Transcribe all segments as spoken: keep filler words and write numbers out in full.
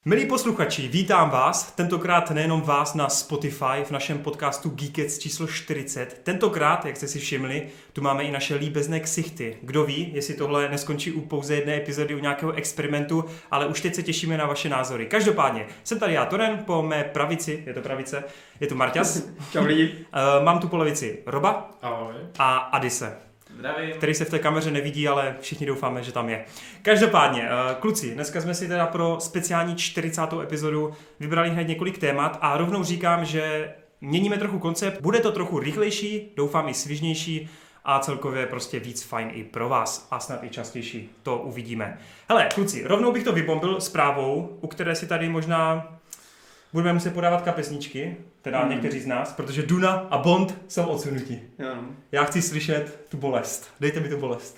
Milí posluchači, vítám vás, tentokrát nejenom vás na Spotify v našem podcastu Geekets číslo čtyřicet. Tentokrát, jak jste si všimli, tu máme i naše líbezné ksichty. Kdo ví, jestli tohle neskončí u pouze jedné epizody, u nějakého experimentu, ale už teď se těšíme na vaše názory. Každopádně, jsem tady já, Toren, po mé pravici, je to pravice, je tu Marťas. Čau lidi. Uh, mám tu po levici Roba. Ahoj. A Adise. Zdravím. Který se v té kameře nevidí, ale všichni doufáme, že tam je. Každopádně, kluci, dneska jsme si teda pro speciální čtyřicátou epizodu vybrali hned několik témat a rovnou říkám, že měníme trochu koncept, bude to trochu rychlejší, doufám i svižnější a celkově prostě víc fajn i pro vás a snad i častější, to uvidíme. Hele, kluci, rovnou bych to vybombil zprávou, u které si tady možná budeme muset podávat kapesničky, teda hmm. někteří z nás, protože Duna a Bond jsou odsunuti. Jo. Já chci slyšet tu bolest. Dejte mi tu bolest.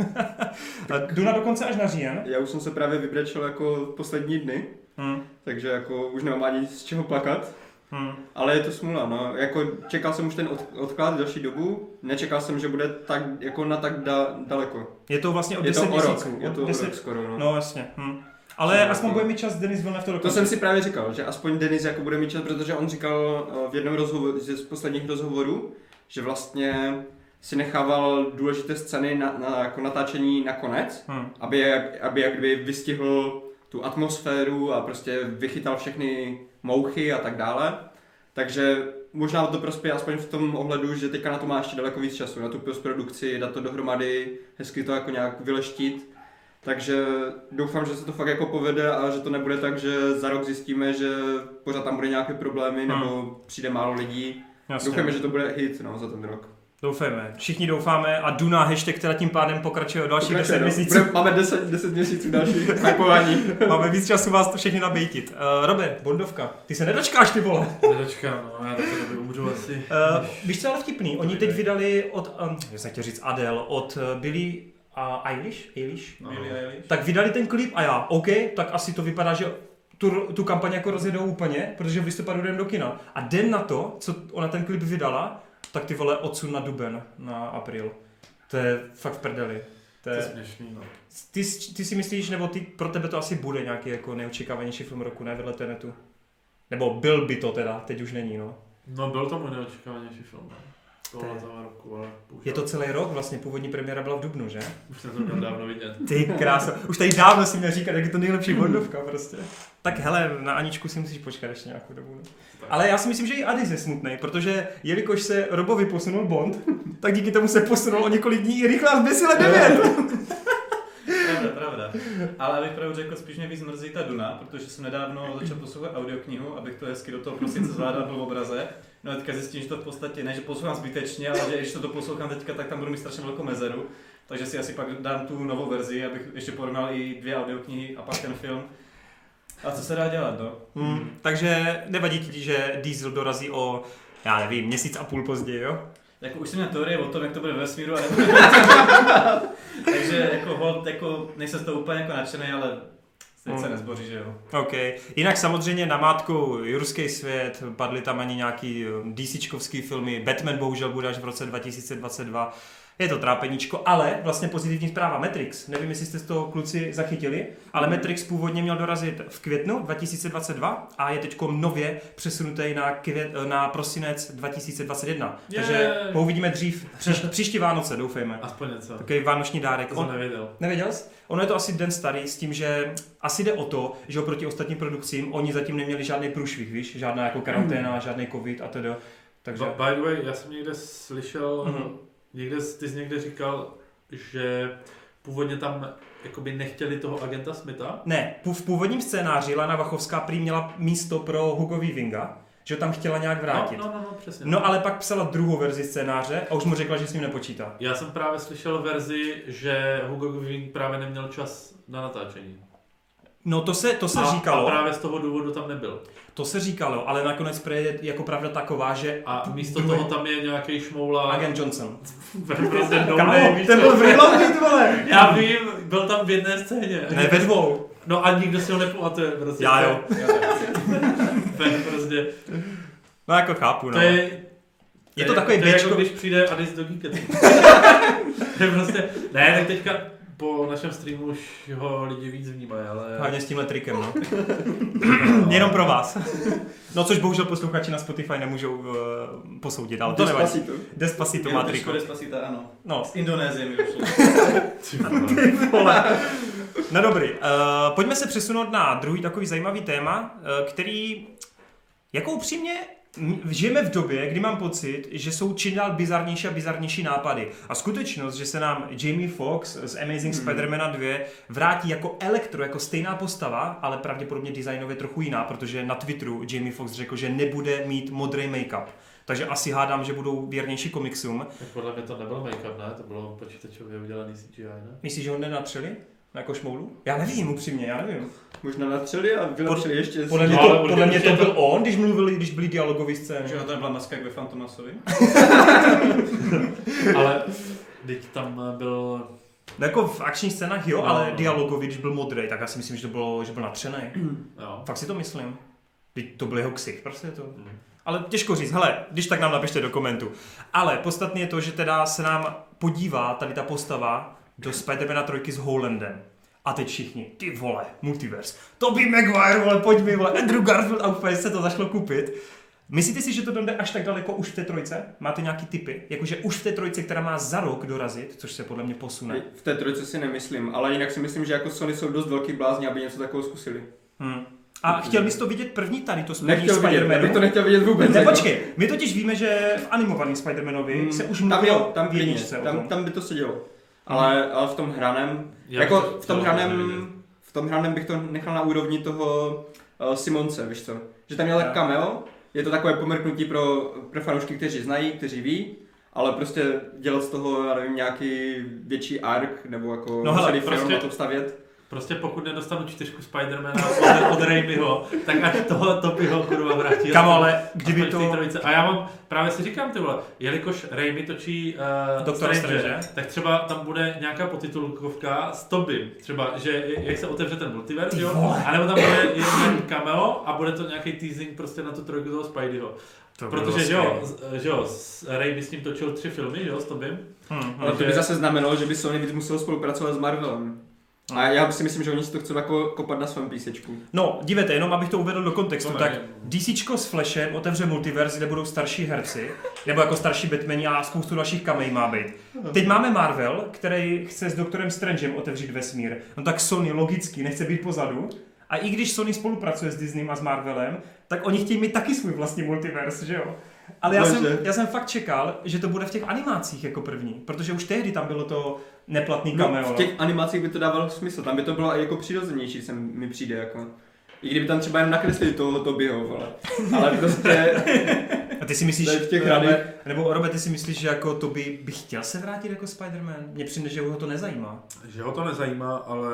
Duna dokonce až na říjen. Já už jsem se právě vybrečel jako poslední dny, hmm. takže jako už nemám ani z čeho plakat. Hmm. Ale je to smůla, no. Jako čekal jsem už ten od, odklad další dobu, nečekal jsem, že bude tak, jako na tak da, daleko. Je to vlastně o je deset to měsíců. Rok. Je to deset... rok skoro, no. No jasně. Hm. Ale no, aspoň jako... bude mít čas Denis Villeneuve to dokončit. To jsem si právě říkal, že aspoň Denis jako bude mít čas, protože on říkal v jednom rozhovoru, z posledních rozhovorů, že vlastně si nechával důležité scény na, na jako natáčení nakonec, hmm. aby, aby jak kdyby vystihl tu atmosféru a prostě vychytal všechny mouchy a tak dále. Takže možná to prospěje aspoň v tom ohledu, že teďka na to má ještě daleko víc času, na tu postprodukci, dát to dohromady, hezky to jako nějak vyleštit. Takže doufám, že se to fakt jako povede a že to nebude tak, že za rok zjistíme, že pořád tam bude nějaké problémy hmm. nebo přijde málo lidí. Jasně. Doufáme, že to bude hit no, za ten rok. Doufáme, všichni doufáme a Duna hashtag teda tím pádem pokračuje o dalších deset měsíců. Bude, máme deset měsíců další hypování. Máme víc času vás to všechny nabejtit. Uh, Robe, Bondovka, ty se nedočkáš ty vole. Nedočkám, no, já taky doby umřu asi. Uh, víš co ale vtipný, oni teď vydali od, um, já jsem chtěl říct Adele, od uh, Billie a Eilish, Eilish? No. Eilish. Tak vydali ten klip a já, OK, tak asi to vypadá, že tu, tu kampaň jako rozjedou úplně, protože v listopadu jdem do kina. A den na to, co ona ten klip vydala, tak ty vole odsun na duben, na apríl. To je fakt v prdeli. To je, to je směšný, no. Ty, ty si myslíš, nebo ty, pro tebe to asi bude nějaký jako neočekávanější film roku, ne, vedle Tenetu? Nebo byl by to teda, teď už není, no. No byl to můj neočekávanější film, ne? Roku, ale je to celý rok, vlastně původní premiéra byla v dubnu, že? Už jsem to měl dávno vidět. Ty krása, už tady dávno si měl říkat, jak je to nejlepší Bondovka prostě. Tak hele, na Aničku si musíš počkat ještě nějakou dobu. Tak. Ale já si myslím, že i Adis je smutný, protože jelikož se Robovi posunul Bond, tak díky tomu se posunul o několik dní i rychle a zběsile devět. Pravda, pravda. Ale abych pravdu řekl, spíš mě víc mrzí ta Duna, protože jsem nedávno začal poslouchat audioknihu, abych to hezky do toho prosince zvládal byl v obraze. No teďka zjistím, že to v podstatě ne, že poslouchám zbytečně, ale že když to poslouchám teďka, tak tam budu mít strašně velkou mezeru. Takže si asi pak dám tu novou verzi, abych ještě porovnal i dvě audioknihy a pak ten film. A co se dá dělat, no? Hmm, takže nevadí ti, že Diesel dorazí o, já nevím, měsíc a půl později, jo? Jako už jsem měl teorie o tom, jak to bude ve vesmíru, ale takže jako hod, jako nejsem z toho úplně jako nadšený, ale teď se nezboří, že jo. OK. Jinak samozřejmě namátkou Jurský svět, padly tam ani nějaký DCčkovský filmy, Batman bohužel bude až v roce dva tisíce dvacet dva. Je to trápeníčko, ale vlastně pozitivní zpráva Matrix. Nevím, jestli jste z toho kluci zachytili, ale Matrix původně měl dorazit v květnu dva tisíce dvacet dva a je teď nově přesunutý na, květ, na prosinec dva tisíce dvacet jedna. Yeah. Takže ho uvidíme dřív, příš, příští Vánoce, doufejme. Aspoň něco. Takový vánoční dárek. To jsem nevěděl. Nevěděl jsi? Ono je to asi den starý s tím, že asi jde o to, že oproti ostatním produkcím oni zatím neměli žádný průšvih, víš? Žádná jako karanténa, žádný covid a tedy. Takže... By the way, já jsem někde slyšel... Mm-hmm. Někde, ty jsi někde říkal, že původně tam jakoby nechtěli toho agenta Smitha? Ne, v původním scénáři Lana Wachowská prý měla místo pro Hugo Weavinga, že tam chtěla nějak vrátit. No, no, no, no, přesně. No, ale pak psala druhou verzi scénáře a už mu řekla, že s ním nepočítá. Já jsem právě slyšel verzi, že Hugo Weaving právě neměl čas na natáčení. No to se, to se a, říkalo. A právě z toho důvodu tam nebyl. To se říkalo, ale nakonec je jako pravda taková, že... A místo druhý... toho tam je nějaký šmoula... Agent Johnson. Kámo, ten byl v Reloaded, vole! Já vím, byl tam v jedné scéně. Ne, ve dvou. No a nikdo si ho nepamatuje, prostě. Já jo. prostě. No jako chápu, no. To je, je to takový to bečko... je jako když přijde Adis do Geekets. To je prostě... Ne, tak teďka... po našem streamu už ho lidi víc vnímají, ale... Hlavně s tímhle trikem, no. Jenom pro vás. No, což bohužel posluchači na Spotify nemůžou uh, posoudit, ale to nevadí. Despacito. Despacito má triko. Despacito, ano. No. Z Indonésie mi došlo. Ty vole. No dobrý, uh, pojďme se přesunout na druhý takový zajímavý téma, uh, který, jako upřímně, žijeme v době, kdy mám pocit, že jsou čím dál bizarnější a bizarnější nápady. A skutečnost, že se nám Jamie Foxx z Amazing hmm. Spider-Mana dva vrátí jako Elektro, jako stejná postava, ale pravděpodobně designově trochu jiná, protože na Twitteru Jamie Foxx řekl, že nebude mít modrý make-up. Takže asi hádám, že budou věrnější komiksům. Tak podle mě to nebylo make-up, ne? To bylo počítačově udělaný C G I, ne? Myslíš, že ho nenatřeli? Jako šmoulu? Já nevím, upřímně, já nevím. Možná natřeli a vylepšili ještě. Podle mě, to, podle mě to byl on, když mluvili, když byly dialogové scény. Že to nebyla maska jak ve Fantomasovi? Ale teď tam byl... No jako v akčních scénách jo, no, ale no. dialogový, když byl modrý, tak já si myslím, že to bylo, že byl natřený. Jo. Fakt si to myslím. Teď to byl jeho ksich, prostě to. Mm. Ale těžko říct, hele, když tak nám napište do komentu. Ale podstatné je to, že teda se nám podívá tady ta postava do Spider-Mana trojky s Hollandem. A teď všichni, ty vole, multiverse. Tobey Maguire, vole, pojď mi, vole, Andrew Garfield a úplně se to zašlo kupit. Myslíte si, že to dojde až tak daleko už v té trojce? Máte nějaký tipy? Jakože už v té trojce, která má za rok dorazit, což se podle mě posune. V té trojce si nemyslím, ale jinak si myslím, že jako Sony jsou dost velký blázni, aby něco takového zkusili. Hmm. A chtěl bys to vidět první tady, to spojení Nechtěl vidět, já Spider-Manu? bych to nechtěl vidět vůbec. Ne, jako. počkej, my totiž víme, že v animovaném Spider-Manovi hmm. se už mluvilo tam, tam, v jedničce tam, o tom. tam by to sedělo. Ale, ale v tom hraném, Já jako to, v tom to hraném, v tom hraném bych to nechal na úrovni toho uh, Simonce, víš co? Že tam měl tak cameo, je to takové pomrknutí pro, pro fanoušky, kteří znají, kteří ví, ale prostě dělat z toho, já nevím, nějaký větší arc, nebo jako no hele, celý film prostě, na to stavět. Prostě pokud nedostanu čtyřku Spider-Mana od, od Raimiho, tak ať toho Tobeyho kurva vrátí. Kam ale, kdyby to... A já mám, právě si říkám ty vole, jelikož Raimi točí uh, Doktora Strange, Strange, tak třeba tam bude nějaká potitulkovka s Tobeym, třeba, že jak se otevře ten multiverse, jo? A nebo tam bude jeden cameo a bude to nějaký teasing prostě na tu trojku toho Spideyho. To protože že jo, že jo, Raimi s ním točil tři filmy, že jo, s Tobeym. Hmm, ale to by zase znamenalo, že by Sony víc muselo spolupracovat s Marvelem. A já si myslím, že oni si to chcou jako kopat na svém písečku. No, dívejte, jenom abych to uvedl do kontextu, no, tak DCčko s Flashem otevře multiverse, kde budou starší herci, nebo jako starší Batmani a spoustu dalších kamej má být. Teď máme Marvel, který chce s Doktorem Strangem otevřít vesmír. No tak Sony logicky nechce být pozadu. A i když Sony spolupracuje s Disneym a s Marvelem, tak oni chtějí mít taky svůj vlastní multiverse, že jo? Ale já jsem, já jsem fakt čekal, že to bude v těch animacích jako první, protože už tehdy tam bylo to neplatný cameo. No, v těch animacích by to dávalo smysl, tam by to bylo i jako přirozenější, se mi přijde jako. I kdyby tam třeba jen nakreslili toho Tobeyho, vole. Ale prostě... A ty si myslíš, v těch Robert, nebo Robert, ty si myslíš, že jako Tobey by chtěl se vrátit jako Spider-Man? Mně přijde, že ho to nezajímá. Že ho to nezajímá, ale...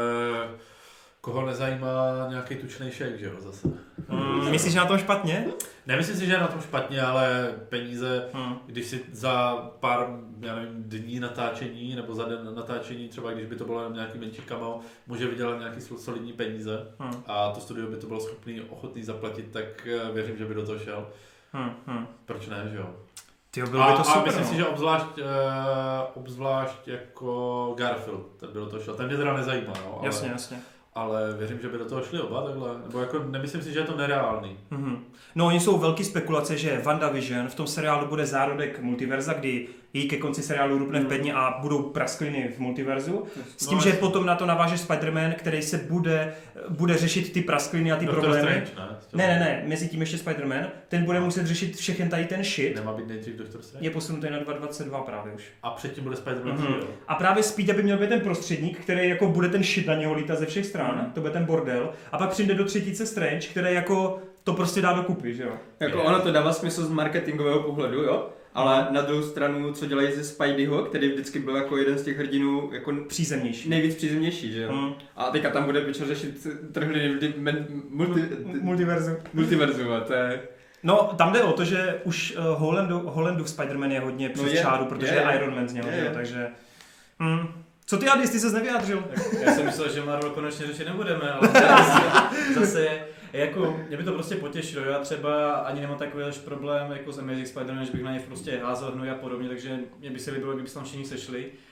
Koho nezajímá nějaký tučnej šejk, že jo, zase. Mm, myslíš, že na tom špatně? Nemyslím si, že je na tom špatně, ale peníze, hmm. když si za pár, já nevím, dní natáčení, nebo za den natáčení, třeba když by to bylo nějaký menší cameo, může vydělat nějaký solidní peníze hmm. a to studio by to bylo schopný, ochotný zaplatit, tak věřím, že by do toho šel. Hmm. Hmm. Proč ne, že jo? Tyjo, bylo by to a, super, a myslím no. si, že obzvlášť, uh, obzvlášť jako Garfield, ten by do toho šel. Ten mě teda nezajímá, no, ale... Jasně, jasně. Ale věřím, že by do toho šli oba takhle, nebo jako nemyslím si, že je to nereálný. Mm-hmm. No, oni jsou velké spekulace, že WandaVision v tom seriálu bude zárodek multiverza, kdy jí ke konci seriálu rupne v pedně a budou praskliny v multiverzu. S tím, no, že potom na to naváže Spider-Man, který se bude, bude řešit ty praskliny a ty Doctor problémy. Strange, ne? Ne, ne, ne, mezi tím ještě Spider-Man, ten bude muset řešit všechen tady ten shit. Nemá být nejdřív Doctor Strange? Je posunutý na dva tisíce dvacet dva právě už. A předtím bude Spider-Man mm-hmm. tři, jo? A právě Speed by měl být ten prostředník, který jako bude ten shit na něho lítat ze všech stran, mm-hmm. to bude ten bordel. A pak přijde do třetíce Strange, který jako to prostě dá dokupy, že jo? Jako je. Ono to dává smysl z marketingového pohledu, jo? Ale na druhou stranu, co dělají ze Spideyho, který vždycky byl jako jeden z těch hrdinů jako přízemnější. Nejvíc přízemnější, že jo? Mm. A teďka tam bude pičo řešit trhliny multi, multiverzu. Multiverzu, to je... No, tam jde o to, že už uh, Hollandu, Hollandův Spider-Man je hodně přes no je, čáru, protože je, je Iron Man z něho, je, je. takže... Mm. Co ty, Adis, ty ses nevyjádřil? Já jsem myslel, že Marvel konečně řešit nebudeme, ale zase, zase jako, mě by to prostě potěšilo, já třeba ani nemám takový až problém jako s Amazing Spider-Man, že bych na ně prostě házel hnoj a podobně, takže mě by se líbilo, kdyby se tam všichni sešli.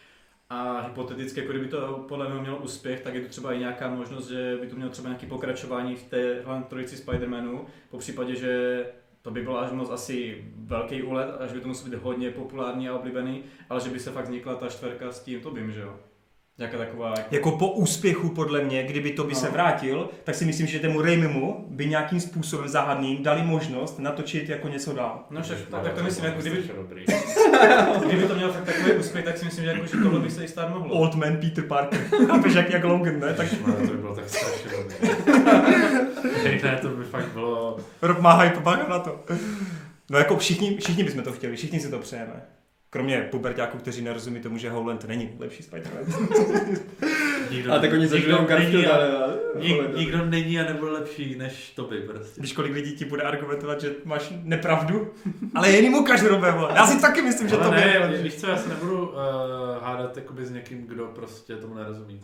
A hypoteticky, jako kdyby to podle mě mělo úspěch, tak je to třeba i nějaká možnost, že by to mělo třeba nějaké pokračování v té trojici Spider-Manů, po případě, že to by bylo až moc asi velký úlet, až by to muselo být hodně populární a oblíbený, ale že by se fakt vznikla ta čtverka s tím Tobim, že jo? Jaká taková... Jako... jako po úspěchu podle mě, kdyby to by no. se vrátil, tak si myslím, že tému Raimimu by nějakým způsobem záhadným dali možnost natočit jako něco dál. No však, tak, tak to myslím, jako kdyby... kdyby to mělo fakt takový úspěch, tak si myslím, že, jako, že tohle by se i stát mohlo. Old man Peter Parker. Chápeš, jak, jak Logan, ne? Tak... To by bylo tak strašně dobrý. Ne, to by fakt bylo... Rob má hype, bacha na to. No jako všichni, všichni bychom to chtěli, všichni si to přejeme. Kromě puberťáků, kteří nerozumí tomu, že Howland není lepší Spider-Man. Nikdo, a tak oni zažili Garfielda. Nik, nikdo není a nebude lepší než Tobey prostě. Víš, kolik lidí ti bude argumentovat, že máš nepravdu? Ale jen mu ukážu, Robe, já si taky myslím, že to ne, je lepší. Víš co, já se nebudu uh, hádat jakoby s někým, kdo prostě tomu nerozumí.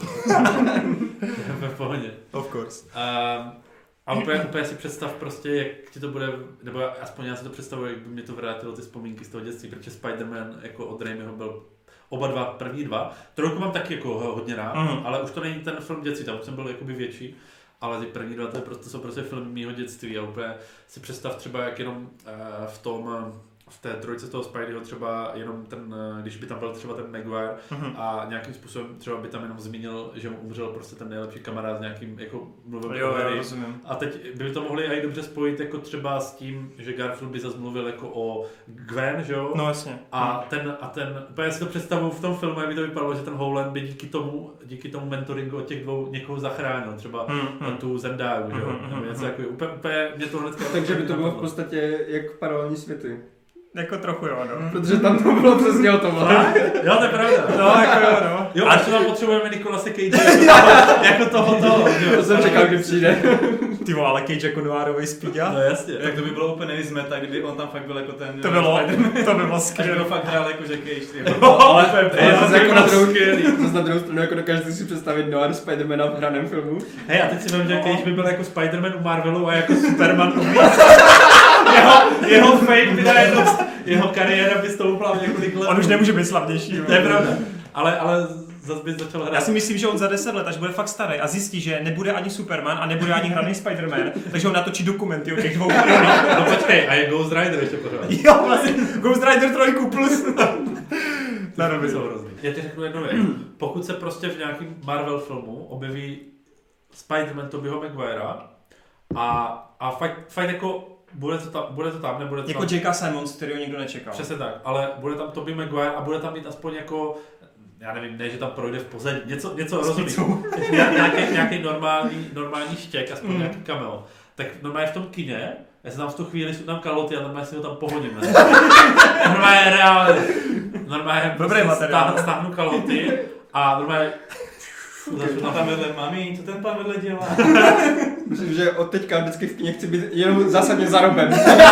Ve pohodě. Of course. Uh, A úplně, úplně si představ prostě, jak ti to bude, nebo aspoň já si to představuji, jak by mě to vrátilo ty vzpomínky z toho dětství, protože Spider-Man jako od Raimiho byl oba dva, první dva. Trojku mám taky jako hodně rád, mm. ale už to není ten film dětství, tam už jsem byl jakoby větší, ale ty první dva to, je prostě, to jsou prostě filmy mýho dětství a úplně si představ třeba, jak jenom uh, v tom, uh, v té trojce toho Spideyho třeba jenom ten, když by tam byl třeba ten Maguire mm-hmm. a nějakým způsobem třeba by tam jenom zmínil, že mu umřel prostě ten nejlepší kamarád s nějakým jako mluvil jo, jo, rozumím. A teď by to mohli i dobře spojit jako třeba s tím, že Garfield by zase mluvil jako o Gwen, že jo? No jasně. A ten, a ten, úplně si to představuju v tom filmu, jak by to vypadalo, že ten Howland by díky tomu, díky tomu mentoringu od těch dvou někoho zachránil, třeba mm-hmm. tu Zendaju, že jo? Mm-hmm. Nebo něco jako, úplně, úplně mě to hnedka... Takže by to bylo v podstatě jak paralelní světy. Jako trochu jo, no. Protože tam to bylo přesně o tomhle. Jo, to je pravda. No, jako jo, no. Jo, a třeba potřebujeme Nicolase Cage jako, jako toho, toho. To jsem čekal, kdy přijde. Ty vole, ale Cage jako noárovej Speeda. No jasně. Tak to by bylo úplně nejzmeta, kdyby on tam fakt byl jako ten... To bylo, to by bylo skvělé. To fakt hrál jako, že Cage. Jo, ale to je zase jako na druhou zase na druhou stranu, jako dokážete si představit noir Spidermana v hraném filmu. Hej, a teď si vím, že Cage by byl jako Spiderman u Marvelu a jako Superman u jeho, jeho fame by najednou, jeho kariéra by stoupla několik let. On už nemůže být slavnější. To je pravda. Ale, ale zase by začal hrát. Já si myslím, že on za deset let, až bude fakt starý a zjistí, že nebude ani Superman a nebude ani hraný Spider-Man, takže on natočí dokumenty o těch dvou. No počkej, a je Ghost Rider ještě pořád. Jo, vlastně Ghost Rider trojku plus. Na doby jsou hrozný. Já ti řeknu jednu věc. Pokud se prostě v nějakém Marvel filmu objeví Spider-Man Tobeyho Maguirea a, a fakt, fakt jako Bude to, tam, bude to tam, nebude to jako tam. J K. Simmons, kterýho nikdo nečekal. Přesně tak, ale bude tam Tobey Maguire a bude tam mít aspoň jako, já nevím, ne, že tam projde v pozadí, něco, něco rozumí. nějaký, nějaký normální, normální štěk, aspoň mm. nějaký cameo. Tak normálně v tom kině, já se tam v tu chvíli jsou tam kaloty a normálně si ho tam pohodím. Normálně reálně. Normálně dobrý materiál. Stáhnu, stáhnu kaloty a normálně začnu tam vedle mami, co ten pan vedle dělá? Myslím, že od teďka vždycky v kyně chci být jenom zásadně za Robem.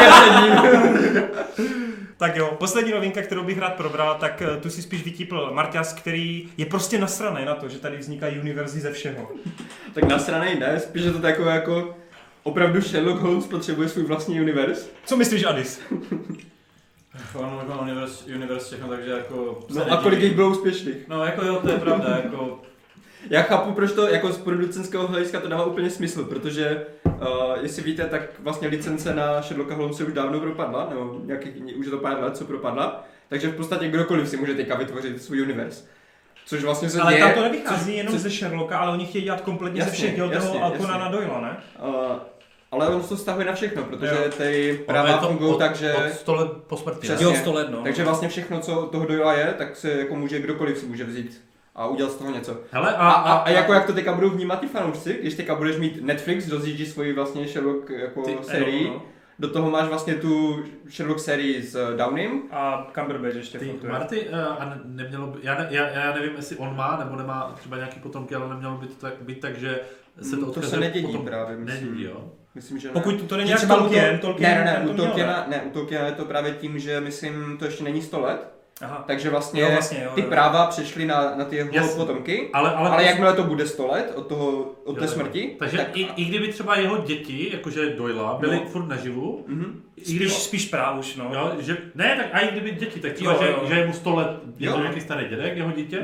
Tak jo, poslední novinka, kterou bych rád probral, tak tu si spíš vytípl Marťas, který je prostě nasranej na to, že tady vznikají univerzy ze všeho. Tak nasranej ne, spíš je to takové jako opravdu Sherlock Holmes potřebuje svůj vlastní univerz. Co myslíš, Adis? On mluvil univerz, univerz všechno, takže jako... No a kolik jich bylo úspěšných? No jako jo, to je pravda, jako... Já chápu, proč to jako z producentského hlediska to dává úplně smysl, protože uh, jestli víte, tak vlastně licence na Sherlocka Holmese už dávno propadla, nebo nějaký, už je to pár let, co propadla, takže v podstatě kdokoliv si může teďka vytvořit svůj univerz. Což vlastně se ale děje... Ale tam to nevychází což, jenom což, ze Sherlocka, ale oni chtějí dělat kompletně jasně, ze všech, dělat toho Alconana Doyla, ne? Uh, ale on to stahuje na všechno, protože ty práva fungují tak, že... Od sto let po smrti. Přesně, jo, sto let, no. Takže vlastně všechno, co toho Doyla je, tak se jako může kdokoliv si může vzít a udělat z toho něco. Hele, a, a, a jako jak to teďka budou vnímat ty fanoušci, když teďka budeš mít Netflix, rozjíždí svoji vlastně Sherlock jako ty, sérii, no. Do toho máš vlastně tu Sherlock sérii s Downym. A Cumberbatch ještě. Ty, Marty, a ne, nemělo by, já, ne, já, já nevím, jestli on má, nebo nemá třeba nějaký potomky, ale nemělo by to tak, být tak, že se to odkazuje. To se nedědí potom, právě, myslím. Nedědí, jo? Myslím, že ne. Pokud to není jak Tolkien, Tolkien, ne, ne, ne, u Tolkiena, ne, u Tolkiena je to právě tím, že myslím, to ještě není sto let. Aha. Takže vlastně, jo, vlastně jo, ty jo. práva přešly na, na ty jeho yes. potomky, ale, ale, ale jakmile to bude sto let od, toho, od té smrti. Takže tak... i, i kdyby třeba jeho děti, jakože Doyla, byly no. furt naživu. Mm-hmm. Spíš, kdyby, spíš práv už, no. Jo, že, ne, tak a i kdyby děti, tak třeba, jo, že, jo. že je mu sto let, je to nějaký starý dědek, jeho dítě. Mm-hmm.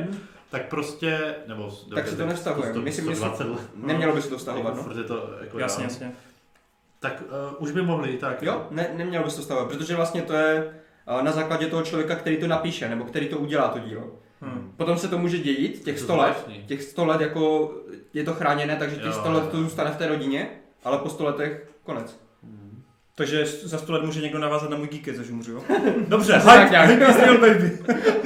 tak prostě, nebo... Tak se to nevztahuje, myslím, že nemělo by se to vztahovat, no. Furt je to jako jasně, jasně. Tak uh, už by mohli, tak. Jo, ne, nemělo by se to vztahovat, protože vlastně to je uh, na základě toho člověka, který to napíše, nebo který to udělá to dílo. Hmm. Potom se to může dějit, těch sto let, těch sto let jako je to chráněné, takže těch sto let to zůstane v té rodině, ale po sto letech konec. Hmm. Takže za sto let může někdo navázat na můj Geekec, až umřu, jo? Dobře, tak nějak. Baby.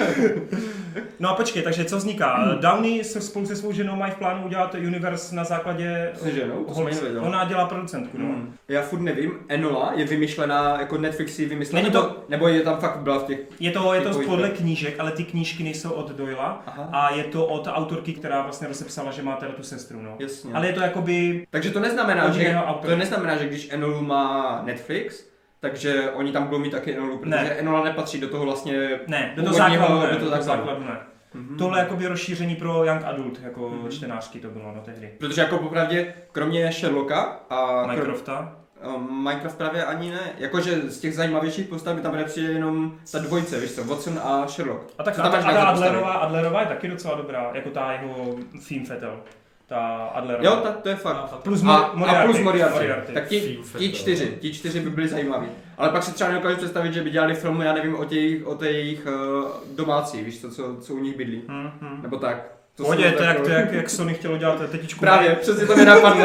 No a počkej, takže co vzniká? Hmm. Downey se spolu se svou ženou mají v plánu udělat univerz na základě... S ženou? To jsem nevěděl. Ona dělá producentku, no. Hmm. Já furt nevím, Enola je vymyšlená, jako Netflix ji vymyslel, nebo, to, nebo je tam fakt byla v těch... Je to, je to podle knížek, ale ty knížky nejsou od Doyla. Aha. A je to od autorky, která vlastně rozepsala, že má teda tu sestru, no. Jasně. Ale je to jakoby... Takže to neznamená, že, to neznamená, že když Enolu má Netflix, takže oni tam budou mít taky Enolu, protože ne. Enola nepatří do toho vlastně... Ne, do toho základu ne. Do toho základu ne. Mm-hmm. Tohle je jakoby rozšíření pro young adult, jako mm-hmm. čtenářky to bylo, no tehdy. Protože jako popravdě, kromě Sherlocka a... Minecrafta? Um, Minecraft právě ani ne, jakože z těch zajímavějších postav mi tam nepřijde jenom ta dvojice, víš co, Watson a Sherlock. A tak a ta Adlerová, Adlerová je taky docela dobrá, jako ta jeho theme Fetel. Ta Adlerová. Jo, ta, to je fakt. Plus a, Moriarty. A plus Moriarty. Moriarty. Tak ti, ti čtyři, ti čtyři by byli zajímaví. Ale pak si třeba nedokážu představit, že by dělali filmy, já nevím, o těch, o těch uh, domácí, víš co, co, co u nich bydlí. Hmm, hmm. Nebo tak. To Pohodě, to, jak, to jak, jak Sony chtělo dělat tetičku. Právě, přesně to mi napadlo.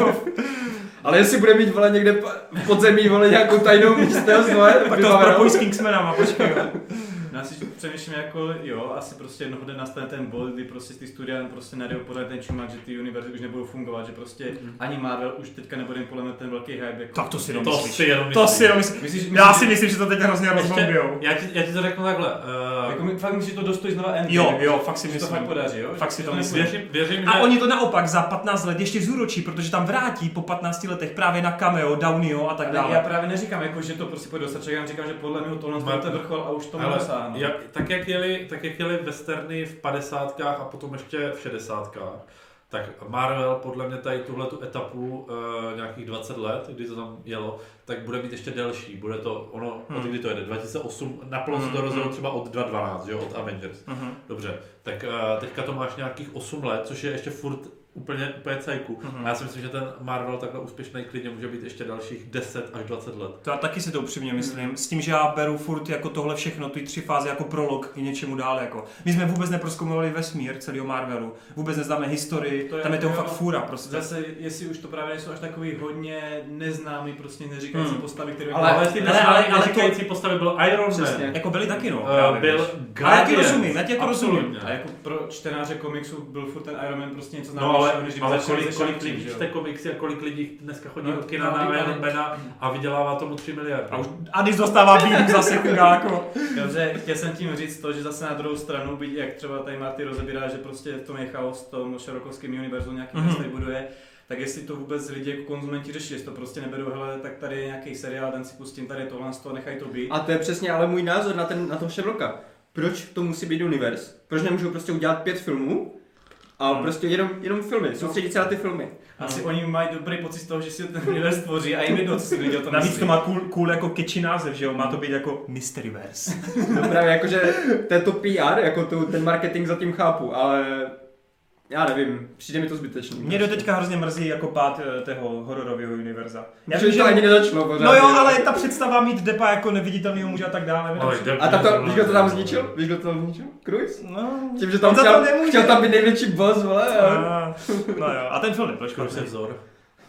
Ale jestli bude mít, vole, někde v podzemí, vole, nějakou tajnou místnost, vole, pak to propojí s Kingsmanama, počkej. No asi přemýšlím jako, jo, asi prostě jednoho dne nastane ten bod, kdy prostě z ty studia prostě najdou pořád ten čumák, že ty univerzy už nebudou fungovat, že prostě mm. ani Marvel už teďka nebude podle mě ten velký hype. Jako tak to si jenom to myslíš. Si jenom to si jenom myslíš. myslíš. Já si myslím, že to teď hrozně rozbombijou. Já ti, já ti to řeknu takhle. Uh, jako my, fakt myslíš, že to dostojí znova Endgame? Jo, jo, fakt si myslím. myslím. To fakt podaří, jo? Fakt si to myslím. Věřím, věřím, a že... oni to naopak za patnáct let ještě zúročí, protože tam vrátí po patnácti letech právě na cameo, Downeyho a tak dále. Já právě neříkám, jako, že to prostě půjde dostat, já říkám, že podle mě tohle je vrchol a už to má dosáhnout. Tak jak jeli, tak jak jeli westerny v padesátkách a potom ještě v šedesátkách, tak Marvel podle mě tady tuhletu etapu e, nějakých dvacet let, kdy to tam jelo, tak bude mít ještě delší. Bude to, ono, hmm. od kdy to jede, dva tisíce osm, naplno se to rozjelo třeba od dva tisíce dvanáct, jo, od Avengers. Hmm. Dobře, tak e, teďka to máš nějakých osm let, což je ještě furt úplně, úplně cajku. Mm-hmm. A já si myslím, že ten Marvel takhle úspěšný klidně může být ještě dalších deset až dvacet let. To já taky si to upřímně myslím. Mm. S tím, že já beru furt jako tohle všechno, ty tři fáze jako prolog k něčemu dál. Jako. My jsme vůbec neprozkoumovali vesmír celého Marvelu. Vůbec neznáme historii, to je, tam je toho fakt fůra prostě. Zase, jestli už to právě nejsou až takový hodně neznámý, prostě neříkající mm. postavy, které ale, ale, ty ale, ale, ale neříkající to... postavy byl Iron Man. Jako byli taky, no. Uh, byl Guardian. Já ti rozumím, já ti jako rozumím. A jako pro čtenáře komiksu byl furt ten Iron Man prostě něco známějšího, no, než ale kolik, kolik lidí čte komiksy a kolik lidí dneska chodí no, do kina no, na Iron Mana a vydělává tomu tři miliardy. A, už, a když dostává bídu zase chudáko. Dobře, chtěl jsem tím říct to, že zase na druhou stranu, byť jak třeba tady Marty rozebírá, že prostě v tom je chaos, v tom Sherlockovském univerzu nějaký mm-hmm. tady buduje, tak jestli to vůbec lidi jako konzumenti řeší, jestli to prostě neberou, hele, tak tady je nějaký seriál, ten si pustím tady tohle, z toho nechají to být. A to je přesně ale můj názor na, ten, na toho Sherlocka. Proč to musí být univerz? Proč nemůžou prostě udělat pět filmů? A hmm. prostě jenom, jenom filmy, soustředit se na ty filmy. Asi hmm. oni mají dobrý pocit z toho, že si ten univerz tvoří a jim jedno, co si lidi o tom Navíc to má cool, cool jako catchy název, že jo? Má to být jako Mysteryverse. No právě jakože tento P R, jako tu, ten marketing zatím chápu, ale já nevím, přijde mi to zbytečný. Mě do teďka hrozně mrzí jako pád tého hororového univerza. Já vím, že to ani nezačalo pořád. No jo, ale ta představa mít Deppa jako neviditelného muže a tak dále. Ale a tato, víš, kdo to tam zničil? Víš, kdo to tam zničil? Cruise? No. Tím, že tam chtěl, chtěl tam být největší boss, vole. A, no jo, a ten film je trošku je vzor.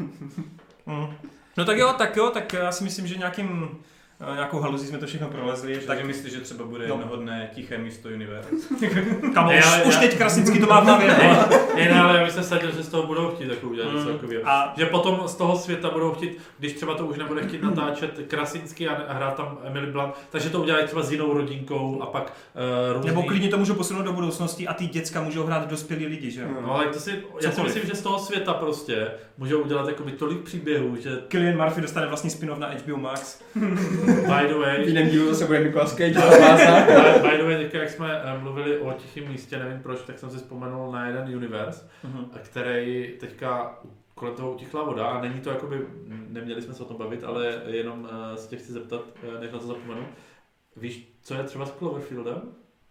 mm. No tak jo, tak jo, tak já si myslím, že nějakým nějakou haluzí jsme to všechno prolezli. Takže myslíš, že třeba bude no. jednoho dne tiché místo univerz? Kamo, už, už teď Krasnický to má v hlavě. Ne, ne, ale já bych se sadil, že z toho budou chtít takovou udělat něco mm. takového. A že potom z toho světa budou chtít, když třeba to už nebude chtít natáčet Krasinský a hrát tam Emily Blunt, takže to udělají třeba s jinou rodinkou a pak uh, různý... Nebo klidně to můžou posunout do budoucnosti a ty děcka můžou hrát dospělí lidi, že jo? No ale to si, já si myslím, že z toho světa prostě můžou udělat jakoby tolik příběhů, že... Cillian Murphy dostane vlastní spin-off na H B O Max. By the way, v jiném dílu zase bude Nicolas Cage. by, by the way, teďka jak jsme mluvili o Tichém místě, nevím proč, tak jsem si vzpomenul na jeden univerz, uh-huh. který teďka kolem toho utichla voda a není to jakoby, neměli jsme se o tom bavit, ale jenom uh, se tě chci zeptat, než na to zapomenu. Víš, co je třeba s Cloverfieldem?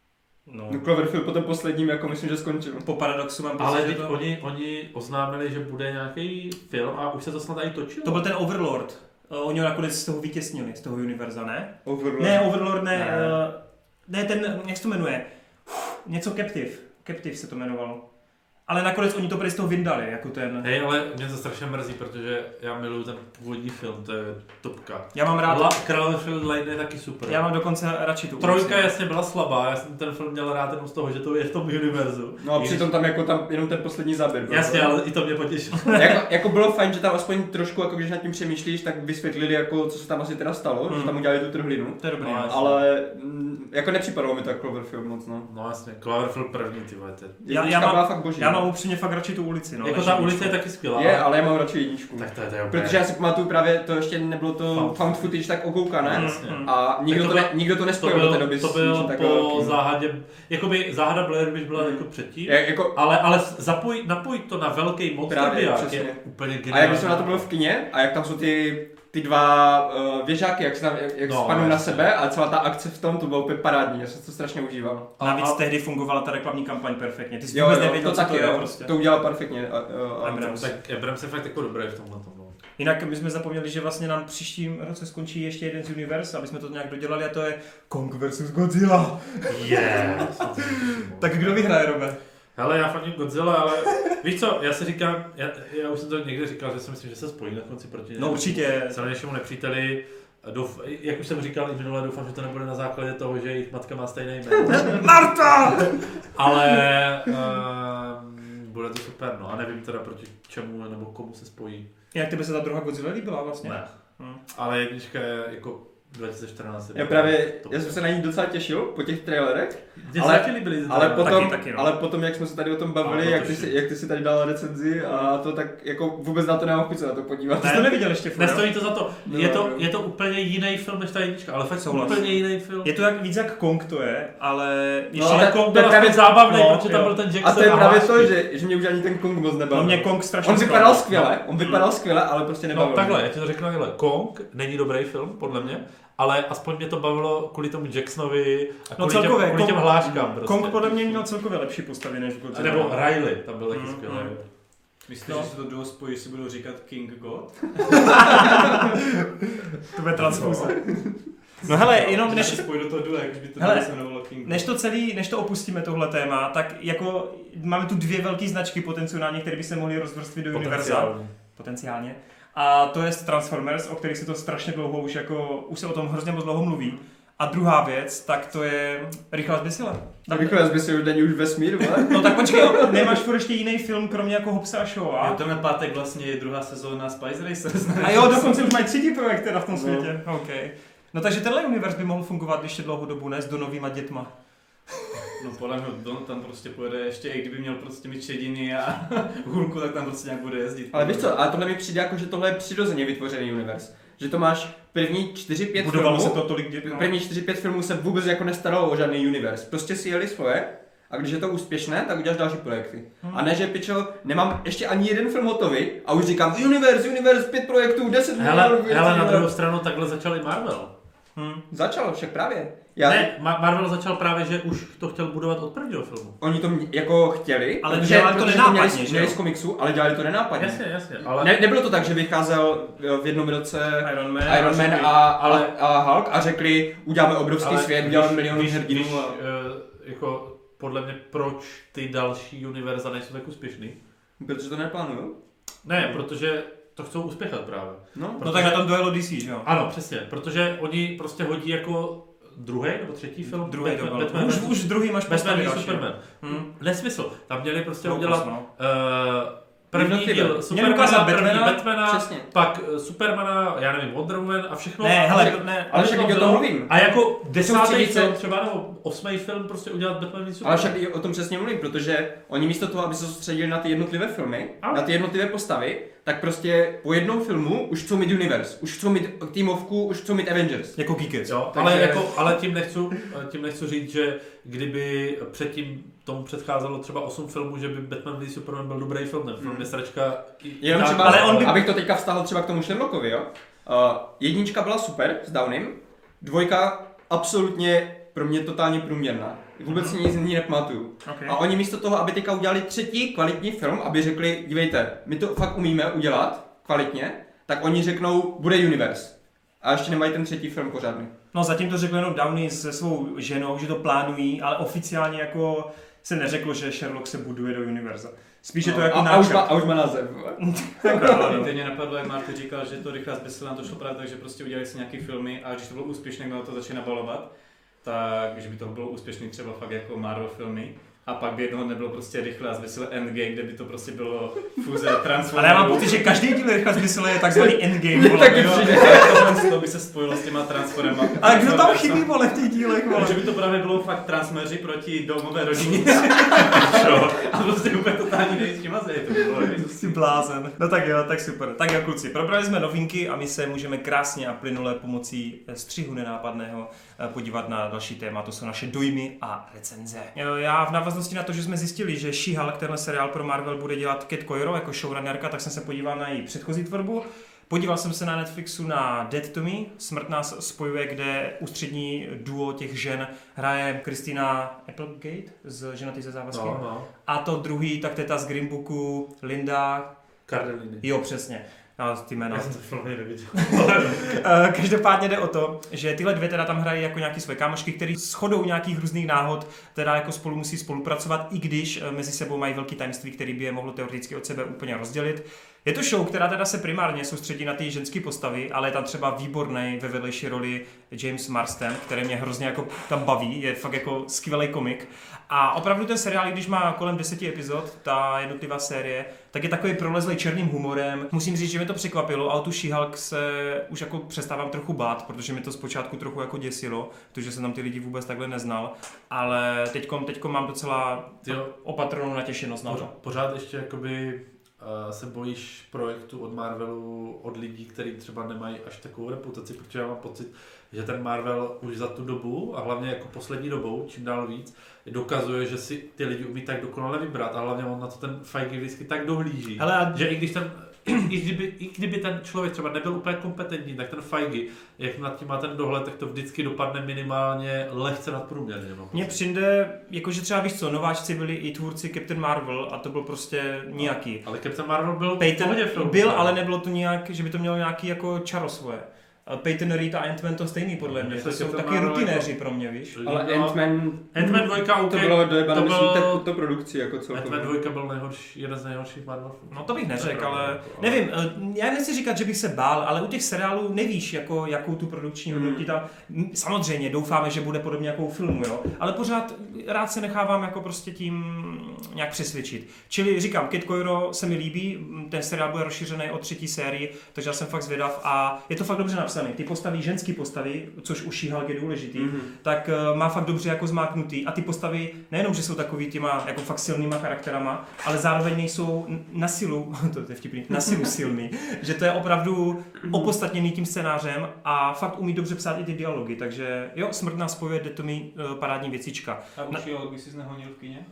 No. No Cloverfield po tom posledním, jako myslím, že skončil. Po paradoxu mám Ale pocit, teď že to... oni, oni oznámili, že bude nějaký film a už se to snad i točilo. To byl ten Overlord. Uh, oni ho nakonec z toho vytěsnili, z toho univerza, ne? Overlord. Ne, Overlord ne. Ne. Uh, ne, ten, jak se to jmenuje? Uf, něco Captive. Captive se to jmenovalo. Ale nakonec oni to prý z toho vyndali, jako ten... Hej, ale mě to strašně mrzí, protože já miluju ten původní film, to je topka. Já mám rád... La, Cloverfield Lane je taky super. Já mám dokonce radši tu Trojka ulici. jasně byla slabá, já jsem ten film měl rád jenom z toho, že to je v tom univerzu. No a přitom tam jako tam jenom ten poslední záběr byl. Jasně, ale i to mě potěšilo. jako, jako bylo fajn, že tam aspoň trošku, jako když nad tím přemýšlíš, tak vysvětlili, jako, co se tam asi teda stalo, Hmm. že tam udělali tu trhlinu. To je dobrý. No, No, Ale mm, jako nepřipadalo mi to jako Cloverfield moc, no. No jasně, Cloverfield první, ty vole, to- Já- Jednička já mám- byla fakt boží. já no. mám upřímně fakt radši tu ulici. No, jako než ta jedničku. ulice je taky skvělá. Je, ale já mám radši jedničku. Tak to je, to je úplně... Protože já si pamatuju právě, to ještě nebylo to Found found footage tak okoukané. Jasně. Mm, mm. A nikdo Tak to, to ne, byl- nikdo to To nespojil do byl, té doby to s byl něčím tak po velkým. záhadě, jakoby záhada Blair Witch byla Hmm. jako předtím, Je, jako, ale, ale zapojit, napojit to na velký monster Právě, biják přesně. je úplně a geniální. jak jsem na to byl v kině, a jak tam jsou ty, ty dva uh, věžáky, jak se tam, jak, jak No, spadnou na jasně. sebe a celá ta akce v tom, to bylo úplně parádní, já jsem to strašně užíval. A- Navíc a- tehdy fungovala ta reklamní kampaň perfektně. Ty jsi Jo, vůbec jo, nevěděl, to co taky, to je jo, prostě. to udělal perfektně. A, a, Abrams. a, Tak Abrams je fakt jako dobrý v tomhle tom. No. Jinak my jsme zapomněli, že vlastně nám příštím roce skončí ještě jeden z univerz, aby jsme to nějak dodělali, a to je Kong versus Godzilla. Yeah. Tak kdo vyhraje, Robe? Hele, já fandím Godzilla, ale víš co, já si říkám, já, já už jsem to někde říkal, že si myslím, že se spojí na konci proti No určitě. silnějšímu nepříteli. Douf, jak už jsem říkal i minule, doufám, že to nebude na základě toho, že jejich matka má stejné jméno. Marta! Ale um, bude to super, no a nevím teda proti čemu nebo komu se spojí. Jak tebe se ta druhá Godzilla líbila vlastně? Ne. Hm. Ale jednička je jako dva tisíce čtrnáct. já právě, já jsem se na ní docela těšil po těch trailerech, Mně ale- se taky líbily ty ale trailery. potom, taky, taky, no. ale potom, jak jsme se tady o tom Ale bavili, to jak ty, tuším. si, jak ty si tady dala recenzi a to, tak jako vůbec na to nemám chuť se na to podívat. Ty jsi to neviděl ještě furt, jo? Nestojí to za to. No, Je to, jo. je to úplně jiný film než ta jednička, ale fakt Souhlas. úplně jiný film. Je to jak, víc jak Kong to je, ale No, ještě ale jako... Kong to je byl právě- aspoň zábavný, no, protože tam jo. byl ten A Jackson to je právě hlášky. to, že, že mě už ani ten Kong moc nebavil. No mě Kong strašně On vypadal zklamal. skvěle, on vypadal skvěle, ale prostě No nebavil. takhle, mě. já ti to řeknu takhle. Kong není dobrý film, podle mě, ale aspoň mě to bavilo kvůli tomu Jacksonovi a No kvůli, celkově, těm, kvůli těm Kong- hláškám. Prostě. Kong podle mě měl celkově lepší postavy než A Godzilla. nebo Riley, tam byl taky Mm, skvělý. mm. Myslíte, No. že se to duo spojí, si budou říkat King God? To bude transfuze. No hele, jenom Než než, se spojí do toho duo, jak by to Hele, duo se jmenovalo King God. než to celý, než to opustíme tohle téma, tak jako máme tu dvě velké značky potenciálně, které by se mohly rozvrstvit do univerza. Potenciálně. Potenciálně. A to je Transformers, o kterých se to strašně dlouho už jako, už se o tom hrozně moc dlouho mluví. A druhá věc, tak to je Rychlá zběsila. Tak rychle by si už není už vesmír, vole. No tak počkej, nemáš furt ještě jiný film, kromě jako Hobbsa a Shawa? Jo, tenhle pátek vlastně je druhá sezóna Spice Racers. A jo, dokonce už mají třetí projekt teda v tom světě. No. Okay. No takže tenhle univerz by mohl fungovat ještě dlouhou dobu, ne s Donovýma dětma. No podle mě Don tam prostě pojede ještě, i kdyby měl prostě mít šediny a hůlku, tak tam prostě nějak bude jezdit. Ale víš co, ale tohle mi přijde jako, že tohle je přirozeně vytvořený univerz. Že to máš první čtyři pět Budovalo filmů, se to tolik dět, no. první čtyři pět filmů se vůbec jako nestaralo o žádný univerz. Prostě si jeli svoje a když je to úspěšné, tak uděláš další projekty. Hmm. A ne, že pičo, nemám ještě ani jeden film hotový a už říkám univerz, univerz, pět projektů, deset Hele, milionů, hele, na druhou stranu takhle začal i Marvel. Hmm. Začalo však právě. Já, Ne, Ma- Marvel začal právě, že už to chtěl budovat od prvního filmu. Oni to mě- jako chtěli, Ale protože, dělali to protože nenápadně, měli, že jo? měli z komiksu, ale dělali to nenápadně. Jasně, jasně, ale... Ne, nebylo to tak, že vycházel v jednom roce Iron Man, Iron Man a, ale- a, a Hulk a řekli, uděláme obrovský ale svět, když- uděláme miliony když- hrdinů. když, A... eh, jako, podle mě, proč ty další univerza nejsou tak úspěšný? Protože to neplánuju. Ne, protože to chcou uspěchat právě. No. No tak na tom dojelo D C, že jo? Ano, přesně, protože oni prostě hodí jako druhý nebo třetí film. Druhý to Batman, byl. Batman, Už, versus- už druhý máš Batman postavy v další. Superman. Hmm. Nesmysl. Tam měli prostě No, udělat no. uh, první Jednotlivé. díl Měli Supermana, ukázat první Batmana, Batmana, Přesně. pak uh, Supermana, já nevím, Wonder Woman a všechno. Ne, a hele, všechno- ne. Ale však všechno i o tom bylo. mluvím. A jako desátý Soustředit se- film, třeba nebo osmý film, prostě udělat Batman v Superman. Ale však i o tom přesně mluvím, protože oni místo toho, aby se soustředili na ty jednotlivé filmy, Ano. na ty jednotlivé postavy, tak prostě po jednom filmu už chcou mít univerz, už chcou mít týmovku, už chcou mít Avengers. Jako Geekets. Jo, Takže- ale, jako, ale tím, nechci, tím nechci říct, že kdyby předtím tomu předcházelo třeba osm filmů, že by Batman v Superman byl dobrý film, ten film Hmm. je sračka. Jenom tak, třeba, ale on by- abych to teďka vztahl třeba k tomu Sherlockovi, jo. Uh, jednička byla super s Downem, dvojka absolutně pro mě totálně průměrná. Vůbec si nic z ní nepamatuju. Okay. A oni místo toho, aby teďka udělali třetí kvalitní film, aby řekli, dívejte, my to fakt umíme udělat kvalitně, tak oni řeknou, bude Universe. A ještě nemají ten třetí film pořádný. No zatím to řekl jenom Downey se svou ženou, že to plánují, ale oficiálně jako se neřeklo, že Sherlock se buduje do univerza. Spíš je to no, jako a, náčrt. a, už má, a už má název. Teď mě napadlo, jak Marty říkal, že to rychle zbyslá, to šlo právě tak, že prostě udělali si nějaký filmy a když to bylo úspěšné, na to začali nabalovat, tak že by to bylo úspěšný třeba fakt jako Marvel filmy. A pak by jednoho nebylo prostě rychle a zbyslé Endgame, kde by to prostě bylo fúze Transformerů. Ale já mám pocit, že každý díl rychle zbyslé je takzvaný Endgame. Vole, taky přijde. Tohle to by se spojilo s těma Transformerama. Ale kdo tam chybí, vole, v těch dílech, vole? Že by to právě bylo fakt Transmeři proti domové rodině. A prostě úplně totální nejít s těma zej, to by bylo Jsi blázen. No tak jo, tak super. Tak jo, kluci, probrali jsme novinky a my se můžeme krásně a plynule pomocí střihu nenápadného podívat na další téma, to jsou naše dojmy a recenze. Já v návaznosti na to, že jsme zjistili, že She-Hulk, tenhle seriál pro Marvel, bude dělat Cat Coiro jako showrunnerka, tak jsem se podíval na její předchozí tvorbu. Podíval jsem se na Netflixu na Dead to Me, Smrt nás spojuje, kde ústřední duo těch žen hraje Christina Applegate z Ženatý ze závazky. No, no. A to druhý, tak to je ta z Green Booku, Linda Cardellini. Jo, přesně. Já ty jména. Já jsem to filmy neviděl. Každopádně jde o to, že tyhle dvě teda tam hrají jako nějaký své kámošky, které shodou nějakých různých náhod teda jako spolu musí spolupracovat, i když mezi sebou mají velký tajemství, který by je mohlo teoreticky od sebe úplně rozdělit. Je to show, která teda se primárně soustředí na ty ženské postavy, ale je tam třeba výborný ve vedlejší roli James Marsden, který mě hrozně jako tam baví, je fakt jako skvělý komik. A opravdu ten seriál, když má kolem deseti epizod, ta jednotlivá série, tak je takový prolezlej černým humorem. Musím říct, že mě to překvapilo a o tu She-Hulk se už jako přestávám trochu bát, protože mi to zpočátku trochu jako děsilo, protože jsem tam ty lidi vůbec takhle neznal, ale teďkom, teďkom mám docela Tyjo, opatrnou natěšenost na to. pořád, pořád ještě jakoby uh, se bojíš projektu od Marvelu, od lidí, kteří třeba nemají až takovou reputaci, protože já mám pocit, že ten Marvel už za tu dobu a hlavně jako poslední dobou, čím dál víc, dokazuje, že si ty lidi umí tak dokonale vybrat a hlavně on na to ten Feige vždycky tak dohlíží, Hele, že i když ten I kdyby, I kdyby ten člověk třeba nebyl úplně kompetentní, tak ten Feige, jak nad tím má ten dohled, tak to vždycky dopadne minimálně lehce nadprůměrně. Mně přijde, jakože třeba víš co, nováčci byli i tvůrci Captain Marvel a to byl prostě nějaký. Ale Captain Marvel byl Peyton film, byl, ale nebylo to nějak, že by to mělo nějaký jako čaro svoje. Peyton Reed a Ant-Man to stejný podle mě, to jsou taky rutinéři pro mě, víš. Ale Ant-Man, Ant-Man dvojka, to bylo dojebané, to myslím, bylo- to, to produkci jako celkově. Ant-Man dvojka byl nejhorší, jeden z nejhorších Marvel filmů. No to bych neřekl, To je ale pravda, jako, nevím, já nechci říkat, že bych se bál, ale u těch seriálů nevíš, jako, jakou tu produkční Hmm. hodnotu tam. Samozřejmě doufáme, že bude podobně jako u filmu, jo, ale pořád rád se nechávám jako prostě tím nějak přesvědčit. Čili říkám, Cat Coiro se mi líbí, ten seriál bude rozšířený o třetí sérii, takže já jsem fakt zvědav a je to fakt dobře napsaný. Ty postavy, ženský postavy, což u She-Hulk je důležitý, Mhm. tak uh, má fakt dobře jako zmáknutý a ty postavy nejenom, že jsou takový těma jako fakt silnýma charakterama, ale zároveň nejsou na silu, to je vtipný, na silu silný, že to je opravdu opodstatněný tím scénářem a fakt umí dobře psát i ty dialogy, takže jo, Smrt nás spojuje, jde to mi uh, parádní věcička. A už jo, by si znehonil v kině?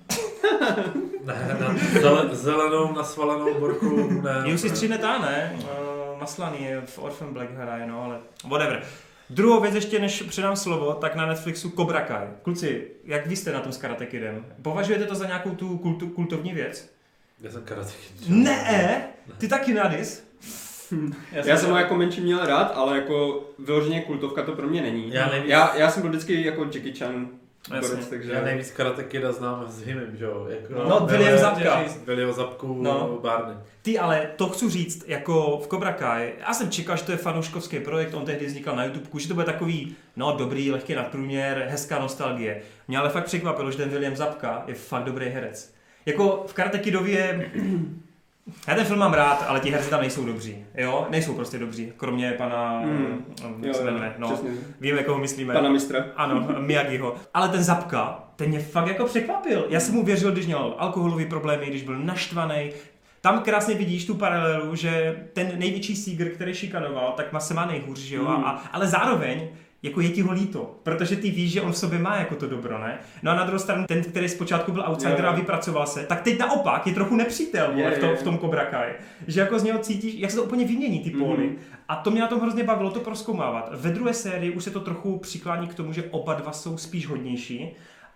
Ne, na zele, zelenou nasvalenou borku, ne. Je už si střídnetá, ne? Uh, Maslaný je v Orphan Black hraje, no ale whatever. Druhou věc ještě, než předám slovo, tak na Netflixu Cobra Kai. Kluci, jak vy jste na tom s Karate Kidem? Považujete to za nějakou tu kultu, kultovní věc? Já jsem Karate Kid. Ne, ty taky Nadis? Já jsem ho jako menší měl rád, ale jako vyloženě kultovka to pro mě není. Já nejvíc, Já, já jsem byl vždycky jako Jackie Chan borec, Jasně. takže... já nejvíc Karate Kida znám s Himem, že jo? Jako, No, William Zabka. William Zabku, No. no. Barney. Ty, ale to chci říct, jako v Cobra Kai, já jsem čekal, že to je fanouškovský projekt, on tehdy vznikal na YouTube, že to bude takový, no dobrý, lehký nadprůměr, hezká nostalgie. Mě ale fakt překvapilo, že ten William Zabka je fakt dobrý herec. Jako v Karate Kidovi je... Já ten film mám rád, ale ti herci tam nejsou dobří, jo? Nejsou prostě dobří, kromě pana... Mm. Um, Jo, se jo, jmenuje, no. přesně. Víme, koho myslíme. Pana mistra. Ano, Miyagiho. Ale ten Zabka, ten mě fakt jako překvapil. Já jsem mu věřil, když měl alkoholový problémy, když byl naštvaný. Tam krásně vidíš tu paralelu, že ten největší sígr, který šikanoval, tak má se má nejhůř, že jo? Mm. A, ale zároveň jako je ti ho líto, protože ty víš, že on v sobě má jako to dobro, ne? No a na druhou stranu ten, který zpočátku byl outsider Jo. a vypracoval se, tak teď naopak je trochu nepřítel vole, Je, v, tom, je. v tom Cobra Kai. Že jako z něho cítíš, jak se to úplně vymění ty póly. Mhm. A to mě na tom hrozně bavilo to prozkoumávat. Ve druhé sérii už se to trochu přiklání k tomu, že oba dva jsou spíš hodnější.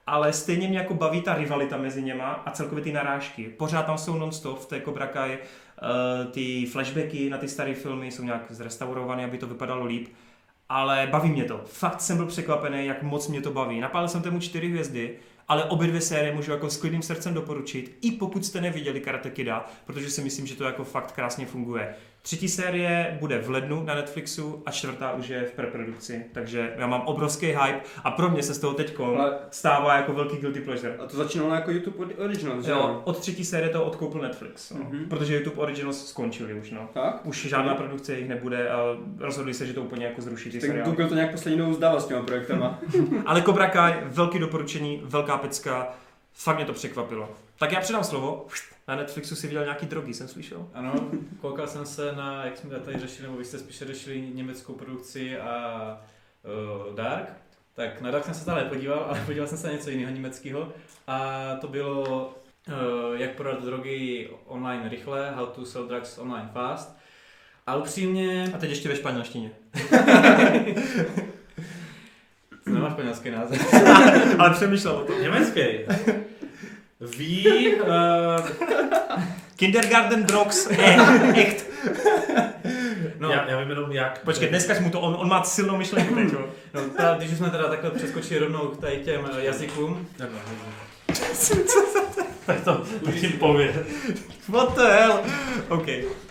ale stejně mě jako baví ta rivalita mezi něma a celkově ty narážky. Pořád tam jsou non-stop v té Cobra Kai, uh, ty flashbacky na ty staré filmy jsou nějak zrestaurované, aby to vypadalo líp. Ale baví mě to. Fakt jsem byl překvapený, jak moc mě to baví. Napálil jsem tomu čtyři hvězdy, ale obě dvě série můžu jako s klidným srdcem doporučit, i pokud jste neviděli Karate Kida, protože si myslím, že to jako fakt krásně funguje. Třetí série bude v lednu na Netflixu a čtvrtá už je v preprodukci, takže já mám obrovský hype a pro mě se z toho teďko ale... stává jako velký guilty pleasure. A to začínalo jako YouTube Originals, že jo? Od třetí série to odkoupil Netflix, no. mm-hmm. protože YouTube Originals skončili už, no. Tak? Už žádná produkce jich nebude a rozhodli se, že to úplně jako zruší ty seriály. Google to nějak poslední dobou zdával s těma projektama. Ale Cobra Kai, velký doporučení, velká pecka, fakt mě to překvapilo. Tak já předám slovo. Na Netflixu si viděl nějaký drogy, jsem slyšel. Ano, koukal jsem se na, jak jsme tady řešili, nebo vy jste spíše řešili německou produkci a uh, Dark. Tak na Dark jsem se stále podíval, ale podíval jsem se na něco jiného německého. A to bylo, uh, jak prodat drogy online rychle, how to sell drugs online fast. A upřímně... A teď ještě ve španělštině. To nemá španělský název. Ale přemýšlel o tom. Německý. Ví... Uh... Kindergarten Drugs. Eh, echt. No, já, já vím jenom jak. Počkej, dneska mu to, on, on má silnou myšlenku teď, jo. No, ta, když jsme teda takhle přeskočili rovnou k tady těm jazykům. Tak to tím pověd. What the hell? OK.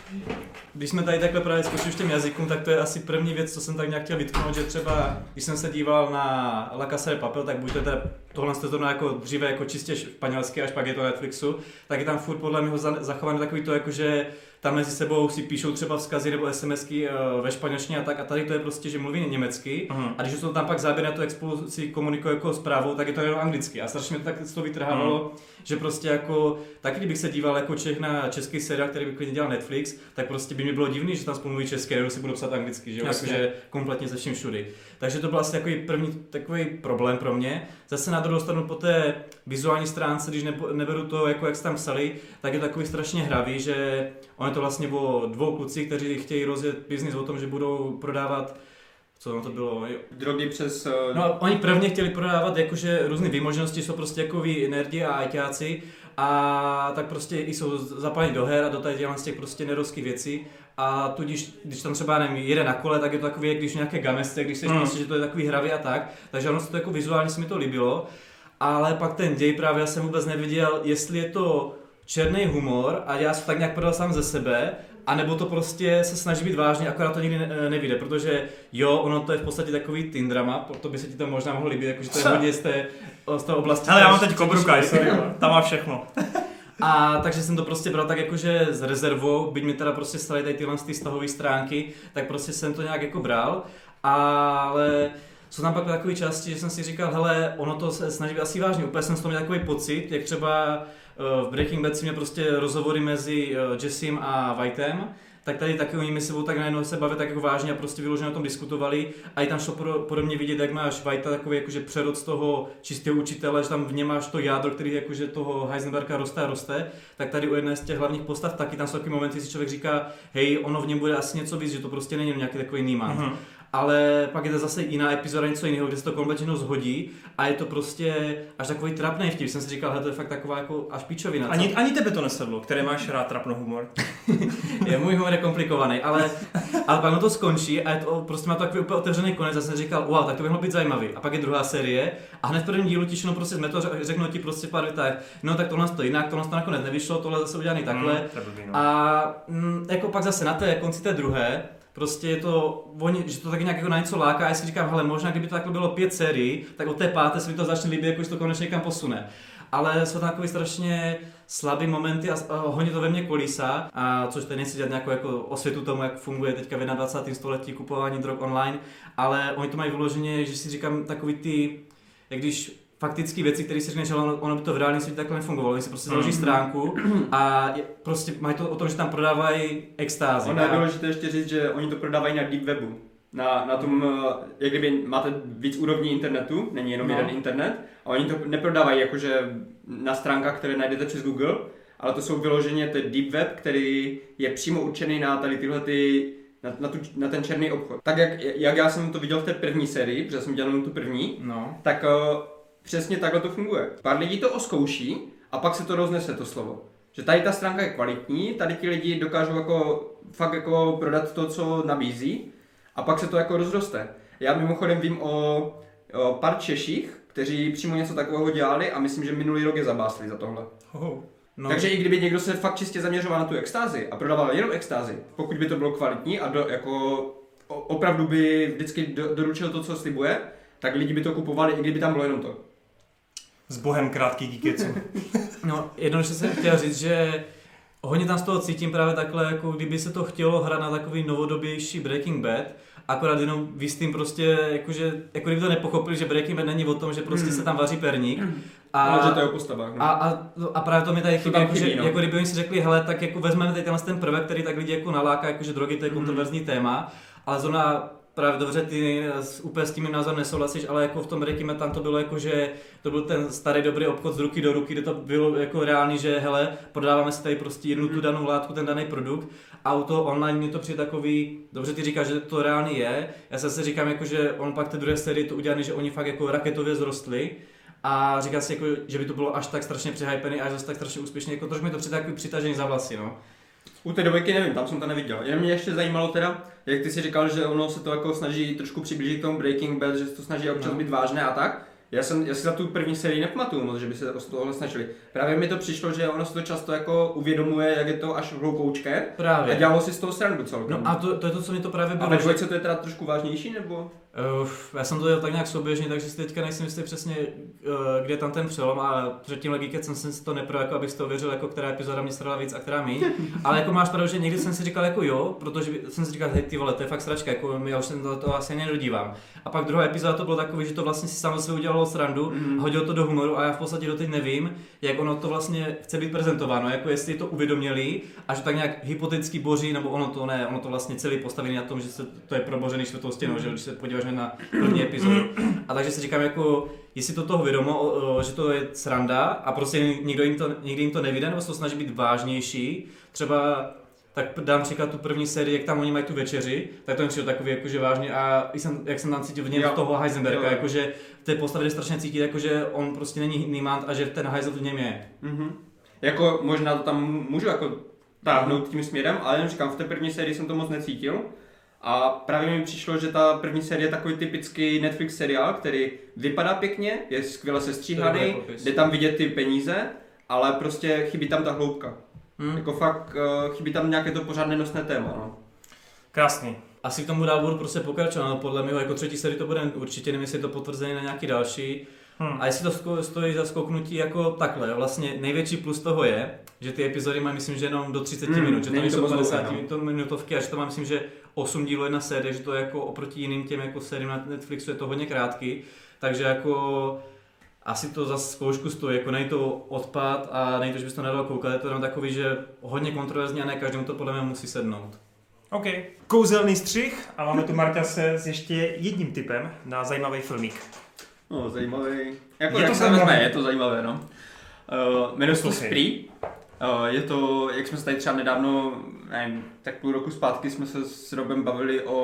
Když jsme tady takhle právě skočili těm jazykům, tak to je asi první věc, co jsem tak nějak chtěl vytknout, že třeba, když jsem se díval na La Casa de Papel, tak buď to teda tohle jste to jako dříve jako čistě španělské, až pak je to Netflixu, tak je tam furt podle mě zachované takový to, jako že tam mezi sebou si píšou třeba vzkazy nebo SMSky ve španělštině a tak, a tady to je prostě, že mluví německy, uh-huh. a když jsou tam pak záběr na to, jak spolu si komunikují jako zprávou, tak je to jenom anglicky. A strašně mě to tak z toho vytrhávalo, uh-huh. že prostě jako, taky kdybych se díval jako Čech na český seriál, který by klidně dělal Netflix, tak prostě by mi bylo divný, že tam spolu mluví česky, nebo si budou psát anglicky, že jo, jakože kompletně ze vším všudy. Takže to byl asi takový první takový problém pro mě. Zase na druhou stranu po té vizuální stránce, když neberu to, jako jak jste tam psali, tak je takový strašně hravý, že on je to vlastně o dvou kluci, kteří chtějí rozjet biznis o tom, že budou prodávat, co tam to bylo? Drogy přes... Uh... No, oni prvně chtěli prodávat jakože různé výmožnosti, jsou prostě jakoví nerdi a ajťáci a tak prostě i jsou zapálení do her a do tady z těch prostě nerovských věcí. A tudíž, když tam třeba nevím, jede na kole, tak je to takový, jak když nějaké gamesce, když se mm. prostě, že to je takový hravý a tak. Takže ono se to jako vizuálně se mi to líbilo. Ale pak ten děj právě já jsem vůbec neviděl, jestli je to černý humor a já jsem tak nějak prodal sám ze sebe, anebo to prostě se snaží být vážně, akorát to nikdy ne, nevyjde, protože jo, ono to je v podstatě takový teen drama, proto by se ti to možná mohlo líbit, jakože to je hodně z té, z té oblasti. Ale já mám teď Cobra Kai, sorry, tam má všechno. A takže jsem to prostě bral tak jakože s rezervou, byť mi teda prostě staly tady tyhle ty vztahové stránky, tak prostě jsem to nějak jako bral, ale jsou tam pak takové části, že jsem si říkal, hele, ono to se snaží být asi vážně, úplně jsem z toho měl takový pocit, jak třeba v Breaking Bad si mě prostě rozhovory mezi Jessim a Whitem, tak tady taky oni mezi sebou tak najednou se baví tak jako vážně a prostě vyloženě o tom diskutovali a i tam šlo podobně vidět, jak máš Whitea takový jakože přerod z toho čistého učitele, že tam v něm máš to jádro, který jakože toho Heisenberga roste a roste, tak tady u jedné z těch hlavních postav taky tam jsou takový momenty, si člověk říká, hej, ono v něm bude asi něco víc, že to prostě není nějaký takový nímant. Mm-hmm. Ale pak je to zase jiná epizoda, něco jiného, kde se to kompletně zhodí a je to prostě až takový trapný vtip. Jsem si říkal, hele, to je fakt taková jako až píčovina. Ani, ani tebe to nesedlo, které máš rád trapno humor. Je, můj humor je komplikovaný, ale, ale pak no to skončí a je to, prostě má to takový úplně otevřený konec a jsem říkal, wow, tak to by mohlo být zajímavý. A pak je druhá série a hned v prvním dílu tišno prostě jsme to řeknou ti prostě pár větách, no tak tohle to jinak, tohle to nakonec nevyšlo, tohle zase udělaný takhle. Mm, a mm, jako pak zase na té konci té druhé, prostě je to, oni, že to taky nějak jako na něco láká a já si říkám, hele, možná kdyby to takhle bylo pět sérií, tak od té páté se mi to začne líbit, jako že to konečně někam posune. Ale jsou tam takový strašně slabý momenty a, a hodně to ve mně kolísá, a což tady nechci dělat nějakou jako osvětu tomu, jak funguje teďka v dvacátém prvním století kupování drog online, ale oni to mají vyloženě, že si říkám takový ty, jak když faktické věci, které si řekneš, že ono, ono by to v reálném světě takhle nefungovalo. Oni si prostě založí stránku a je, prostě mají to o tom, že tam prodávají extázi. Ono je důležité ještě říct, že oni to prodávají na deep webu. Na, na tom, jak kdyby máte víc úrovní internetu, není jenom no. jeden internet, a oni to neprodávají jakože na stránkách, které najdete přes Google, ale to jsou vyloženě ten deep web, který je přímo určený na tady tyhle ty, na, na, tu, na ten černý obchod. Tak jak, jak já jsem to viděl v té první sérii, protože jsem dělal tu první, no. tak přesně takhle to funguje. Pár lidí to oskouší a pak se to roznese to slovo. Že tady ta stránka je kvalitní, tady ti lidi dokážou jako fakt jako prodat to, co nabízí a pak se to jako rozroste. Já mimochodem vím o, o pár Češích, kteří přímo něco takového dělali a myslím, že minulý rok je zabásli za tohle. Oh. No. Takže i kdyby někdo se fakt čistě zaměřoval na tu extázi a prodával jenom extázi, pokud by to bylo kvalitní a do, jako opravdu by vždycky do, doručil to, co slibuje, tak lidi by to kupovali, i kdyby tam bylo jenom to. S bohem krátký díkecu. No, jednoduše jsem chtěl říct, že hodně tam z toho cítím právě takhle, jako kdyby se to chtělo hrát na takový novodobější Breaking Bad, akorát jenom vy s tím prostě, jakože, jako kdyby to nepochopili, že Breaking Bad není o tom, že prostě se tam vaří perník. A, no, že to je o postavách. No. A, a, a právě to mi tady chybí, jako, chybí, že, no. jako kdyby oni si řekli, hele, tak jako vezmeme tady tenhle ten prvek, který tak lidi jako naláká, jakože drogy, to je kontroverzní mm. téma, ale zrovna právě dobře, ty úplně s tím mým názorem nesouhlasíš, ale jako v tom Breaking Bad tam to bylo jako, že to byl ten starý dobrý obchod z ruky do ruky, kde to bylo jako reálný, že hele, prodáváme si tady prostě jednu tu danou látku, ten daný produkt a u toho online mě to přijde takový, dobře ty říkáš, že to reálný je, já se říkám jako, že on pak té druhé sérii to udělaný, že oni fakt jako raketově zrostli a říká si jako, že by to bylo až tak strašně přehypený, až zase tak strašně úspěšný, jako trošku mi to přijde takový přitažený za vlasy, no. U té dvojky nevím, tam jsem to neviděl. Jenom mě ještě zajímalo teda, jak ty si říkal, že ono se to jako snaží trošku přiblížit k tomu Breaking Bad, že se to snaží občas no. být vážné a tak. Já jsem, já si za tu první sérii nepamatuju moc, že by se o tohle snažili. Právě mi to přišlo, že ono se to často jako uvědomuje, jak je to až hloupoučké. Právě. A dělalo si z toho srandu celkem. No a to, to je to, co mi to právě bylo. A ve dvojce to je teda trošku vážnější, nebo? Uh, já jsem to dělal tak nějak souběžně, takže si teďka nejsem jistý přesně, uh, kde je tam ten přelom a předtím Legíket jsem si to nepro, jako abych si to ověřil, jako která epizoda mě strala víc a která míň. Ale jako máš pravdu, že někdy jsem si říkal jako jo, protože jsem si říkal, hej ty vole, to je fakt sračka, jako já už jsem to, to asi nedodívám. A pak druhá epizoda to bylo takový, že to vlastně si samo sebe udělalo srandu, mm. hodilo to do humoru a já v podstatě doteď nevím, jak ono to vlastně chce být prezentováno, jako jestli to uvědomili a že tak nějak hypoteticky boří, nebo ono to ne, ono to vlastně celý postavený na tom, že se, to je probořený čtvrtou stěnou, že když se podíváš na první epizodu. A takže si říkám jako, jestli to toho vědomo, že to je sranda a prostě někdo jim to, někdy jim to nevyjde, nebo se to snaží být vážnější, třeba tak dám příklad tu první sérii, jak tam oni mají tu večeři, tak to jim přijde takový jakože vážně a jsem, jak jsem tam cítil v něm jo. toho Heisenberga, jo. jakože v té postavě strašně cítit, jakože on prostě není Niemand a že ten Heisel v něm je. Mm-hmm. Jako možná to tam můžu jako táhnout tím směrem, ale jen říkám, v té první sérii jsem to moc necítil. A právě mi přišlo, že ta první série je takový typický Netflix seriál, který vypadá pěkně, je skvěle sestříhaný, jde tam vidět ty peníze, ale prostě chybí tam ta hloubka. Hmm. Jako fakt uh, chybí tam nějaké to pořádné nosné téma. No. Krásný. Asi k tomu dál budu prostě pokračovat, no, podle mě jako třetí sérii to bude určitě, nevím, jestli je to potvrzené na nějaký další. Hmm. A jestli to stojí za zkouknutí jako takhle, vlastně největší plus toho je, že ty epizody mají myslím, že jenom do třicet hmm. minut, že to nejsou padesát minutovky a že to má myslím, že osm dílů jedna série, že to je jako oproti jiným těm jako sériím na Netflixu je to hodně krátký, takže jako asi to za zkoušku stojí, jako není to odpad a není to, že bys to nedal koukat, je to jenom takový, že hodně kontroverzní a ne každému to podle mě musí sednout. OK. Kouzelný střih a máme tu Marťase s ještě jedním tipem na zajímavý filmík. No, zajímavý. Jako, je jak to se vezme, je to zajímavé, no. Uh, Jmenuje se to Spree. Uh, je to, jak jsme se tady třeba nedávno, nevím, tak půl roku zpátky jsme se s Robem bavili o,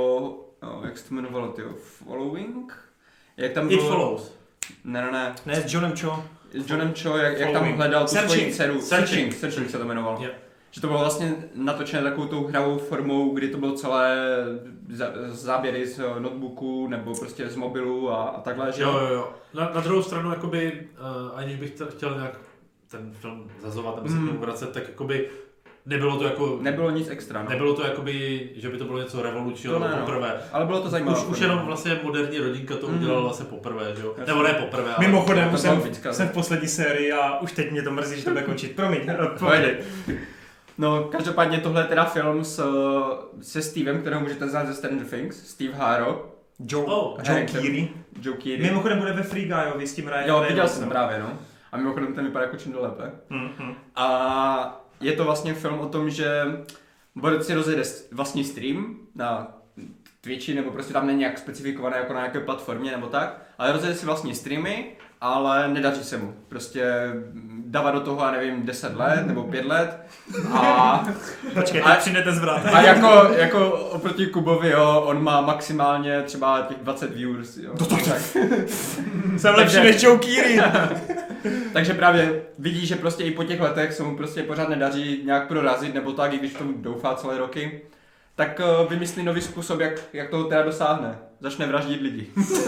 o jak se to jmenovalo, tyjo, Following? Jak tam It bylo... Follows. Ne, ne, ne. Ne, s Johnem Cho. S Johnem Cho, jak, jak tam hledal tu svoji dceru. Searching. Searching se to jmenovalo. Yeah. Že to bylo vlastně natočené takovou tou hravou formou, kdy to bylo celé záběry z notebooku nebo prostě z mobilu a, a takhle. Že... Jo, jo, jo. Na, na druhou stranu, jakoby, uh, aniž bych t- chtěl nějak ten film zazovat nebo se mm. k němu vracet, tak jakoby nebylo to jako... Nebylo nic extra, no. Nebylo to jakoby, že by to bylo něco revolučního nebo poprvé. No. Ale bylo to zajímavé. Už, už jenom vlastně moderní rodinka to mm. udělala vlastně poprvé, že jo? Nebo ne poprvé, ale... Mimochodem, jsem, jsem v poslední sérii a už teď mě to mrzí, že to bude končit. Promiň, pojď. No, každopádně tohle je teda film s, se Stevem, kterého můžete znát ze Stranger Things, Steve Harrow. Joe, oh, Joe Keery. Joe Keery. Mimochodem bude ve Free Guyovi s tím Ryanem. Jo, viděl jsem právě, no. A mimochodem ten vypadá jako čím dál lépe. Mm-hmm. A je to vlastně film o tom, že Borec si rozjede vlastní stream na Twitchi, nebo prostě tam není nějak specifikované jako na nějaké platformě nebo tak, ale rozjede si vlastní streamy ale nedaří se mu. Prostě dává do toho, já nevím, deset let nebo pět let a... Počkej, tak přijnete zvrat. A jako, jako oproti Kubovi, jo, on má maximálně třeba těch dvacet viewers, jo. To, to, tak. Jsem lepší než Joe Keery. Takže právě vidí, že prostě i po těch letech se mu prostě pořád nedaří nějak prorazit, nebo tak, i když v tom doufá celé roky, tak uh, vymyslí nový způsob, jak, jak toho teda dosáhne. Začne vraždit lidi.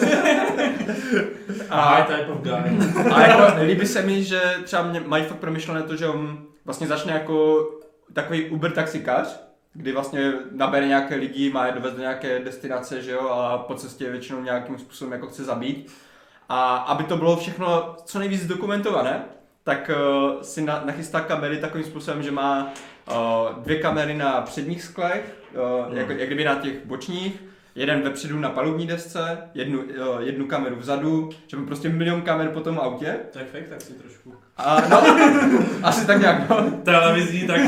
a, type of guy. a jako líbí se mi, že třeba mě mají fakt promyšlené to, že on vlastně začne jako takový Uber taxikář, kdy vlastně nabere nějaké lidi, má je dovést do nějaké destinace, že jo, a po cestě většinou nějakým způsobem jako chce zabít. A aby to bylo všechno co nejvíc zdokumentované, tak uh, si na, nachystá kamery takovým způsobem, že má uh, dvě kamery na předních sklech, uh, mm. jak, jak kdyby na těch bočních, jeden vepředu na palubní desce, jednu, uh, jednu kameru vzadu, že má prostě milion kamer po tom autě. Tak fakt, tak si trošku. A no, asi tak nějak, no. Televizní taky,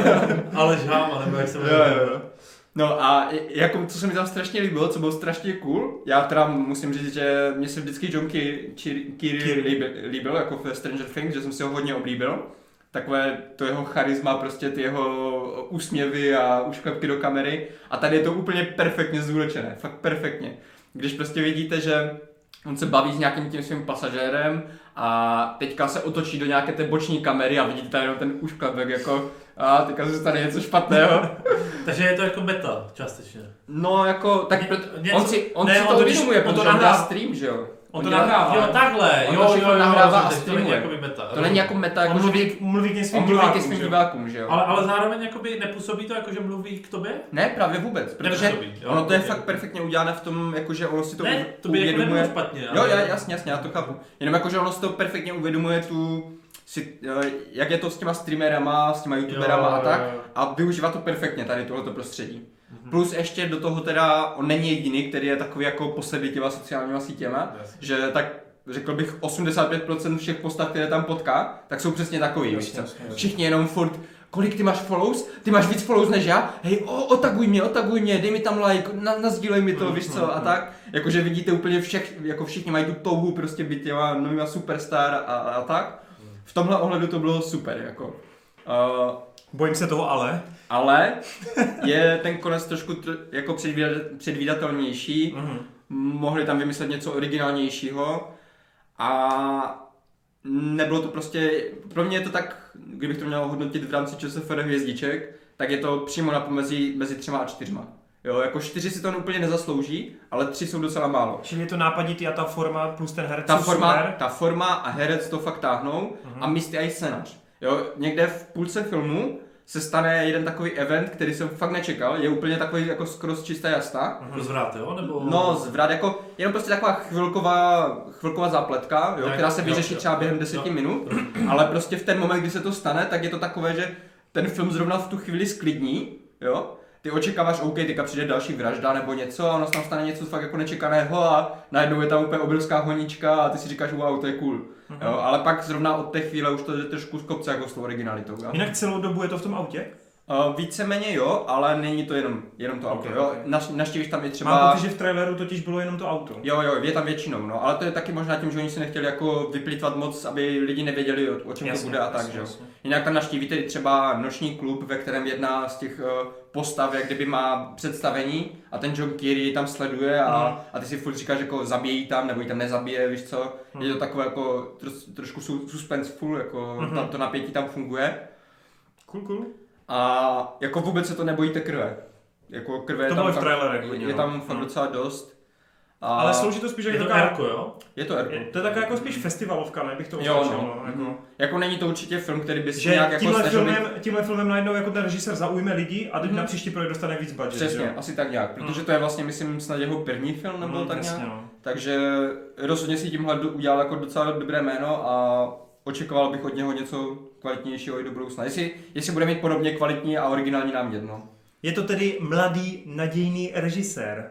ale žáma, nebo jak se jmenuje. Jo, jo. No a jako, co se mi tam strašně líbilo, co bylo strašně cool, já teda musím říct, že mě se vždycky John Keery líbil, líbil, jako v Stranger Things, že jsem si ho hodně oblíbil. Takové to jeho charisma, prostě ty jeho úsměvy a úšklepky do kamery. A tady je to úplně perfektně zúročené, fakt perfektně. Když prostě vidíte, že on se baví s nějakým tím svým pasažérem a teďka se otočí do nějaké té boční kamery a vidíte tam jenom ten úšklepek, jako a teďka se stane něco špatného. Takže je to jako beta, částečně. No jako, tak Ně, ně, on si, on ne, si on to to uvědomuje, on to protože on nahrává. dá stream, že jo? On to dělá- nahrává. Jo, takhle, On jo, to jo, všechno jo, nahrává a jo, to není streamuje. jakoby meta. To není jako meta, On jako že mluví, mluví k těm svým on mluví ke divákům, svým že jo? divákům, že jo? Ale, ale zároveň jakoby nepůsobí to jako, že mluví k tobě? Ne, právě vůbec, protože Nepůsobí, jo, ono to je ok. fakt perfektně udělané v tom, jakože ono si to Ne, to by jako uvědomuje. nebylo špatně. Jo, ale- já, jasně, jasně, já to chápu. Jenom jakože ono si to perfektně uvědomuje tu, si, jak je to s těma streamerama, s těma youtuberama Jo, a tak. jo, jo. A využívá to perfektně tady tohleto prostředí. Mhm. Plus ještě do toho teda, on není jediný, který je takový jako poslední těma sociálníma sítěma, Jasně. že tak řekl bych osmdesát pět procent všech postav, které tam potká, tak jsou přesně takový, víš co? Všichni jenom furt, kolik ty máš follows? Ty máš víc follows než já? Hej, o, otaguj mě, otaguj mě, dej mi tam like, na, nazdílej mi to, víš co? A tak, jakože vidíte úplně všech, jako všichni mají tu touhu prostě být těma novýma superstar a, a tak. V tomhle ohledu to bylo super, jako. Uh, Bojím se toho ale. ale je ten konec trošku tr- jako předvídat, předvídatelnější, Mhm. mohli tam vymyslet něco originálnějšího a nebylo to prostě, pro mě je to tak, kdybych to měl hodnotit v rámci ČSFD hvězdiček, tak je to přímo na pomezí mezi třema a čtyřma. Jo, jako čtyři si to úplně nezaslouží, ale tři jsou docela málo. Čili je to nápaditý a ta forma plus ten herec Ta jsou forma, super. ta forma a herec to fakt táhnou Mhm. a místy i scénář. Jo, někde v půlce filmu se stane jeden takový event, který jsem fakt nečekal, je úplně takový jako skoro z čisté jasna. Jako zvrat, jo? Nebo... No, zvrat jako, jenom prostě taková chvilková, chvilková zápletka, jo, Tak, která se jo, vyřeší jo, třeba jo, během jo, deseti jo. minut, ale prostě v ten moment, kdy se to stane, tak je to takové, že ten film zrovna v tu chvíli sklidní, jo. Ty očekáváš, OK, teďka přijde další vražda nebo něco a ono se tam stane něco fakt jako nečekaného a najednou je tam úplně obrovská honička a ty si říkáš, wow, to je cool. Mhm. Jo, ale pak zrovna od té chvíle už to je trošku z kopce jako s tou originalitou. Jo? Jinak celou dobu je to v tom autě? Uh, víceméně jo, ale není to jenom, jenom to auto, Ok, jo. ok. Naš, naštívíš tam je třeba... Mám pocit, že v traileru totiž bylo jenom to auto. Jo, jo, je tam většinou, no, ale to je taky možná tím, že oni si nechtěli jako vyplýtvat moc, aby lidi nevěděli, o, o čem Jasně, to bude a tak, jasně, že jo. jasně. Jinak tam naštívíte i třeba noční klub, ve kterém jedna z těch uh, postav, jak kdyby má představení a ten John Keery tam sleduje a, Mhm. a ty si furt říkáš, jako zabíjí tam, nebo ji tam nezabije, víš co. Mhm. Je to takové jako troš, trošku su, suspenseful, jako Mhm. ta, to napětí tam funguje. Cool, cool. A jako vůbec se to nebojíte krve. Jako krve je To tam, bylo i v fakt- trailerech je, hodně, je no. tam fakt Mhm. docela dost. A Ale slouží to spíš Je jako to taková... Erko, jo? je to Erko. je- To je taková jako spíš festivalovka, ne bych to Jo, označil. no. Jako, Mhm. Jako není to určitě film, který by si že nějak jako tímhle, snažil být- filmem, tímhle filmem najednou jako ten režisér zaujme lidi a teď Mhm. na příští projekt dostane víc budget. Přesně, že jo? asi tak nějak, protože to je vlastně, myslím, snad jeho první film, nebo Mhm, tak přesně, nějak. no. Takže rozhodně si tímhle do- udělal jako docela dobré jméno a očekával bych od něho něco kvalitnějšího i do budoucna. Jestli, jestli bude mít podobně kvalitní a originální námět, no. Je to tedy mladý, nadějný režisér.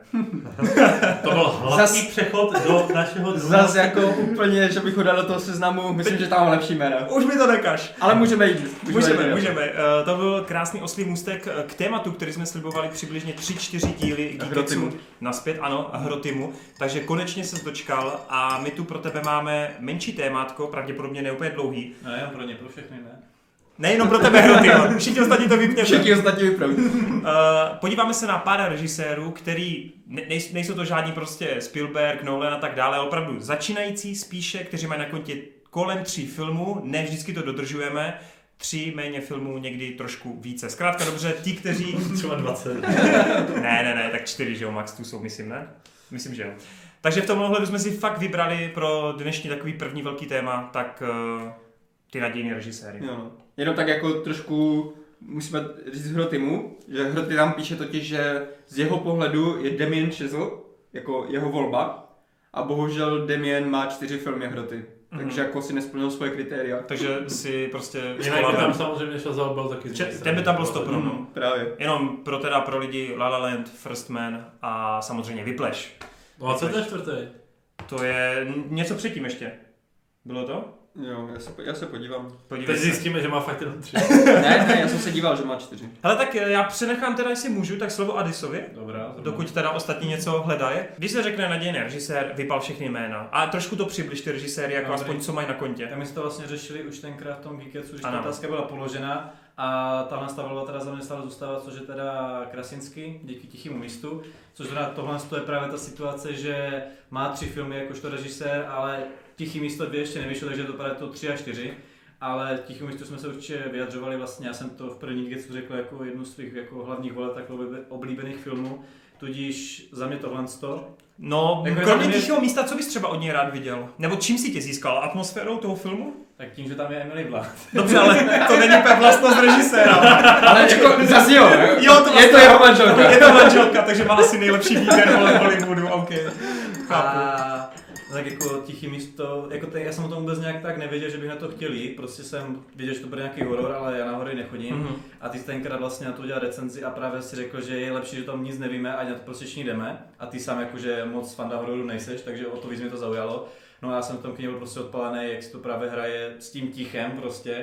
To byl hladký přechod do našeho druhého. Zas jako úplně, že bych ho dal do toho seznamu, myslím, že tam mám lepší jména. Už mi to nekaž. Ale můžeme jít. Můžeme, jít, můžeme. Uh, to byl krásný oslý můstek k tématu, který jsme slibovali přibližně tři čtyři díly Geeketsu naspět, ano, Hrotimu. Takže konečně se dočkal a my tu pro tebe máme menší témátko, pravděpodobně ne úplně dlouhý. No jenom pro ně, pro všechny ne. Nejenom pro tebe, Hroty, všichni ostatní to vypněte. Všichni ostatní vypnout. Uh, podíváme se na pár režisérů, který ne, nejsou to žádní prostě Spielberg, Nolan a tak dále, ale opravdu začínající spíše, kteří mají na kontě kolem tří filmů, ne vždycky to dodržujeme, tři méně filmů, někdy trošku více. Zkrátka dobře, ti, kteří... Třeba dvacet. ne, ne, ne, tak čtyři, že jo, max tu jsou, myslím, ne? Myslím, že jo. Takže v tomhle ohledu jsme si fakt vybrali pro dnešní takový první velký téma, tak uh, ty nadějný režiséry. Jo. Jenom tak jako trošku musíme říct Hrotimu, že Hroty tam píše totiž, že z jeho pohledu je Damien Chazelle jako jeho volba a bohužel Damien má čtyři filmy Hroty. Mm-hmm. Takže jako si nesplnil svoje kritéria. Takže si prostě... Jinak by tam samozřejmě Chazelle byl taky zmysl. Ten by tam byl stopro, no. Mm, právě. Jenom pro teda pro lidi La La Land, First Man a samozřejmě Whiplash. No a co to je čtvrtý? To je něco předtím ještě. Bylo to? Jo, já se, já se podívám. Podívej Teď se. zjistíme, že má fakt jenom tři. ne, ne, já jsem se díval, že má čtyři. Hele, tak já přenechám teda, jestli můžu, tak slovo Adisovi. Dobrá. Dokud teda ostatní něco hledají. Když se řekne nadějný režisér, vypal všechny jména. A trošku to přibliž ty režiséry, jako no, aspoň co mají na kontě. Tak my jsme to vlastně řešili už tenkrát v tom Geeketsu, když ta otázka byla položena. A tahle volba teda za mě stále zůstává, což je teda Krasinski, díky Tichému místu. Což teda tohle je právě ta situace, že má tři filmy jakožto režisér, ale Tichý místo dvě ještě nevyšlo, takže to právě to tři a čtyři. Ale Tichý místo jsme se určitě vyjadřovali, vlastně já jsem to v první Geeketsu řekl jako jednu z svých jako hlavních voleb, tak oblíbených filmů. Tudíž za mě tohle sto. No, jako kromě Tichého místa, co bys třeba od něj rád viděl? Nebo čím si tě získal? Atmosférou toho filmu? Tak tím, že tam je Emily Blunt. Dobře, ale to není úplně vlastnost režiséra. Ale jako, zase jo, jo to vlastně, je to jeho manželka. Je to manželka, takže má asi nejlepší výběr v Hollywoodu, OK. Chápu. A tak jako Tichý místo, jako te, já jsem o tom vůbec nějak tak nevěděl, že bych na to chtěl jít, prostě jsem věděl, že to bude nějaký horor, ale já na hory nechodím. Mm-hmm. A ty jsi tenkrát vlastně na to udělal recenzi a právě si řekl, že je lepší, že tam nic nevíme a na to prostě všichni jdeme. A ty sám jakože moc fanda hororu nejseš, takže o to víc mě to zaujalo. No a já jsem v tom kyně byl prostě odpalený, jak si to právě hraje s tím tichem prostě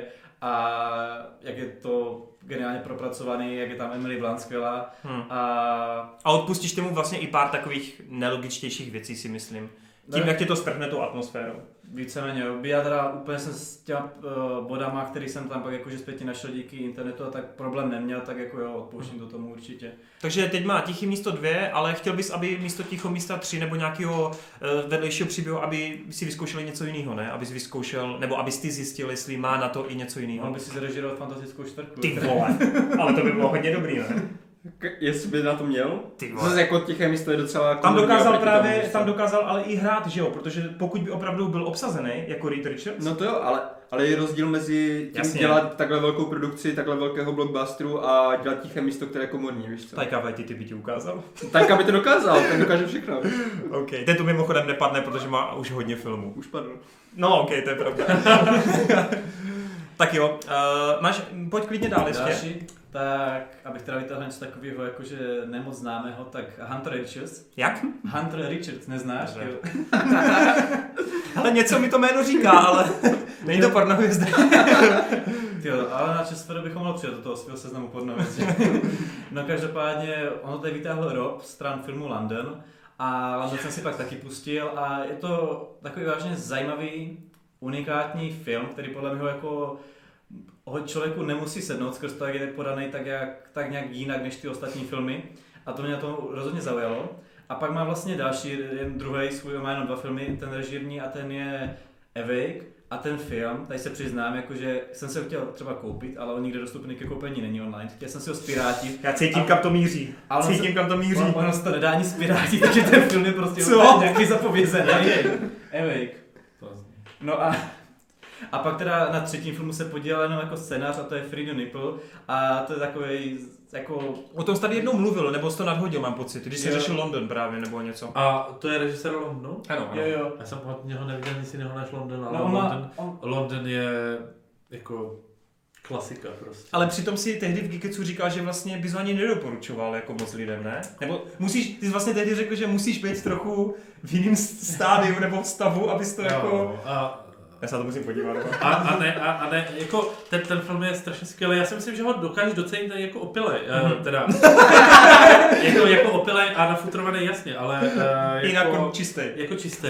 a jak je to geniálně propracovaný, jak je tam Emily Blunt skvělá. Hmm. A... a odpustíš tomu vlastně i pár takových nelogičtějších věcí, si myslím. Tím, ne? Jak tě to strhne tou atmosférou. Víceméně, já teda úplně jsem s těma uh, bodama, který jsem tam pak jakože zpětně našel díky internetu a tak problém neměl, tak jako jo, odpouštím to tomu určitě. Takže teď má Tichý místo dvě, ale chtěl bys, aby místo Tichého místa tři nebo nějakého uh, vedlejšího příběhu, aby si vyzkoušeli něco jiného, ne? Abys vyzkoušel, nebo abys ty zjistil, jestli má na to i něco jiného. On by si zarežíroval fantastickou čtvrtku. Ty vole, ale to by bylo hodně dobrý, ne? Jestli by na to měl, zase jako Tiché místo je docela... Tam dokázal právě, tomu, tam dokázal ale i hrát, že jo, protože pokud by opravdu byl obsazený jako Reed Richards... No to jo, ale, ale je rozdíl mezi tím Jasně. dělat takhle velkou produkci, takhle velkého blockbusteru a dělat Tiché místo, které je komorní, víš co? Taika Waititi by ti ukázal. Taika by to dokázal, ten dokáže všechno. OK, ten tu mimochodem nepadne, protože má už hodně filmů. Už padl. No OK, to je pravda. Tak jo, uh, máš, pojď klidně dál ještě. Další, tak abych teda vytáhl něco takového, jakože nemoc známého, tak Hunter Richards. Jak? Hunter Richards, neznáš? Ale něco mi to jméno říká, ale není to pornohvězda. Jo, ale na Česfero bychom mohli přijet do toho svého seznamu pornohvězdy. No každopádně, ono tady vytáhl Rob stran filmu London a London jsem si pak taky pustil a je to takový vážně zajímavý, unikátní film, který podle mě jako člověku nemusí sednout skrz to, jak je podaný tak, jak, tak nějak jinak než ty ostatní filmy a to mě na to rozhodně zaujalo. A pak má vlastně další, jen druhý svůj, má jenom dva filmy, ten režírní a ten je Awake a ten film, tady se přiznám, jakože jsem se ho chtěl třeba koupit, ale on nikde dostupný ke koupení není online, chtěl jsem si ho spirátit. Já cítím, a... kam to míří. Ale cítím, se... kam to míří. On, on se to nedá ani spirátit, takže ten film je prostě nějaký zapovězený. Awake. No a, a pak teda na třetím filmu se podílel jenom jako scénář a to je Free the Nipple a to je takový jako... O tom jsi tady jednou mluvil, nebo jsi to nadhodil, mám pocit, když jsi řešil London právě, nebo něco. A to je režisér London? Ano, ano. Jo, jo. Já jsem od něho neviděl nic jiného než London, ale no, London, on... London je jako klasika prostě. Ale přitom si tehdy v Geeketsu říkal, že vlastně bys ho ani nedoporučoval jako moc lidem, ne? Nebo musíš, ty jsi vlastně tehdy řekl, že musíš být trochu v jiném stádiu nebo stavu, abys to jo, jako... A, já se na to musím podívat. A, a ne, a, a ne, jako ten, ten film je strašně skvělý. Já si myslím, že ho dokážeš docenit jako opilej, mm-hmm. uh, teda jako, jako opilej a nafutrovaný jasně, ale uh, jako, jako čistý. Jako čistý.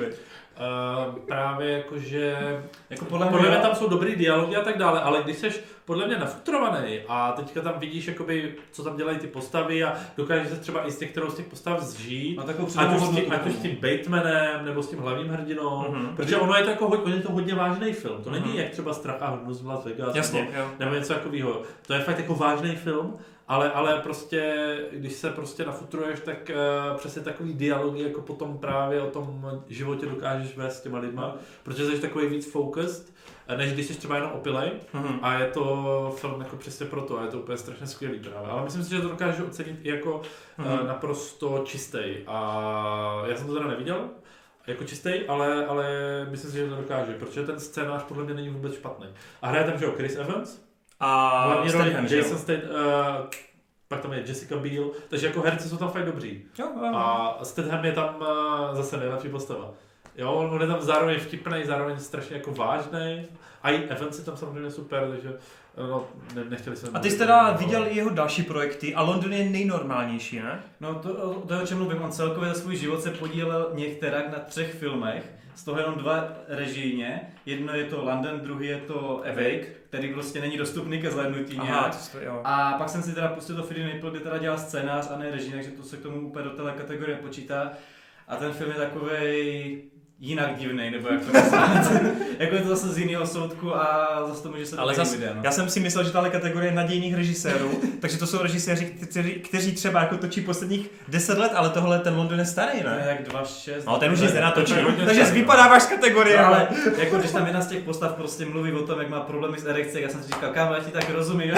Uh, právě jakože, jako podle, podle mě tam jsou dobrý dialogy a tak dále, ale když seš podle mě nafutrovaný a teďka tam vidíš, jakoby, co tam dělají ty postavy a dokážeš se třeba i z těch, kterou z těch postav zžít, ať už, tím, ať už s tím Batemanem nebo s tím hlavním hrdinou, mm-hmm. protože ono je to jako hodně, je to hodně vážný film, to mm-hmm. není jak třeba Strach a hnus v Las Vegas. Jasně, nebo, nebo něco takového. To je fakt jako vážný film. Ale, ale prostě, když se prostě nafutruješ, tak uh, přesně takový dialogy jako potom právě o tom životě dokážeš vést s těma lidma, protože jsi takový víc focused, než když jsi třeba jenom opilej mm-hmm. a je to film jako přesně proto a je to úplně strašně skvělý právě. Ale myslím si, že to dokážu ocenit i jako mm-hmm. uh, naprosto čistý. A já jsem to teda neviděl jako čistý, ale, ale myslím si, že to dokáže, protože ten scénář podle mě není vůbec špatný. A hraje tam, že jo, Chris Evans, a hlavní roli Jason Statham, uh, pak tam je Jessica Biel, takže jako herci jsou tam fakt dobří. Jo, jo. A Statham je tam uh, zase nejlepší postava. Jo, on je tam zároveň vtipný, zároveň strašně jako vážný. A i Evans je tam samozřejmě super, takže no, ne, nechtěli jsme... A ty jsi teda viděl i jeho další projekty a London je nejnormálnější, ne? No to, to je o čem mluvím, on celkově za svůj život se podílel některak na třech filmech, z toho jenom dva režijně. Jedno je to London, druhý je to Awake, který prostě není dostupný ke zhlédnutí nějak. A pak jsem si teda pustil to Freddie Maple, kde teda dělal scénář a ne režii, takže to se k tomu úplně do téhle kategorie počítá. A ten film je takovej jinak divnej, nebo jak to nazvat. Jako je to zase z jiného soudku a zase to může se ale zas, lidé, no. Já jsem si myslel, že tahle kategorie je nadějných režisérů, takže to jsou režiséři, kteří, kteří třeba jako točí posledních deset let, ale tohle ten London je starý, ne? To je jak dva šest. No ten už nic nenatočí, takže vypadáváš z kategorie. No, ale jako když tam jedna z těch postav prostě mluví o tom, jak má problémy s erekcí, já jsem si říkal, kámo, já ti tak rozumím.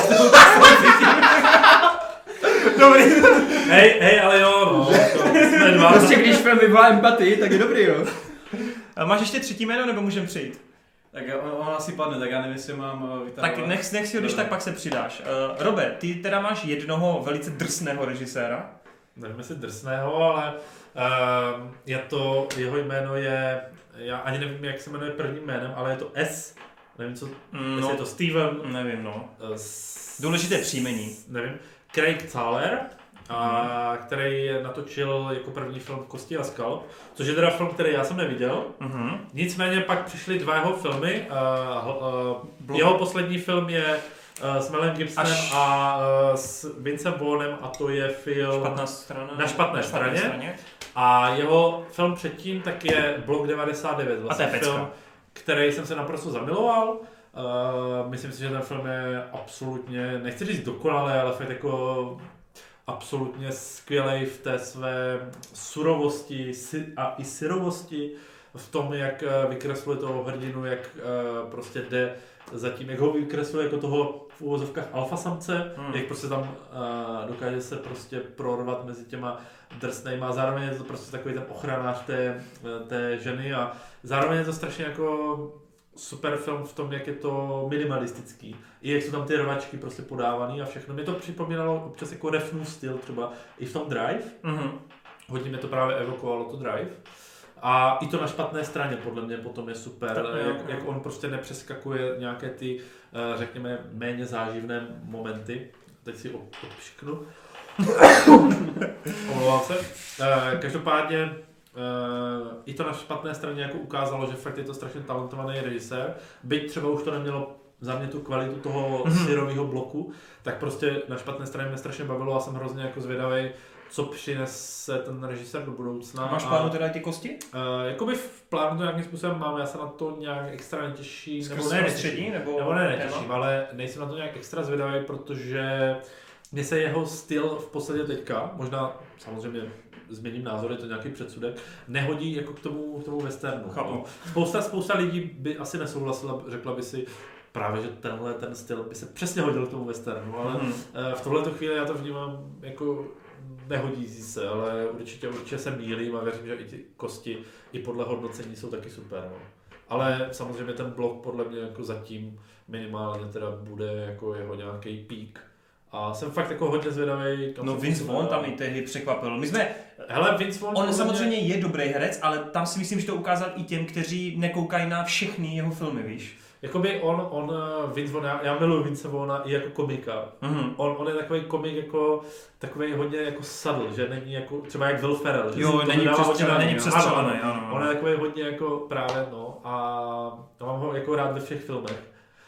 Dobrý. Hej, hej, ale jo, no. Jsme dva. Prostě když film vyvolá empatii, tak je dobrý, jo. A máš ještě třetí jméno, nebo můžem přijít? Tak on, on asi padne, tak já nevím, jestli mám vytávat. Tak nech, nech si ho, když tak pak se přidáš. Uh, Robe, ty teda máš jednoho velice drsného režiséra. Nevím, jestli drsného, ale uh, je to, jeho jméno je, já ani nevím, jak se jmenuje prvním jménem, ale je to S. Nevím, co, mm, jestli no, je to Steven. Nevím, no. Uh, s, Důležité příjmení. Nevím. Craig Thaler, a, který natočil jako první film Kosti a skal, což je teda film, který já jsem neviděl. Uh-huh. Nicméně pak přišly dva jeho filmy. Uh, uh, jeho poslední film je uh, s Melem Gibsonem Až... a uh, s Vincem Vaughanem a to je film Špatná strana. Na špatné, na špatné straně. straně. A jeho film předtím tak je Blok devadesát devět, vlastně a to je film, který jsem se naprosto zamiloval. Uh, myslím si, že ten film je absolutně, nechci říct dokonalý, ale fakt jako absolutně skvělej v té své surovosti a i syrovosti, v tom, jak vykresluje toho hrdinu, jak uh, prostě jde zatím, jak ho vykresluje jako toho v úvozovkách alfasamce, hmm. jak prostě tam uh, dokáže se prostě prorvat mezi těma drsnejma a zároveň je to prostě takový ten ochranář té, té ženy a zároveň je to strašně jako super film v tom, jak je to minimalistický. I jak jsou tam ty rvačky prostě podávaný a všechno. Mě to připomínalo občas jako Refnův styl třeba i v tom Drive. Mm-hmm. Hodně mě to právě evokovalo to Drive. A i to na špatné straně podle mě potom je super, tak, jak, jo, jak on prostě nepřeskakuje nějaké ty, řekněme, méně záživné momenty. Teď si odpšknu. Omlouvám se. Každopádně Uh, i to na špatné straně jako ukázalo, že fakt je to strašně talentovaný režisér. Byť třeba už to nemělo za mě tu kvalitu toho mm-hmm. syrového bloku, tak prostě na špatné straně mě strašně bavilo a jsem hrozně jako zvědavý, co přinese ten režisér do budoucna. A máš plánu teda ty kosti? Uh, jakoby v plánu to nějakým způsobem mám, já se na to nějak extra netěším. Nebo ne netěším, nebo, nebo ne netěším, ale nejsem na to nějak extra zvědavý, protože mně se jeho styl v podstatě teďka, možná samozřejmě změním názor, je to nějaký předsudek, nehodí jako k tomu, k tomu westernu. No. Spousta, spousta lidí by asi nesouhlasila, řekla by si právě, že tenhle ten styl by se přesně hodil k tomu westernu, ale mm. v tohleto chvíli já to vnímám jako nehodící se, ale určitě, určitě se mýlím a věřím, že i ty kosti i podle hodnocení jsou taky super. No. Ale samozřejmě ten blok podle mě jako zatím minimálně teda bude jako jeho nějaký pík. A jsem fakt jako hodně zvědavý. No Vince Vaughn tam i tehdy překvapil. My jsme, hele, Vince Vaughn on samozřejmě mě... je dobrý herec, ale tam si myslím, že to ukázal i těm, kteří nekoukají na všechny jeho filmy, víš. Jakoby on, on Vince Vaughn, já, já miluji Vince Vaughna i jako komika. Mm-hmm. On, on je takový komik jako, takový hodně jako subtle, že není jako, třeba jak Will Ferrell. Že jo, není přestřelený, není přestřelený, ano, ano. On je takový hodně jako právě, no, a mám ho jako rád ve všech filmech.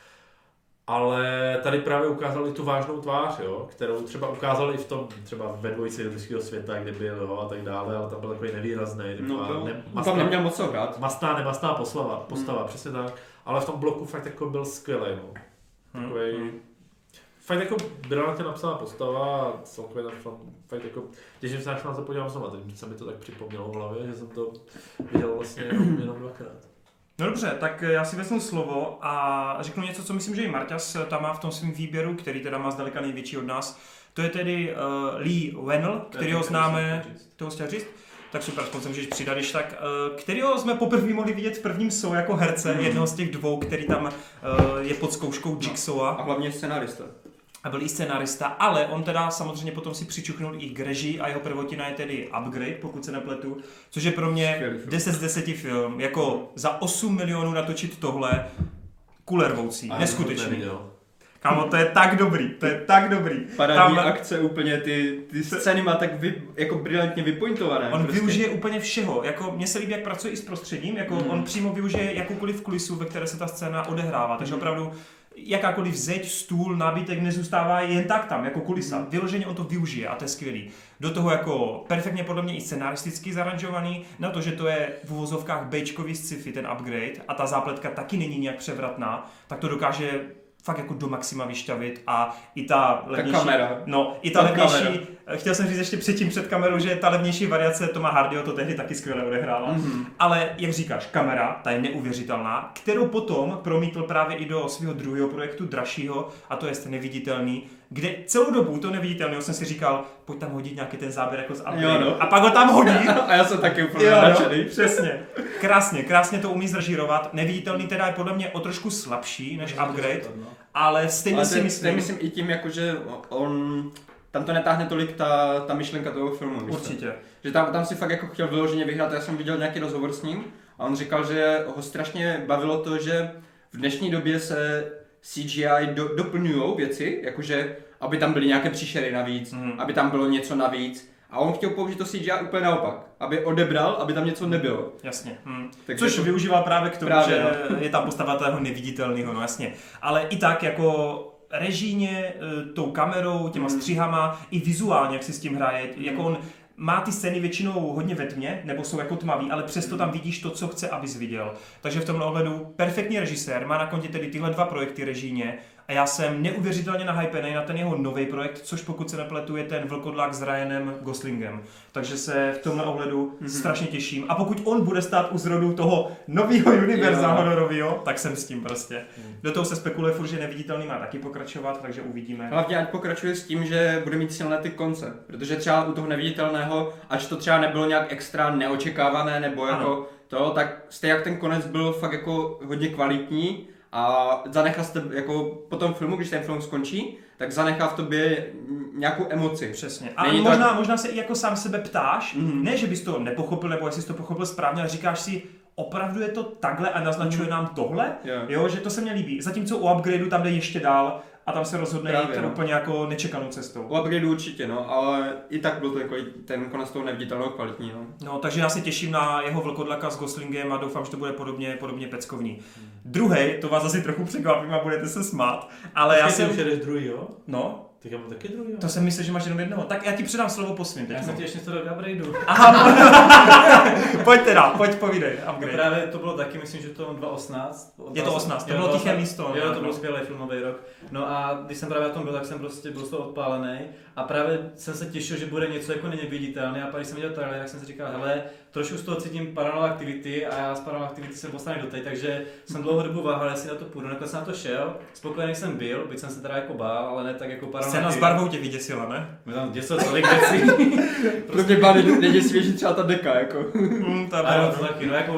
Ale tady právě ukázali tu vážnou tvář, jo, kterou třeba ukázali i v tom, třeba ve dvojici Ruského světa, kde byl, jo, a tak dále, ale tam byl takový nevýrazný. No to, ne, mastná, tam neměl moc co hrát. Mastná, nemastná postava, postava hmm. přesně tak. Ale v tom bloku fakt jako byl skvělý, no. Takovej, hmm. fakt jako byla na tě napsaná postava a celkově tak fakt jako, těším se, až na to podívám znovu, teď se mi to tak připomnělo v hlavě, že jsem to viděl vlastně jenom, jenom dvakrát. No dobře, tak já si vezmu slovo a řeknu něco, co myslím, že i Marťas tam má v tom svém výběru, který teda má zdaleka největší od nás. To je tedy uh, Lee Whannell, kterýho známe, toho chtěl říct? Tak super, aspoň se můžeš přidat, když tak, uh, kterýho jsme poprvé mohli vidět v prvním Saw jako herce, mm. jednoho z těch dvou, který tam uh, je pod zkouškou Jigsawa. A hlavně scenárista. A byl i scenárista, ale on teda samozřejmě potom si přičuchnul i k režii a jeho prvotina je tedy Upgrade, pokud se nepletu, což je pro mě deset z deseti film, jako za osm milionů natočit tohle, kulervoucí, neskutečný. Kámo, to je tak dobrý, to je tak dobrý. Parádní tam akce úplně, ty, ty scény má tak vy, jako brilantně vypointované. On prostě. využije úplně všeho, jako mně se líbí, jak pracuje i s prostředím, jako mm. on přímo využije jakoukoliv kulisu, ve které se ta scéna odehrává, takže mm. opravdu jakákoliv zeď, stůl, nábytek nezůstává jen tak tam, jako kulisa. Mm. Vyloženě on to využije a to je skvělý. Do toho jako perfektně podle mě i scenaristicky zaranžovaný, na to, že to je v uvozovkách bečkový sci-fi, ten Upgrade, a ta zápletka taky není nějak převratná, tak to dokáže fakt jako do maxima vyšťavit a i ta levnější, ta kamera. No, i ta, ta levnější, kamera. Chtěl jsem říct ještě předtím před kamerou, že ta levnější variace Toma Hardyho to tehdy taky skvěle odehrála. Mm-hmm. Ale jak říkáš, kamera, ta je neuvěřitelná, kterou potom promítl právě i do svého druhého projektu, dražšího, a to je Neviditelný, kde celou dobu to Neviditelného jsem si říkal, pojď tam hodit nějaký ten záběr jako z Upgrade. No. A pak ho tam hodí. A já jsem taky úplně nadšený. Přesně. Krásně, krásně to umí zrežírovat. Neviditelný teda je podle mě o trošku slabší než Upgrade, ale stejně ale si myslím... myslím i tím, jako, že on... Tam to netáhne tolik ta, ta myšlenka toho filmu. Určitě. To? Že tam, tam si fakt jako chtěl vyloženě vyhrát. Já jsem viděl nějaký rozhovor s ním a on říkal, že ho strašně bavilo to, že v dnešní době se C G I do, doplňují věci, jakože aby tam byly nějaké příšery navíc, mm. aby tam bylo něco navíc. A on chtěl použít to C G I úplně naopak, aby odebral, aby tam něco nebylo. Jasně. Hmm. Což to využívá právě k tomu, právě, že no. je tam postava toho neviditelného, no jasně. Ale i tak jako režijně, tou kamerou, těma hmm. střihama, i vizuálně, jak si s tím hraje, hmm. jako on má ty scény většinou hodně ve tmě, nebo jsou jako tmavý, ale přesto tam vidíš to, co chce, abys viděl. Takže v tomhle ohledu perfektní režisér, má na kontě tedy tyhle dva projekty režijně a já jsem neuvěřitelně nahypený na ten jeho nový projekt, což pokud se nepletu je ten Vlkodlák s Ryanem Goslingem. Takže se v tomhle ohledu mm-hmm. strašně těším. A pokud on bude stát u zrodu toho nového univerza hororového, tak jsem s tím prostě. Mm. Do toho se spekuluje furt, že Neviditelný má taky pokračovat, takže uvidíme. Hlavně ať pokračuje s tím, že bude mít silné ty konce, protože třeba u toho Neviditelného, ač to třeba nebylo nějak extra neočekávané nebo jako ano. to, tak stejně jak ten konec byl fakt jako hodně kvalitní a zanechal jste jako po tom filmu, když ten film skončí, tak zanechá v tobě nějakou emoci. Přesně. A možná, tak... možná se i jako sám sebe ptáš, mm-hmm. ne, že bys to nepochopil, nebo jestli jsi to pochopil správně, ale říkáš si, opravdu je to takhle a naznačuje mm-hmm. nám tohle? Yeah. Jo, že to se mně líbí. Zatímco u Upgradeu tam jde ještě dál a tam se rozhodne Právě, jít no. úplně jako nečekanou cestou. U Upgradeu určitě, no, ale i tak byl to jako ten konec toho Neviditelného kvalitní, no. No, takže já se těším na jeho Vlkodlaka s Goslingem a doufám, že to bude podobně, podobně peckovní. Hmm. Druhej, to vás asi trochu překvapím a budete se smát, ale Počkej, já jsem... Ty už druhý, jo? No. Tak já mám taky druhý, jo? To jsem myslel, že máš jenom jednoho. Tak já ti předám slovo po svým. Já jsem ti ještě něco do Upgradeu. Aha, pojď teda, pojď povídej. Upgrade. No právě to bylo taky, myslím, že to dva tisíce osmnáct. Je to osmnáct, to bylo tiché místo. Jo, to byl skvělý filmový rok. No a když jsem právě na tom byl, tak jsem prostě byl z toho odpálený a právě jsem se těšil, že bude něco jako neviditelné a pak když jsem viděl trailer, tak jsem si říkal, hele, trošku z toho cítím Paranormal Activity a já z Paranormal Activity jsem postavený doteď, takže jsem dlouho dobu váhal, jestli na to půjdu, nakonec jsem na to šel, spokojený jsem byl, byť jsem se teda jako bál, ale ne tak jako Paranormal. Scéna s barvou tě vyděsila, ne? My tam děsilo tolik věcí. Prostě byla nejděsivější třeba ta deka, jako. Mm, ta ano, to taky, no jako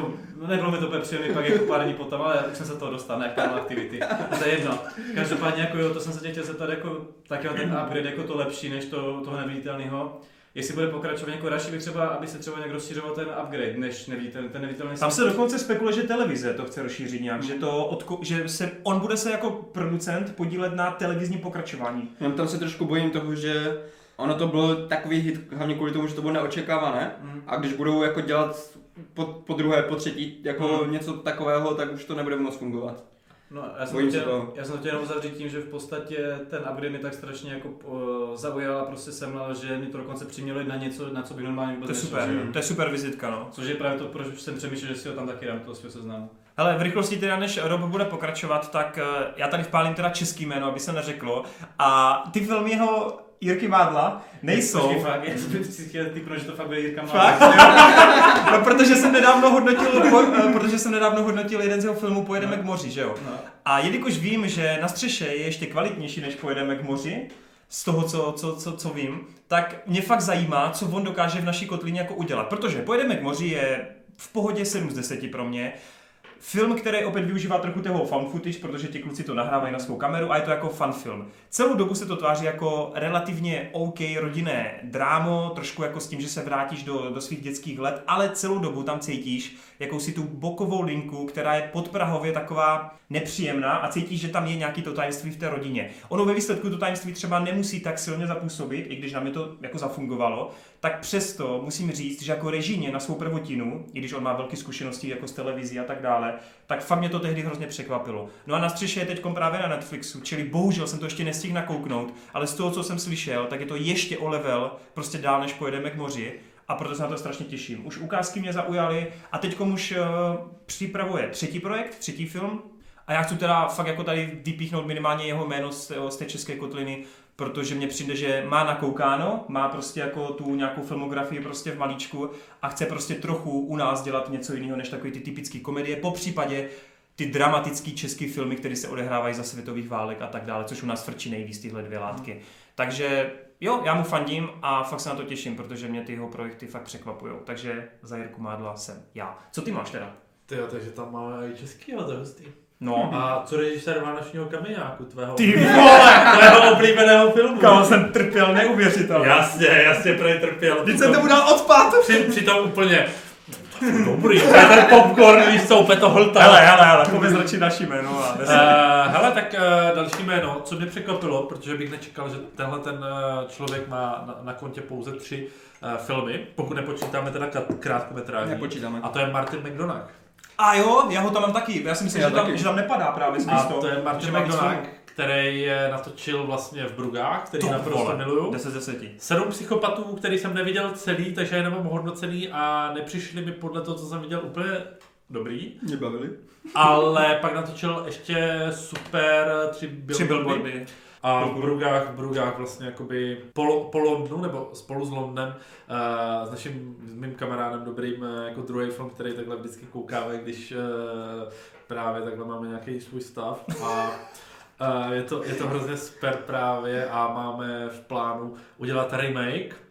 no nebylo mi to úplně příjemný, pak jako pár dní potom, ale už jsem se toho dostal, ne Paranormal Activity. To je jedno. Každopádně jako jo, to jsem se tě chtěl zeptat, jako taky ten upgrade jako to lepší než to, toho neviditelného. Jestli bude pokračovat jako radši bych třeba, aby se třeba nějak rozšířoval ten upgrade, než neviditelný, ten neviditelný. Tam se dokonce spekuluje, že televize to chce rozšířit nějak, mm. že, to odko- že se, on bude se jako producent podílet na televizním pokračování. Já tam se trošku bojím toho, že ono to bylo takový hit, hlavně kvůli tomu, že to bylo neočekávané. Mm. A když budou jako dělat po, po druhé, po třetí jako mm. něco takového, tak už to nebude moc fungovat. No, já jsem, chtěl, já jsem chtěl jenom uzavřít tím, že v podstatě ten upgrade mi tak strašně jako uh, zaujal a prostě semlal, že mi to dokonce přimělo jít na něco, na co by normálně vůbec To je super, nešlo, to je super vizitka, no. Což je právě to, proč jsem přemýšlel, že si ho tam taky dám toho svého seznamu. Hele, v rychlosti teda, než Rob bude pokračovat, tak uh, já tady vpálím teda český jméno, aby se neřeklo. A ty filmy jeho Jirky Mádla nejsou... Počkej, fakt, já jsem si chtěl typnout, že to fakt bude Jirka Mádla. Fakt? No, protože jsem nedávno hodnotil, protože jsem nedávno hodnotil jeden z jeho filmů Pojedeme no. k moři, že jo? No. A jelikož vím, že Na střeše je ještě kvalitnější než Pojedeme k moři, z toho, co, co, co, co vím, tak mě fakt zajímá, co on dokáže v naší kotlině jako udělat. Protože Pojedeme k moři je v pohodě sedm z deseti pro mě. Film, který opět využívá trochu toho found footage, protože ti kluci to nahrávají na svou kameru a je to jako fun film. Celou dobu se to tváří jako relativně OK rodinné drámo, trošku jako s tím, že se vrátíš do, do svých dětských let, ale celou dobu tam cítíš jakousi tu bokovou linku, která je podprahově taková nepříjemná a cítíš, že tam je nějaký to tajemství v té rodině. Ono ve výsledku to tajemství třeba nemusí tak silně zapůsobit, i když nám je to jako zafungovalo, tak přesto musím říct, že jako režijně na svou prvotinu, i když on má velké zkušenosti jako z televizí a tak dále, tak fakt mě to tehdy hrozně překvapilo. No a Na střeše je teď právě na Netflixu, čili bohužel jsem to ještě nestihl nakouknout, ale z toho, co jsem slyšel, tak je to ještě o level prostě dál, než Pojedeme k moři. A proto se na to strašně těším. Už ukázky mě zaujaly a teďkom už uh, připravuje třetí projekt, třetí film. A já chci teda fakt jako tady vypíchnout minimálně jeho jméno z, z té české kotliny, protože mně přijde, že má nakoukáno, má prostě jako tu nějakou filmografii prostě v malíčku a chce prostě trochu u nás dělat něco jiného než takový ty typické komedie, po případě ty dramatické české filmy, které se odehrávají za světových válek a tak dále, což u nás frčí nejvíc tyhle dvě látky. Takže jo, já mu fandím a fakt se na to těším, protože mě ty jeho projekty fakt překvapujou. Takže za Jirku Mádla jsem já. Co ty máš teda? Tyjo, takže tam máme i český, ale to je hustý. No. A co režisér Vánočního kameňáku, tvého, ty vole, tvého oblíbeného filmu? Kámo, jsem trpěl neuvěřitelně. Jasně, jasně, právě trpěl. Teď jsem tomu dal odpad. Při, přitom úplně... Dobrý, to je ten popcorn, víš co, úplně to hltá. Hele, hele, hele, pověz radši naši jméno. A uh, hele, tak uh, další jméno, co mě překvapilo, protože bych nečekal, že tenhle ten uh, člověk má na, na kontě pouze tři uh, filmy, pokud nepočítáme teda krátkometrážní. Nepočítáme. A to je Martin McDonagh. A jo, já ho tam mám taky, já si myslím, že tam, že tam nepadá právě spíš to. A to je Martin McDonagh, který natočil vlastně v Brugách, který to naprosto miluju. deset z deseti. Sedm psychopatů, který jsem neviděl celý, takže je nemám hodnocený a nepřišli mi podle toho, co jsem viděl, úplně dobrý. Mě bavili. Ale pak natočil ještě super tři billboardy. Tři billboardy. A v Brugách, v Brugách vlastně jakoby po, po Londonu, nebo spolu s Londonem, uh, s naším, s mým kamarádem dobrým, uh, jako druhý film, který takhle vždycky koukáme, když uh, právě takhle máme nějaký svůj stav. A uh, je, to, je to hrozně super právě a máme v plánu udělat remake.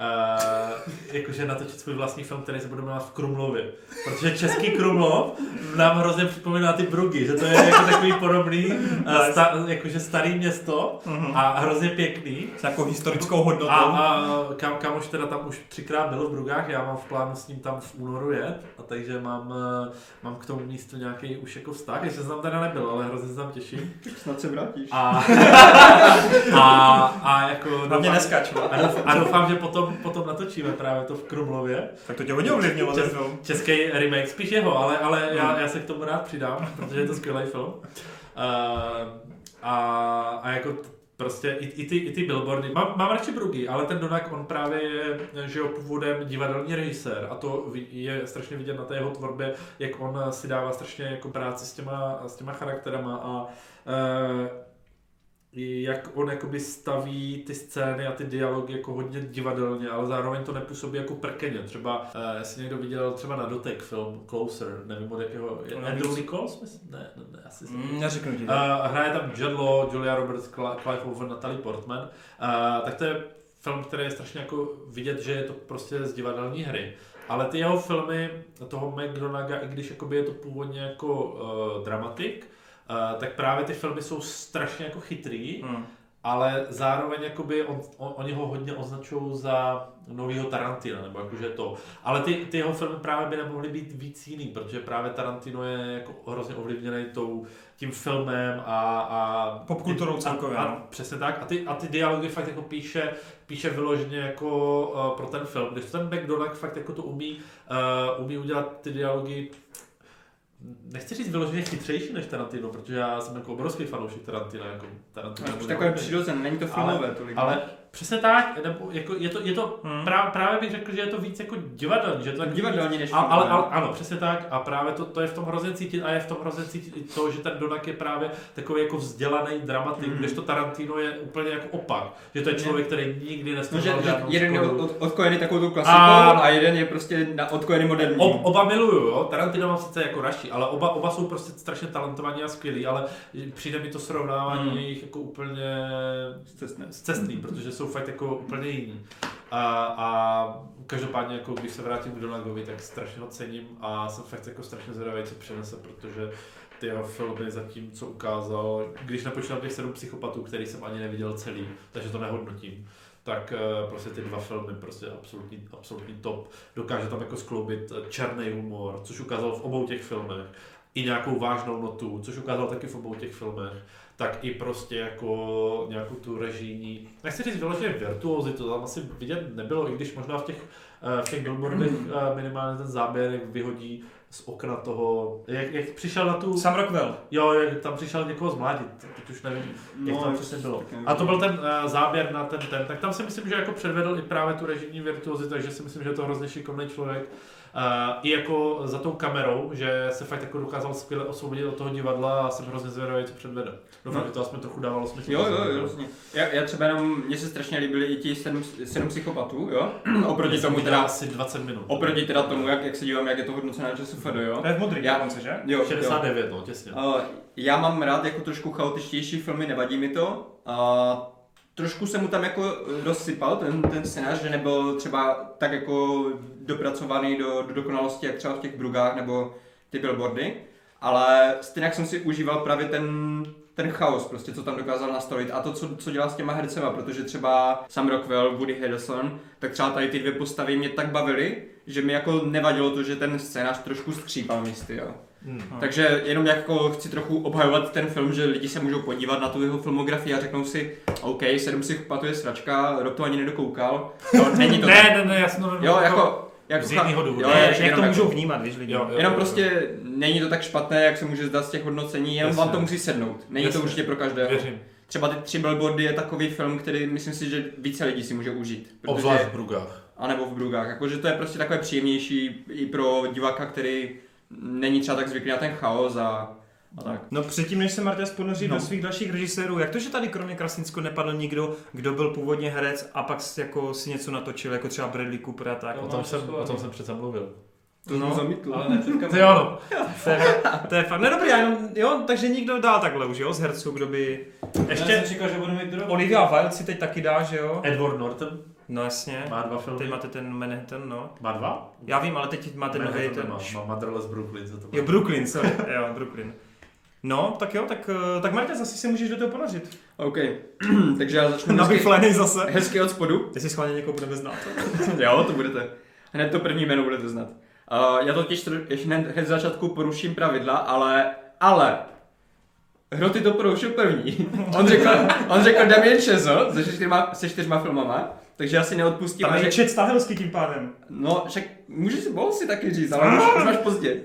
Uh, jakože natočit svůj vlastní film, který se bude jmenovat v Krumlově. Protože český Krumlov nám hrozně připomíná ty Brugy, že to je jako takový podobný, uh, sta, jakože starý město a hrozně pěkný. S jako historickou hodnotou. A, a kam, kamož teda tam už třikrát byl v Brugách, já mám v plánu s ním tam v únoru jet, a takže mám, mám k tomu místu nějaký už jako vztah, ještě jsem tam teda nebyl, ale hrozně se tam těším. Snad se vrátíš. A, a, a jako... Hlavně neskač. A doufám, že potom potom natočíme právě to v Krumlově. Tak to tě hodně ovlivnilo ten film. Český remake, spíš jeho, ale, ale já, já se k tomu rád přidám, protože je to skvělý film. Uh, a, a jako t- prostě i, i, ty, i ty billboardy, mám, mám radši Brugy, ale ten Donagh, on právě je, že jo, původem divadelní režisér a to je strašně vidět na té jeho tvorbě, jak on si dává strašně jako práci s těma, s těma charakterama a uh, jak on jakoby staví ty scény a ty dialogy jako hodně divadelně, ale zároveň to nepůsobí jako prkeně. Třeba, uh, jestli někdo viděl třeba na dotek film Closer, nevím od jakého, Andrew Nichols, myslím? Ne, ne, ne, asi mm, neřeknu ti. Uh, hraje tam Jude Law, Julia Roberts, Clive Owen, Natalie Portman. Uh, tak to je film, který je strašně jako vidět, že je to prostě z divadelní hry. ale ty jeho filmy, toho McGonaga, i když jakoby je to původně jako uh, dramatik, uh, tak právě ty filmy jsou strašně jako chytrý, mm. ale zároveň jakoby on, on, oni ho hodně označují za novýho Tarantina, nebo jakože to. Ale ty, ty jeho filmy právě by nemohly být víc jiný, protože právě Tarantino je jako hrozně ovlivněný tou, tím filmem a... a popkulturou celkově. A, a, přesně tak. A ty, a ty dialogy fakt jako píše, píše vyloženě jako uh, pro ten film. Když ten McDonagh fakt jako to umí, uh, umí udělat ty dialogy, nechci říct vyloženě chytřejší než Tarantino, protože já jsem jako obrovský fanoušek Tarantina. Jako Tarantino no, takové přirozené, není to filmové tolik. Ale přesně tak, nebo jako je to, je to hmm. právě, právě bych řekl, že je to víc jako divadelní, že to tak divadelní než a, ale, ale, ano, přesně tak a právě to, to je v tom hrozně cítit a je v tom hrozně cítit to, že ten Donagh je právě takový jako vzdělaný dramatik, hmm. kdežto Tarantino je úplně jako opak, že to je člověk, který nikdy nestudoval no, žádnou jeden je školu. od, odkojený takovou tu klasikou a, a jeden je prostě na, odkojený moderní. Ob, oba miluju, jo, Tarantino mám sice jako raší, ale oba, oba jsou prostě strašně talentovaní a skvělí, ale přijde mi to srovnávání hmm. jejich jako úplně scestný, protože jsou fakt jako úplně jiný. A, a každopádně, jako když se vrátím k Donaghovi, tak strašně ho cením a jsem fakt jako strašně zvědavý, co přinese, protože ty jeho filmy zatím, co ukázal, když nepočítám těch sedm psychopatů, který jsem ani neviděl celý, takže to nehodnotím, tak prostě ty dva filmy, prostě absolutní, absolutní top. Dokáže tam jako skloubit černý humor, což ukázal v obou těch filmech, i nějakou vážnou notu, což ukázal taky v obou těch filmech, tak i prostě jako nějakou tu režijní, nechci říct vyloženě virtuozitu, to tam asi vidět nebylo, i když možná v těch, v těch billboardech minimálně ten záběr, jak vyhodí z okna toho, jak, jak přišel na tu... Sam Rockwell. Jo, jak tam přišel někoho zmládit, teď už nevím, jak no, to přesně bylo. A to byl ten uh, záběr na ten ten, tak tam si myslím, že jako předvedl i právě tu režijní virtuozitu, takže si myslím, že je to hrozně šikovný člověk. Uh, I jako za tou kamerou, že se fakt jako dokázal skvěle osvobodit od toho divadla a jsem hrozně zvědavý, co předvede. Doufám, že to aspoň trochu dávalo smysl. Jo, jo, jo, vlastně. Já, já třeba jenom, mně se strašně líbily i ti sedm, sedm psychopatů, jo? Oproti tomu teda... asi dvacet minut. Oproti teda tomu, jak, jak se dívám, jak je to hodnocené na ČSFD, jo? To je v modrý dokonce, že? Jo, šedesát devět, no, těsně. Uh, já mám rád jako trošku chaotičtější filmy, nevadí mi to. Uh, Trošku se mu tam jako rozsypal ten, ten scénář, že nebyl třeba tak jako dopracovaný do, do dokonalosti, jak třeba v těch Brugách nebo ty billboardy, ale stejně jsem si užíval právě ten, ten chaos, prostě, co tam dokázal nastavit a to, co, co dělá s těma hercema, protože třeba Sam Rockwell, Woody Harrelson, tak třeba tady ty dvě postavy mě tak bavily, že mi jako nevadilo to, že ten scénář trošku skřípal místy, jo. Hmm. Takže jenom jako chci trochu obhajovat ten film, že lidi se můžou podívat na tu jeho filmografii a řeknou si, OK, sedm psychopatů je sračka, Rob to ani nedokoukal. No, není to ne, tak. ne, ne, já jsem to jo, jako, jako z jiného důvodu. Jak to můžou vnímat, víš lidi. Jo, jo, jenom jo, prostě jo. Není to tak špatné, jak se může zdát z těch hodnocení, jenom jasně. Vám to musí sednout. Není jasně. To určitě pro každého. Věřím. Třeba ty tři billboardy je takový film, který myslím si, že více lidí si může užít. Obzvlášť v Brugách. A nebo v Brugách, jakože to je prostě takové příjemnější i pro diváka, který není třeba tak zvyklý na ten chaos a, a tak. No předtím, než se Marta ponoří no. do svých dalších režisérů, jak to, že tady kromě Krasnicko nepadl nikdo, kdo byl původně herec a pak jako si něco natočil, jako třeba Bradley Cooper a tak? O tom jsem, o tom jsem přece mluvil. To no, zamítl. Ale ne před kamerou. To jo, no. To je, to je fakt, no dobrý, jenom, jo, takže nikdo dál takhle už, jo, z herců, kdo by... Ještě... Já jsem říkal, že budu mít druhou. Olivia Wilde si teď taky dá, že jo? Edward Norton. No jasně. Má dva filmy. Teď máte ten Manhattan, no. Má dva? Já vím, ale teď máte nový ten... Má, má Motherless Brooklyn, co to má. Jo, Brooklyn, sorry, jo, Brooklyn. No, tak jo, tak, tak Marta, zase se můžeš do toho ponořit. OK, takže já začnu hezky, zase. hezky od spodu. Ty si schválně někoho budeme znát. Jo, to budete. Hned to první jméno budete znát. Uh, já totiž hned, hned z začátku poruším pravidla, ale, ale, Hroty to porušil první. On řekl, on řekl Damien Chazelle se čtyřma, se čtyřma filmama, takže já si neodpustím. Tam je Čet Stahelský tím pádem. No, však můžeš si, mohl si taky říct, ale už, už máš pozdě.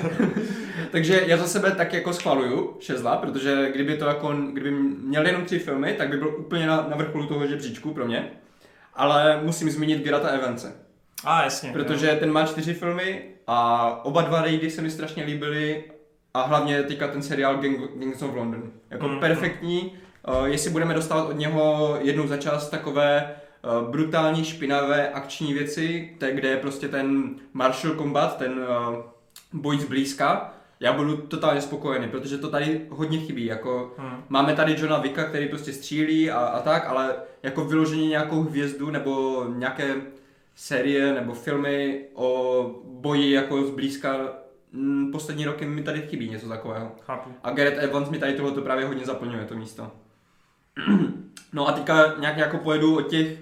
Takže já za sebe tak jako schvaluju Chazella, protože kdyby to jako, kdyby měl jenom tři filmy, tak by byl úplně na, na vrcholu toho žebříčku pro mě. Ale musím zmínit Garretta Evanse. A ah, jasně. Protože jo. Ten má čtyři filmy a oba dva rejdy se mi strašně líbily a hlavně teďka ten seriál Gang, Gangs of London. Jako mm, perfektní, uh, jestli budeme dostávat od něho jednou za čas takové uh, brutální, špinavé akční věci, te, kde je prostě ten martial combat, ten uh, boj zblízka, já budu totálně spokojený, protože to tady hodně chybí, jako hmm. máme tady Johna Wicka, který prostě střílí a, a tak, ale jako vyloženě nějakou hvězdu nebo nějaké série nebo filmy o boji jako zblízka m, poslední roky mi tady chybí něco takového. Chápu. A Gareth Evans mi tady tohleto právě hodně zaplňuje to místo. No a teďka nějak nějak pojedu od těch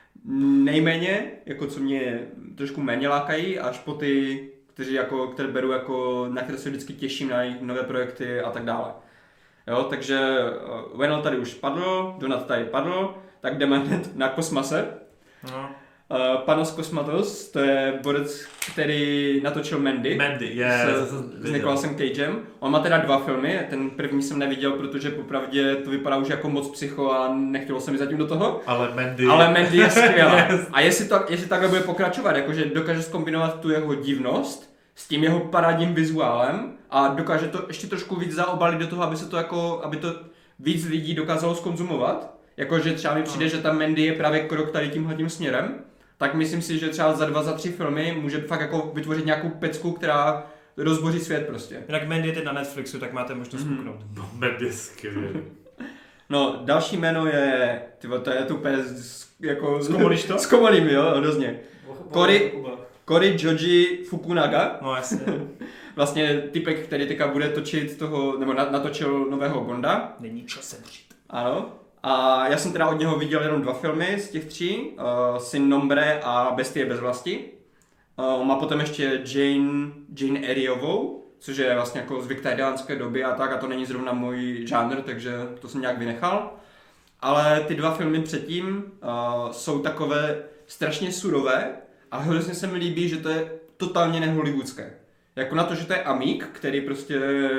nejméně, jako co mě trošku méně lákají, až po ty, kteří jako, které beru jako, na které se vždycky těším na jejich nové projekty a tak dále. Jo, takže uh, Whannell tady už padl, Donat tady padl, tak jdeme hned na Kosmase. No. Uh, Panos Kosmatos, to je borec, který natočil Mandy, Mandy je, s, s Nicolasem Cagem. On má teda dva filmy, ten první jsem neviděl, protože popravdě to vypadá už jako moc psycho a nechtělo se mi zatím do toho. Ale Mandy, Ale Mandy je skvělá. A jestli, to, jestli takhle bude pokračovat, jakože dokáže zkombinovat tu jeho divnost s tím jeho parádním vizuálem a dokáže to ještě trošku víc zaobalit do toho, aby se to jako, aby to víc lidí dokázalo zkonzumovat. Jakože třeba mi přijde, že ta Mandy je právě krok tady tímhletím směrem. Tak myslím si, že třeba za dva, za tři filmy může fakt jako vytvořit nějakou pecku, která rozboří svět prostě. Jinak Mandy je teď na Netflixu, tak máte možnost Mhm. kouknout. no, Mandy je skvělý. No, další jméno je, tyvo, to je tu pes, jako... Zkomolíš to? Zkomolím, jo, hrozně. Cory, Cory Joji Fukunaga, No jasně. vlastně typek, který teďka bude točit toho, nebo natočil nového Bonda. Není čas semřít. Ano. A já jsem teda od něho viděl jenom dva filmy z těch tří, uh, Sin Nombre a Bestie bez vlasti. Uh, on má potom ještě Jane, Jane Eyreovou, což je vlastně jako z viktoriánské doby a tak, a to není zrovna můj žánr, takže to jsem nějak vynechal. Ale ty dva filmy předtím uh, jsou takové strašně surové a hrozně se mi líbí, že to je totálně nehollywoodské. Jako na to, že to je amík, který prostě,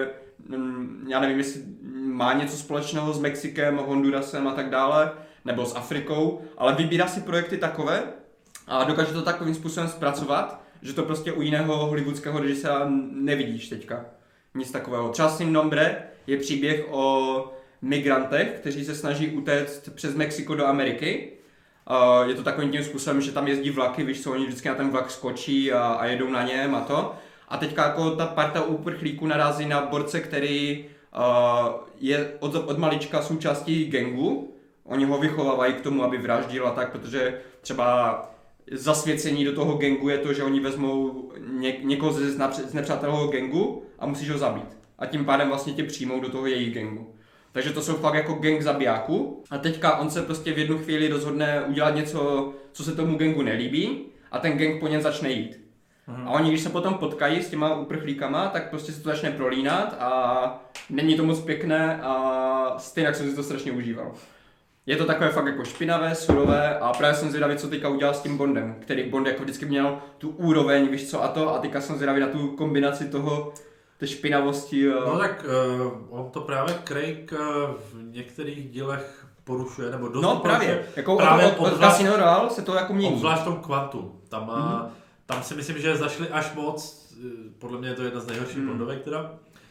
mm, já nevím, jestli má něco společného s Mexikem, Hondurasem a tak dále, nebo s Afrikou, ale vybírá si projekty takové a dokáže to takovým způsobem zpracovat, že to prostě u jiného hollywoodského režiséra nevidíš teďka. Nic takového. Třeba Sin Nombre je příběh o migrantech, kteří se snaží utéct přes Mexiko do Ameriky. Uh, je to takovým tím způsobem, že tam jezdí vlaky, víš co, oni vždycky na ten vlak skočí a, a jedou na něm a to. A teďka jako ta parta uprchlíků narazí na borce, který uh, je od, od malička součástí gangu. Oni ho vychovávají k tomu, aby vraždil a tak, protože třeba zasvěcení do toho gangu je to, že oni vezmou ně, někoho z, z nepřátelného gangu a musíš ho zabít. A tím pádem vlastně tě přijmou do toho jejich gangu. Takže to jsou fakt jako gang zabijáků. A teďka on se prostě v jednu chvíli rozhodne udělat něco, co se tomu gangu nelíbí a ten gang po něm začne jít. A oni, když se potom potkají s těma uprchlíkama, tak prostě se to začne prolínat a není to moc pěkné a stejně jsem si to strašně užíval. Je to takové fakt jako špinavé, surové a právě jsem zvědavý, co teďka udělal s tím Bondem, který Bond jako vždycky měl tu úroveň, víš co a to, a teďka jsem zvědavý na tu kombinaci toho, té špinavosti. A... No tak uh, on to právě Craig uh, v některých dílech porušuje, nebo dost No právě, jako právě od, od, od Casino Royale se to jako mění. Obzvlášť v tom Quantu, tam, Mm-hmm. tam si myslím, že zašli až moc, podle mě je to jedna z nejhorších Mm. Bondovek teda.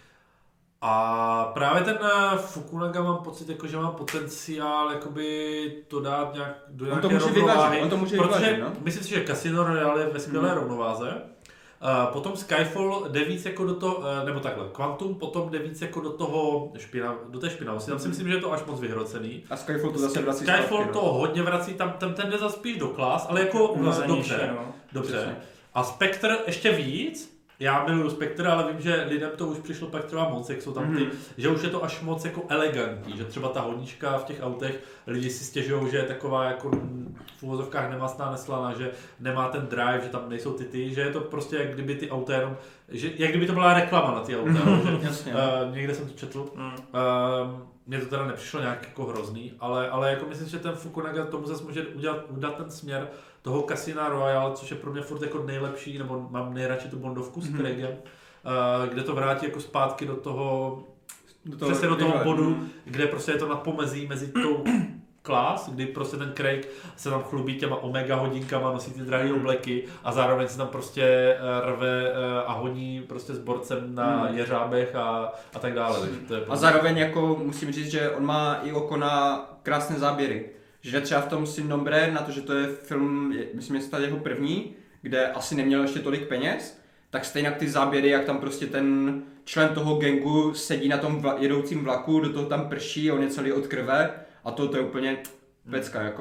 A právě ten Fukunaga mám pocit, jako, že má potenciál jakoby to dát nějak do On to nějaké může rovnováhy. vyvážit, on to může protože vyvážit, no? myslím si, že Casino Royale je ve skvělé Mm. rovnováze. Uh, potom Skyfall jde víc jako do toho, uh, nebo takhle, Quantum potom jde víc jako do toho špina, do té špinavosti. Tam si myslím, že je to až moc vyhrocený. A Skyfall to zase vrací Skyfall zpátky, to no. hodně vrací, tam, tam ten jde zase spíš do klas, ale jako uh, Uvazenější, dobře, no. dobře. Přesně. A Spectre ještě víc. Já miluju Spectre, ale vím, že lidem to už přišlo pak třeba moc, jak jsou tam ty, Mhm. že už je to až moc jako elegantní, že třeba ta honička v těch autech, lidi si stěžují, že je taková jako v uvozovkách nemastná, neslaná, že nemá ten drive, že tam nejsou ty ty, že je to prostě jak kdyby ty auta jenom, že, jak kdyby to byla reklama na ty auta, Mhm, že, jasně. uh, někde jsem to četl. Mm. Uh, mně to teda nepřišlo nějak jako hrozný, ale, ale jako myslím, že ten Fukunaga tomu zase může udělat, udělat ten směr toho Casina Royale, což je pro mě furt jako nejlepší, nebo mám nejradši tu Bondovku s Mhm. Craigem, uh, kde to vrátí jako zpátky do toho, Do toho, přesně do toho vyhled. bodu, Mhm. kde prostě je to na pomezí mezi tou Class, kdy prostě ten Craig se tam chlubí těma omega hodinkama, nosí ty drahé Mhm. obleky a zároveň se tam prostě eh, rve eh, a honí prostě s borcem na Mhm. jeřábech a, a tak dále. Takže to je A zároveň jako musím říct, že on má i oko na krásné záběry. Že třeba v tom Sin Nombre, na to, že to je film, je, myslím, že to je jeho první, kde asi neměl ještě tolik peněz, tak stejně ty záběry, jak tam prostě ten člen toho gangu sedí na tom vla, jedoucím vlaku, do toho tam prší, on je celý od krve a to, to je úplně pecka jako.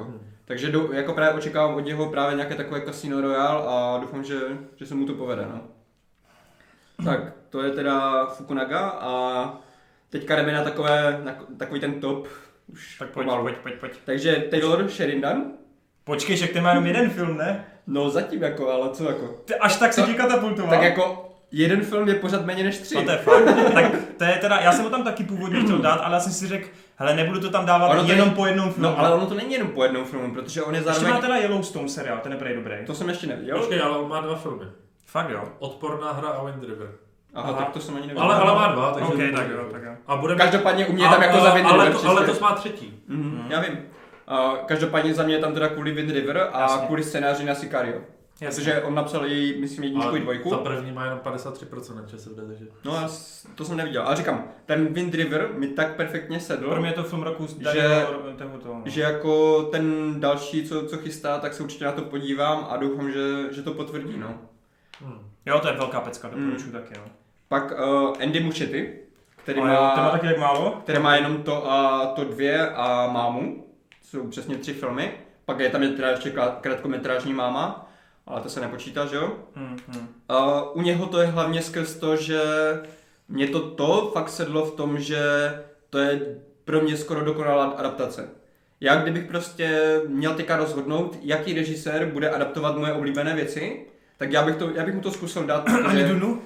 Takže do, jako právě očekávám od něho právě nějaké takové Casino Royale a doufám, že, že se mu to povede, no. Tak, to je teda Fukunaga a teďka jdeme na takové, na takový ten top. Už tak pojď, pojď, pojď, pojď. Takže Taylor Sheridan. Počkej, že ty má jenom jeden film, ne? No zatím jako, ale co jako? Ty až tak se ti katapultoval. Tak jako jeden film je pořád méně než tři. No to je fakt. Tak to je teda, já jsem ho tam taky původně chtěl dát, ale já jsem si řekl, hele, nebudu to tam dávat ono jenom je, po jednom filmu. No ale ono to není jenom po jednom filmu, protože on je zároveň... Ještě má teda Yellowstone seriál, ten je prej dobrý. To jsem ještě neviděl. Počkej, ale on má dva filmy. Fakt jo? Odporná hra a Wind River. Aha, Aha, tak to jsem ani neviděl. Ale, ale má dva, takže... Okay, tak jo, tak jo. A budeme... Každopádně u mě je tam jako za Wind ale River. To, ale to má třetí. Mm, mm. Já vím. Uh, každopádně za mě je tam teda kvůli Wind River a Jasně. kvůli scénáři na Sicario. Jasně. Protože on napsal její, myslím, jedničku i dvojku. Za první má jenom padesát tři procent na ČSFD, takže... No já to jsem neviděl, ale říkám, ten Wind River mi tak perfektně sedl. Pro mě je to film roku, že, toho, no. že jako ten další, co, co chystá, tak se určitě na to podívám a doufám, že, že to potvrdí, no. Hmm. Jo, to je velká pecka, doporučuji hmm. taky, no. Pak uh, Andy Muschietti, který a má, jo, má taky jak málo? který má jenom to a to dvě a Mámu, jsou přesně tři filmy. Pak je tam je teda ještě krátkometrážní Máma, ale to se nepočítá, že jo? Hmm, hmm. Uh, u něho to je hlavně skrz to, že mě to to fakt sedlo v tom, že to je pro mě skoro dokonalá adaptace. Já kdybych prostě měl teďka rozhodnout, jaký režisér bude adaptovat moje oblíbené věci, tak já bych, to, já bych mu to zkusil dát. Ani Dunu?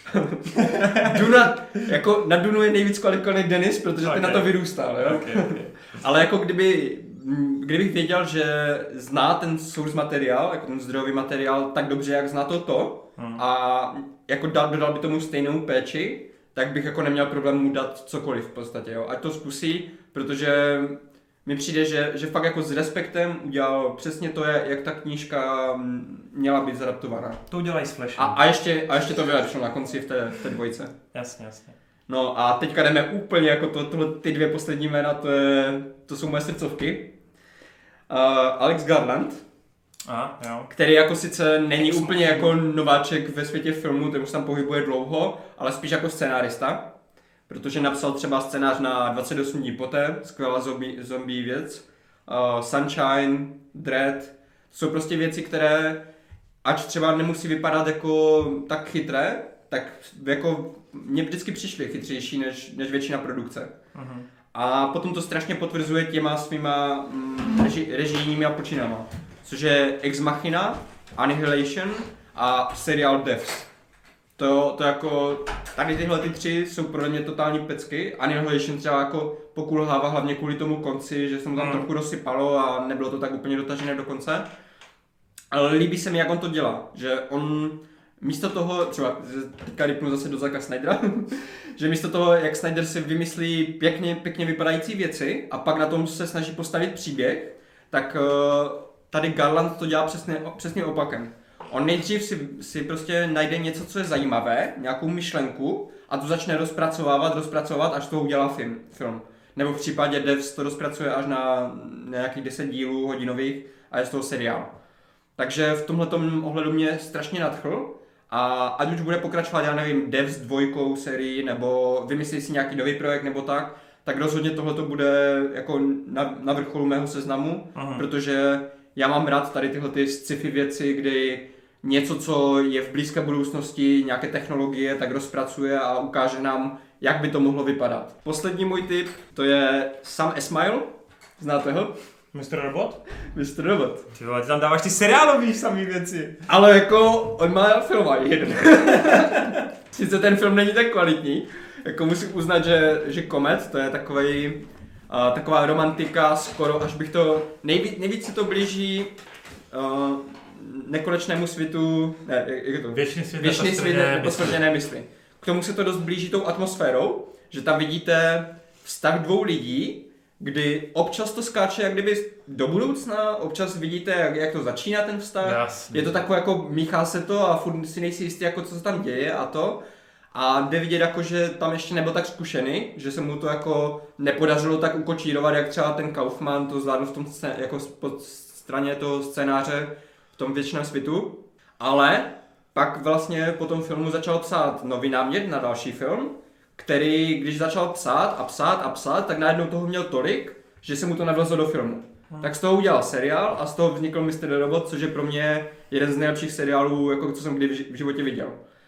Duna, jako na Dunu je nejvíc kvalifikovaný Denis, protože okay. ty na to vyrůstal, jo? Okay, okay. Ale jako kdyby, kdybych věděl, že zná ten source materiál, jako ten zdrojový materiál tak dobře, jak zná to to hmm. a jako dal, dodal by tomu stejnou péči, tak bych jako neměl problém mu dát cokoliv v podstatě, jo? Ať to zkusí, protože mi přijde, že, že fakt jako s respektem udělal přesně to, jak ta knížka měla být zadaptovaná. To udělají s Flashem. A, a, ještě, a ještě to vylepšil na konci v té, v té dvojce. Jasně, jasně. No a teďka jdeme úplně jako to, tohle, ty dvě poslední jména, to, je, to jsou moje srdcovky. Uh, Alex Garland, Aha, jo. který jako sice není úplně jako nováček ve světě filmu, ten už tam pohybuje dlouho, ale spíš jako scénárista. Protože napsal třeba scénář na dvacet osm dní poté, skvělá zombie, zombie věc, uh, Sunshine, Dread, to jsou prostě věci, které, ač třeba nemusí vypadat jako tak chytré, tak jako mě vždycky přišly chytřejší než, než většina produkce. Uh-huh. A potom to strašně potvrzuje těma svýma mm, reži, režijními počinama, což je Ex Machina, Annihilation a seriál Devs. To, to jako, tady tyhle ty tři jsou pro mě totální pecky. Annihilation třeba jako pokulhává hlavně kvůli tomu konci, že se mu tam mm. trochu rozsypalo a nebylo to tak úplně dotažené do konce. Ale líbí se mi, jak on to dělá, že on místo toho, třeba teďka rypnu zase do Zacka Snydera, že místo toho, jak Snyder si vymyslí pěkně, pěkně vypadající věci a pak na tom se snaží postavit příběh, tak tady Garland to dělá přesně, přesně opakem. On nejdřív si, si prostě najde něco, co je zajímavé, nějakou myšlenku a tu začne rozpracovávat, rozpracovat, až to udělá film. film. Nebo v případě Devs to rozpracuje až na nějakých deset dílů hodinových a je z toho seriál. Takže v tomhletom ohledu mě strašně nadchl a ať už bude pokračovat, já nevím, Devs dvojkou sérii nebo vymyslí si nějaký nový projekt nebo tak, tak rozhodně tohleto bude jako na, na vrcholu mého seznamu, Aha. protože já mám rád tady tyhle ty sci-fi věci, kdy něco, co je v blízké budoucnosti, nějaké technologie, tak rozpracuje a ukáže nám, jak by to mohlo vypadat. Poslední můj tip, to je Sam Esmail, znáte ho? mister Robot? mister Robot. Ty vole, ty tam dáváš ty seriálový samý věci. Ale jako, on má film a jeden. Sice ten film není tak kvalitní, jako musím uznat, že, že Comet, to je takovej, uh, taková romantika, skoro až bych to, nejvíc, nejvíc se to blíží uh, nekonečnému světu, ne, jak je to? Věčný svět, Věčný svět neposvrděné mysli. K tomu se to dost blíží tou atmosférou, že tam vidíte vztah dvou lidí, kdy občas to skáče jak kdyby do budoucna, občas vidíte, jak, jak to začíná ten vztah. Jasně. Je to takové jako míchá se to a furt si nejsi jistý, jako co se tam děje a to. A jde vidět, jako, že tam ještě nebyl tak zkušený, že se mu to jako nepodařilo tak ukočírovat, jak třeba ten Kaufman to zvládl v tom scén- jako po straně toho scénáře v tom Věčném světu. Ale pak vlastně po tom filmu začal psát nový námět na další film, který, když začal psát a psát a psát, tak najednou toho měl tolik, že se mu to nevlezlo do filmu. Hmm. Tak z toho udělal seriál a z toho vznikl mister Robot, což je pro mě jeden z nejlepších seriálů, jako co jsem kdy v životě viděl.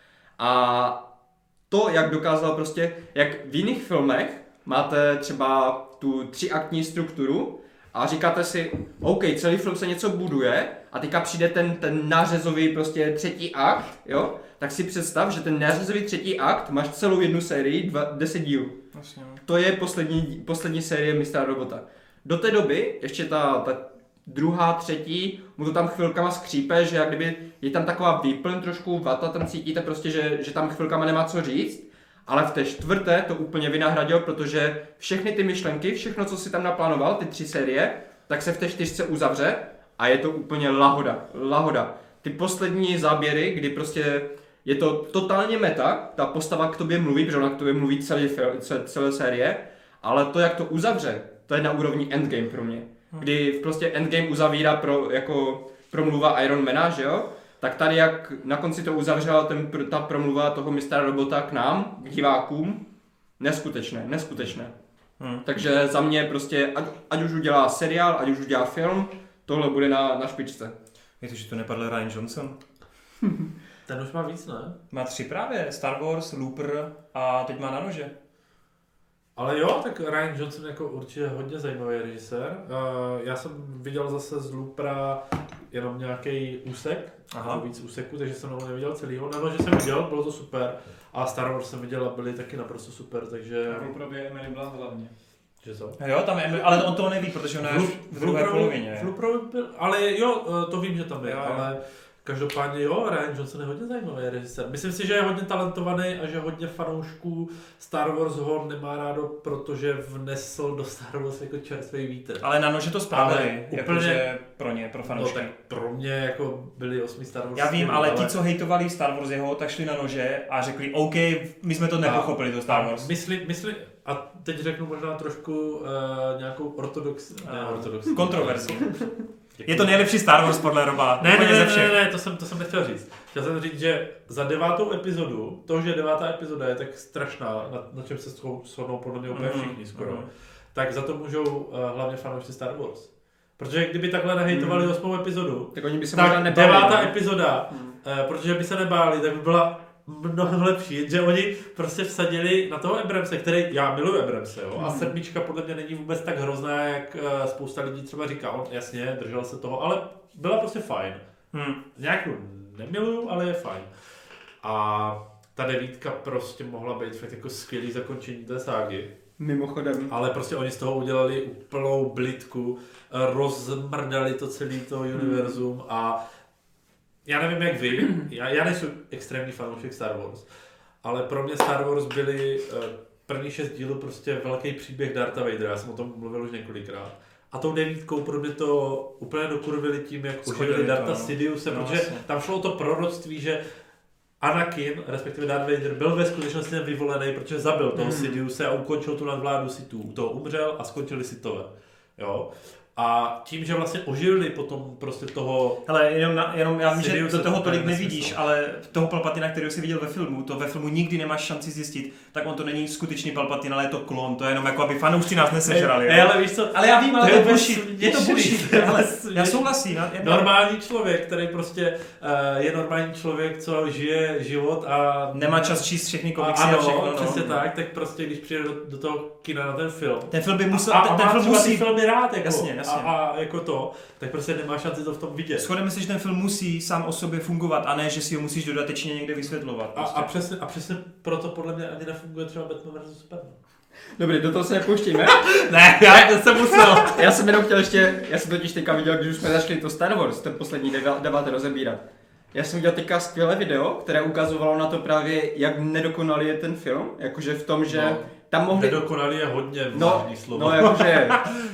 A to, jak dokázal prostě, jak v jiných filmech máte třeba tu třiaktní strukturu a říkáte si, OK, celý film se něco buduje a teďka přijde ten, ten nářezový prostě třetí akt, jo? Tak si představ, že ten nářezový třetí akt máš celou jednu sérii, dva, deset dílů. Vlastně. To je poslední, poslední série mistra Robota. Do té doby ještě ta, ta druhá, třetí, mu to tam chvilkama skřípe, že jak kdyby je tam taková výplň trošku vata, tam cítíte prostě, že, že tam chvilkama nemá co říct, ale v té čtvrté to úplně vynahradil, protože všechny ty myšlenky, všechno, co si tam naplánoval, ty tři série, tak se v té čtyřce uzavře a je to úplně lahoda, lahoda. Ty poslední záběry, kdy prostě je to totálně meta, ta postava k tobě mluví, protože ona k tobě mluví celý film, celé série, ale to, jak to uzavře, to je na úrovni Endgame pro mě. Kdy prostě Endgame uzavírá pro, jako promluva Ironmana, že jo? Tak tady jak na konci to uzavřela ten, ta promluva toho mistra Robota k nám, k divákům, neskutečné, neskutečné. Hmm. Takže za mě prostě, ať, ať už udělá seriál, ať už udělá film, tohle bude na, na špičce. Je to, že to nepadl Rian Johnson? Ten už má víc, ne? Má tři právě, Star Wars, Looper a teď má na nože. Ale jo, tak Rian Johnson jako určitě hodně zajímavý režisér. Uh, já jsem viděl zase z Loopera jenom nějaký úsek, Aha. víc úseků, takže jsem ho neviděl celýho. Na nože jsem viděl, bylo to super. A Star Wars jsem viděl a byly taky naprosto super, takže... A v Looperově Emily Blunt hlavně. Že co? Jo, tam je Emily, ale on toho neví, protože ona je v druhé polovině. V Looperově byl, ale jo, to vím, že tam je, jo, ale... Každopádně jo, Rian Johnson je hodně zajímavý režisér. Myslím si, že je hodně talentovaný a že hodně fanoušků Star Wars ho nemá rádo, protože vnesl do Star Wars jako čerstvý vítr. Ale na nože to spravili, úplně pro ně, pro fanoušky. No tak pro mě jako byli osmý Star Wars. Já vím, ale, ale ti, co hejtovali Star Wars jeho, tak šli na nože a řekli, OK, my jsme to nepochopili, to Star Wars. Myslím, myslím, a teď řeknu možná trošku uh, nějakou ortodox... Ne, ortodox. Kontroverzi. Je to nejlepší Star Wars podle Roba. Ne, ne, ne, ne, ne, to jsem, to jsem nechtěl říct. Chtěl jsem říct, že za devátou epizodu, to, že devátá epizoda je tak strašná, na, na čem se shodnou podle mě úplně všichni skoro, mm. tak za to můžou uh, hlavně fanoušci Star Wars. Protože kdyby takhle nehejtovali mm. osmou epizodu, tak, oni by se tak nebáli, devátá ne? epizoda, mm. uh, protože by se nebáli, tak by byla mnohem lepší, že oni prostě vsadili na toho Abramse, který, já miluji Abramse, jo, a sedmička podle mě není vůbec tak hrozná, jak uh, spousta lidí třeba říká, on jasně, držel se toho, ale byla prostě fajn. Hmm. Nějakou nemiluju, ale je fajn. A ta devítka prostě mohla být fakt jako skvělý zakončení té ságy. Mimochodem. Ale prostě oni z toho udělali úplnou blitku, rozmrdali to celé to univerzum a já nevím jak vy, já, já nejsem extrémní fanoušek Star Wars, ale pro mě Star Wars byly uh, první šest dílů prostě velký příběh Dartha Vadera, já jsem o tom mluvil už několikrát. A tou devítkou pro mě to úplně dokurvili tím, jak oživili Dartha Sidiuse, no, protože vlastně. Tam šlo o to proroctví, že Anakin, respektive Darth Vader, byl ve skutečnosti vyvolený, protože zabil toho mm. Sidiuse a ukončil tu nadvládu Sithů. U toho umřel a skončili Sithové. Jo? A tím, že vlastně oživili potom prostě toho... Hele, jenom, na, jenom já vím, že do toho tolik nevidíš, smysl. Ale toho Palpatina, kterého jsi viděl ve filmu, to ve filmu nikdy nemáš šanci zjistit, tak on to není skutečný Palpatin, ale je to klon, to je jenom jako, aby fanoušci nás nesežrali. Ne, ale víš co? Ale já vím, ale to je bullshit, je to bullshit, ale já souhlasím. Normální člověk, který prostě uh, je normální člověk, co žije život a... Nemá čas číst všechny komiksy a, ano, a všechno. No, přesně no. tak, tak prostě když přijde do, do toho kina na ten film. Ten film by musel, a, ten, a ten film musí... filmy rád, jako, jasně, jasně. A, a jako to, tak prostě nemá šanci to v tom vidět. Shodeme se, že ten film musí sám o sobě fungovat a ne, že si ho musíš dodatečně někde vysvětlovat. Prostě. A, a, přesně, a přesně proto podle mě ani nefunguje třeba Batman versus Superman. Dobrý, do toho se nepouštíme. Ne, já jsem musel. Já jsem jenom chtěl ještě, já jsem totiž teďka viděl, když už jsme začali to Star Wars, ten poslední debát rozebírat. Já jsem viděl teďka skvělé video, které ukazovalo na to právě, jak nedokonalý je ten film, jakože v tom, že no, tam mohli... Nedokonalý je hodně no, slovo. No, jakože...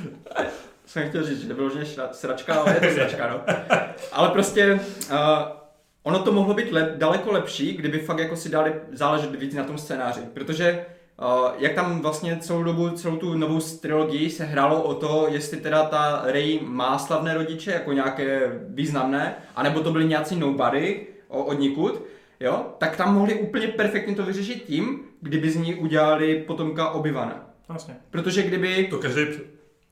jsem chtěl říct, že nebylo sračka, ale je to sračka, no. Ale prostě uh, ono to mohlo být lep, daleko lepší, kdyby fakt jako si dali záležet víc na tom scénáři, protože uh, jak tam vlastně celou dobu, celou tu novou trilogii se hrálo o to, jestli teda ta Rey má slavné rodiče, jako nějaké významné, anebo to byli nějací nobody od nikud, jo, tak tam mohli úplně perfektně to vyřešit tím, kdyby z ní udělali potomka Obi-Wana. Vlastně. Protože kdyby... To každý...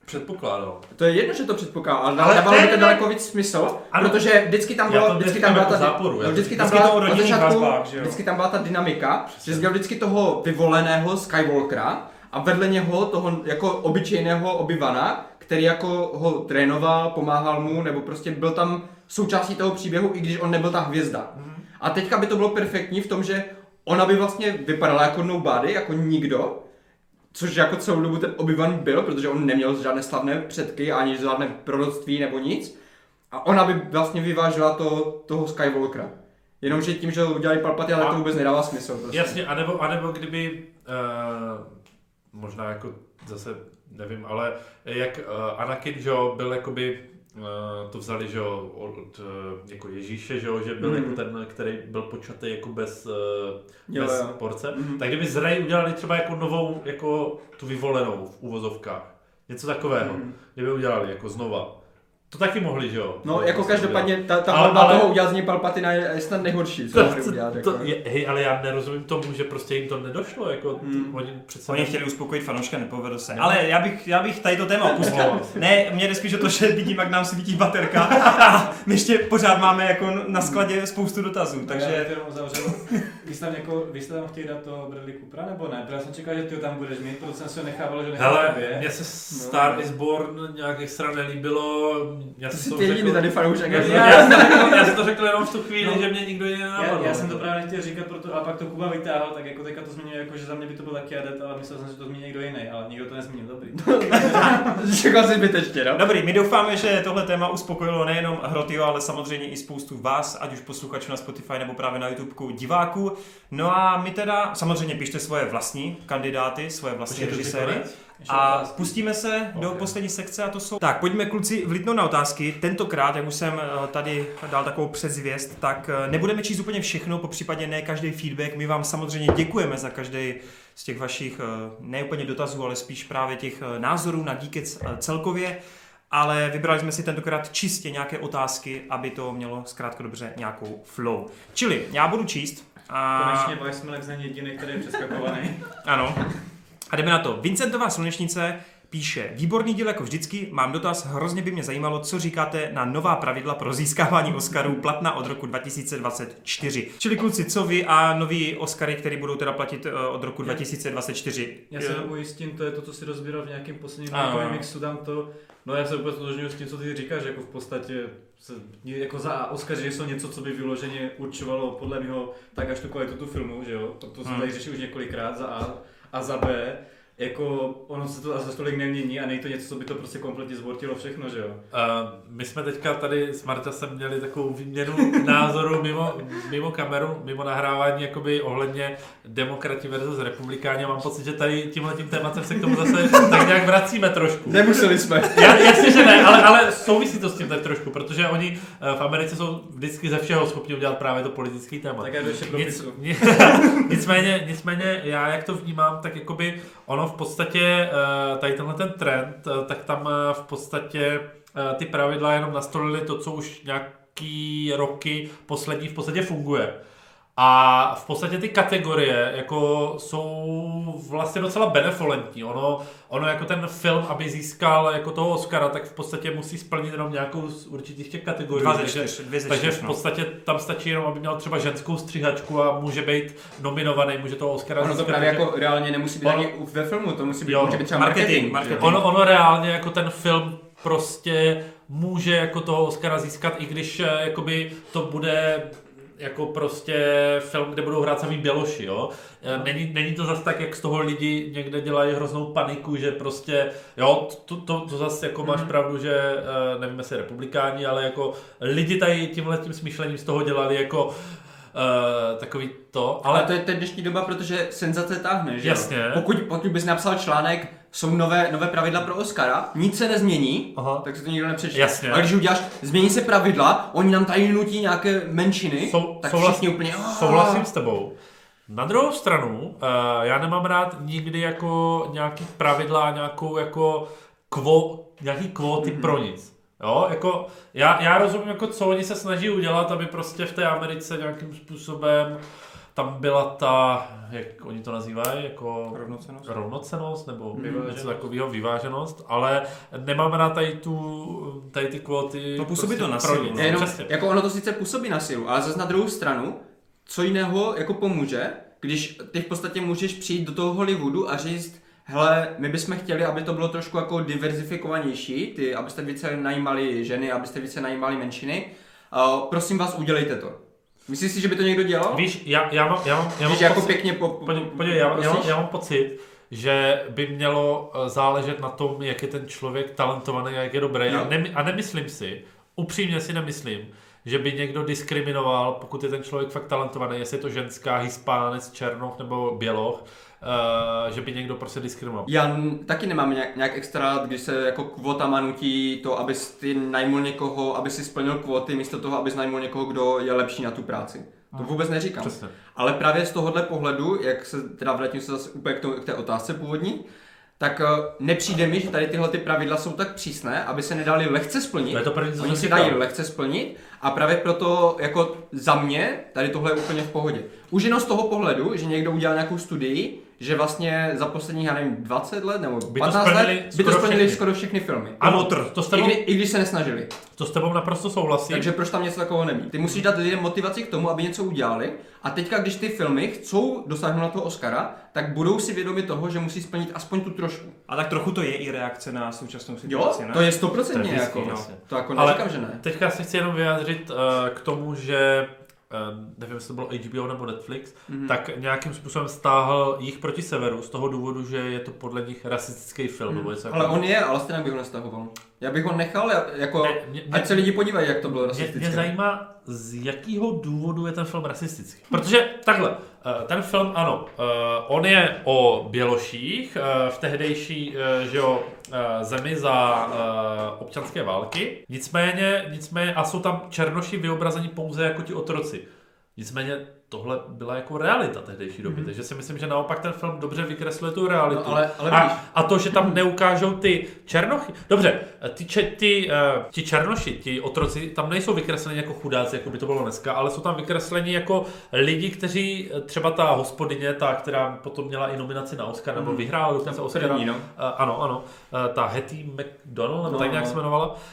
Předpokládal. To je jedno, že to předpokládal, ale, Ale dávalo by ne, to ne. daleko víc smysl, Ano. protože vždycky tam Já bylo, to vždycky tam neříkám byla ta, jako záporu, já no, vždycky tam vždycky byla to o od rodinných začátku, vazbách, že jo? vždycky tam byla ta dynamika, že jsi měl vždycky toho vyvoleného Skywalkera a vedle něho toho jako obyčejného Obi-Wana, který jako ho trénoval, pomáhal mu, nebo prostě byl tam součástí toho příběhu, i když on nebyl ta hvězda. Mm. A teďka by to bylo perfektní v tom, že ona by vlastně vypadala jako nobody, jako nikdo, což jako celou dobu ten Obi-Wan byl, protože on neměl žádné slavné předky, ani žádné proroctví nebo nic. A ona by vlastně vyvážila to, toho Skywalkera. Jenomže tím, že ho udělali Palpatine, ale to vůbec nedává smysl. Prostě. Jasně, anebo, anebo kdyby, uh, možná jako zase, nevím, ale jak uh, Anakin, že jo, byl jakoby, uh, to vzali, že jo, od uh, jako Ježíše, že jo, že byl mm-hmm. jako ten, který byl počatý jako bez, uh, jo, bez jo. porce, Mm-hmm. tak kdyby z Rey udělali třeba jako novou, jako tu vyvolenou v uvozovkách, něco takového, mm-hmm. kdyby udělali jako znova. To taky mohli, že jo? No, jako každopádně ta, ta ale, volba ale... toho udělat z něj Palpatina je, je snad nejhorší, co to, mohli udělat. to, Jako. to, je, hej, ale já nerozumím tomu, že prostě jim to nedošlo, jako Hmm. oni přece... Oni chtěli uspokojit fanouška, nepovedlo se. Ale já bych, já bych tady to téma opustil. No. Ne, mě jde spíš o to, že vidím, jak nám svítí baterka a my ještě pořád máme jako na skladě spoustu dotazů, takže... Já to uzavřel. Vy jste tam, jako, vy jste tam chtěli dát toho Bradley Coopera, nebo ne? Protože já jsem čekal, že ty ho tam budeš mít, protože jsem si ho nechával, že nechával Hele, tobě. mně se Star is Born nějak extra nelíbilo. Já Ty jsem jsi to ty jediný řekl- tady fanoušek. Já, jako já, já. jsem to řekl, já jsem to řekl jenom v tu chvíli, No. že mě nikdo jiný Já, nenapadl. já jsem to právě nechtěl říkat, proto, ale pak to Kuba vytáhl, tak jako teďka to zmiňuje, jako, že za mě by to byl taky adet, ale myslel jsem, že to zmíní někdo jiný, ale nikdo to nezmínil, dobrý. Řekl si zbytečně, no. Dobrý, my doufáme, že tohle téma uspokojilo nejenom Hrotyho, ale samozřejmě i spoustu vás, ať už posluchačů na Spotify nebo právě na YouTubeku, diváků. No a my teda samozřejmě pište svoje vlastní kandidáty, svoje vlastní Počkej, to si režiséry. konec? A pustíme se do Okay. poslední sekce a to jsou... Tak, pojďme kluci vlítnout na otázky. Tentokrát, jak už jsem eh, tady dal takovou předzvěst, tak eh, nebudeme číst úplně všechno, popřípadě ne každý feedback. My vám samozřejmě děkujeme za každý z těch vašich eh, ne úplně dotazů, ale spíš právě těch eh, názorů na Geekec eh, celkově. Ale vybrali jsme si tentokrát čistě nějaké otázky, aby to mělo zkrátka dobře nějakou flow. Čili já budu číst. A... Konečně Weissmelek není jediný, který je přeskakovaný. Ano. A jdeme na to. Vincentová slunečnice píše, výborný díl jako vždycky, mám dotaz, hrozně by mě zajímalo, co říkáte na nová pravidla pro získávání Oscarů platná od roku dva tisíce dvacet čtyři. Čili kluci, co vy a nový Oscary, které budou teda platit od roku dva tisíce dvacet čtyři? Já se ujistím, to je to, co si rozbíral v nějakém posledním Ano. novém mixu, tam to, no já se úplně totožňuji s tím, co ty říkáš, jako v podstatě se, jako za Oscaři jsou něco, co by vyloženě určovalo podle mého tak až tu kvalitu tu filmu, že jo, to, to jsme Hmm. tady řešili už několikrát za A a za B, jako ono se to asi tolik nemění a není to něco, co by to prostě kompletně zbortilo všechno, že jo. Uh, my jsme teďka tady s Marťasem měli takovou výměnu názoru mimo, mimo kameru, mimo nahrávání jakoby ohledně demokrati versus republikáni. Mám pocit, že tady tímhletím tématem se k tomu zase tak nějak vracíme trošku. Nemuseli jsme. Já, jasně, že ne, ale, ale souvisí to s tím tak trošku, protože oni v Americe jsou vždycky ze všeho schopni udělat právě to politický téma. Tak já jdu ještě pro Nic, pizku. nicméně, nicméně já jak to vnímám, tak jakoby ono v podstatě, tady tenhle ten trend, tak tam v podstatě ty pravidla jenom nastolily to, co už nějaký roky poslední v podstatě funguje. A v podstatě ty kategorie jako jsou vlastně docela benevolentní. Ono, ono jako ten film, aby získal jako toho Oscara, tak v podstatě musí splnit jenom nějakou z určitých těch kategorií. Dva ze takže, čtyř, dvě ze takže čtyř, v no. podstatě tam stačí jenom, aby měl třeba ženskou stříhačku a může být nominovaný, může toho Oscara Ono to získat. právě takže- jako reálně nemusí být Ono- ani ve filmu, to musí být, Jo, může být třeba marketing, marketing. marketing. že jo. Ono, ono reálně jako ten film prostě může jako toho Oscara získat, i když eh, jakoby to bude jako prostě film, kde budou hrát samý běloši, jo. Eh, Není, není to zase tak, jak z toho lidi někde dělají hroznou paniku, že prostě, jo, to, to, to zase jako máš pravdu, že eh, nevím, jestli republikáni, ale jako lidi tady tímhletím smýšlením z toho dělali jako Uh, takový to, ale, Ale to je teď dnešní doba, protože senzace táhne, že jo? Jasně. Pokud, pokud bys napsal článek, jsou nové, nové pravidla pro Oscara, nic se nezmění, Aha. tak se to nikdo nepřečte. Jasně. Ale když uděláš, změní se pravidla, oni nám tady nutí nějaké menšiny, Sou, tak souhlas, všichni úplně... "Ah." souhlasím s tebou. Na druhou stranu, uh, já nemám rád nikdy jako nějaký pravidla, nějakou jako kvo, nějaký kvóty mm-hmm. pro nic. Jo, jako já, já rozumím, jako co oni se snaží udělat, aby prostě v té Americe nějakým způsobem tam byla ta, jak oni to nazývají, jako rovnocennost, rovnocennost nebo mm, něco takového, vyváženost, ale nemáme na tady tu, tady ty kvóty. To působí prostě to na sílu. No, jenom, jako ono to sice působí na sílu, ale zase na druhou stranu, co jiného jako pomůže, když ty v podstatě můžeš přijít do toho Hollywoodu a říct, hele, my bychom chtěli, aby to bylo trošku jako diverzifikovanější, ty, abyste více najímali ženy, abyste více najímali menšiny. Uh, prosím vás, udělejte to. Myslíš si, že by to někdo dělal? Víš, já, já mám, já mám, já mám Víš, jako pocit, pěkně po, po, podívej, já, já, mám, já mám pocit, že by mělo záležet na tom, jak je ten člověk talentovaný a jak je dobrý. A, ne, a nemyslím si, upřímně si nemyslím, že by někdo diskriminoval, pokud je ten člověk fakt talentovaný, jestli je to ženská, hispánec, černoch nebo běloch, uh, že by někdo prostě diskriminoval. Já taky nemám nějak, nějak extra rád, když se jako kvotama nutí to, abys ty najmul někoho, aby si splnil kvóty, místo toho, abys najmul někoho, kdo je lepší na tu práci. To vůbec neříkám. Přesně. Ale právě z tohohle pohledu, jak se teda vrátím se zase úplně k, tomu, k té otázce původní, tak nepřijde mi, že tady tyhle ty pravidla jsou tak přísné, aby se nedali lehce splnit. To je to první, Oni si dají lehce splnit a právě proto jako za mě tady tohle je úplně v pohodě. Už jenom z toho pohledu, že někdo udělal nějakou studii, že vlastně za posledních, já nevím, dvacet let nebo patnáct let by to splnili všechny. skoro všechny filmy. Ano, to s tebou, I, kdy, I když se nesnažili. To s tebou naprosto souhlasím. Takže proč tam něco takového nemít? Ty musíš dát lidem motivaci k tomu, aby něco udělali a teďka, když ty filmy chcou dosáhnout na toho Oscara, tak budou si vědomi toho, že musí splnit aspoň tu trošku. A tak trochu to je i reakce na současnou situaci, jo, ne? to je sto procent jako, no. To jako neříkám, ale že ne. Teďka si chci jenom vyjádřit uh, k tomu, že Uh, nevím, jestli to bylo H B O nebo Netflix, mm-hmm. tak nějakým způsobem stáhl jich proti severu z toho důvodu, že je to podle nich rasistický film. Mm. Nebo ale on je, ale stejně bych ho nestahoval. Já bych ho nechal, jako, ne, mě, ať se lidi podívají, jak to bylo rasistické. Mě, mě zajímá, z jakého důvodu je ten film rasistický. Protože takhle, ten film, ano, on je o běloších v tehdejší, že jo, zemi za občanské války. Nicméně, nicméně, a jsou tam černoši vyobrazeni pouze jako ti otroci. Nicméně tohle byla jako realita tehdejší doby, mm-hmm. takže si myslím, že naopak ten film dobře vykresluje tu realitu. No, ale, ale a, a to, že tam neukážou ty černochy, dobře, ty, če, ty, uh, ti černoši, ti otroci, tam nejsou vykresleni jako chudáci, jako by to bylo dneska, ale jsou tam vykresleni jako lidi, kteří, třeba ta hospodyně, ta, která potom měla i nominaci na Oscar, mm-hmm. nebo vyhrála dokonce Oscar. No. Uh, ano, ano, uh, ta Hattie McDonald, nebo no, tak nějak no. se jmenovala, uh,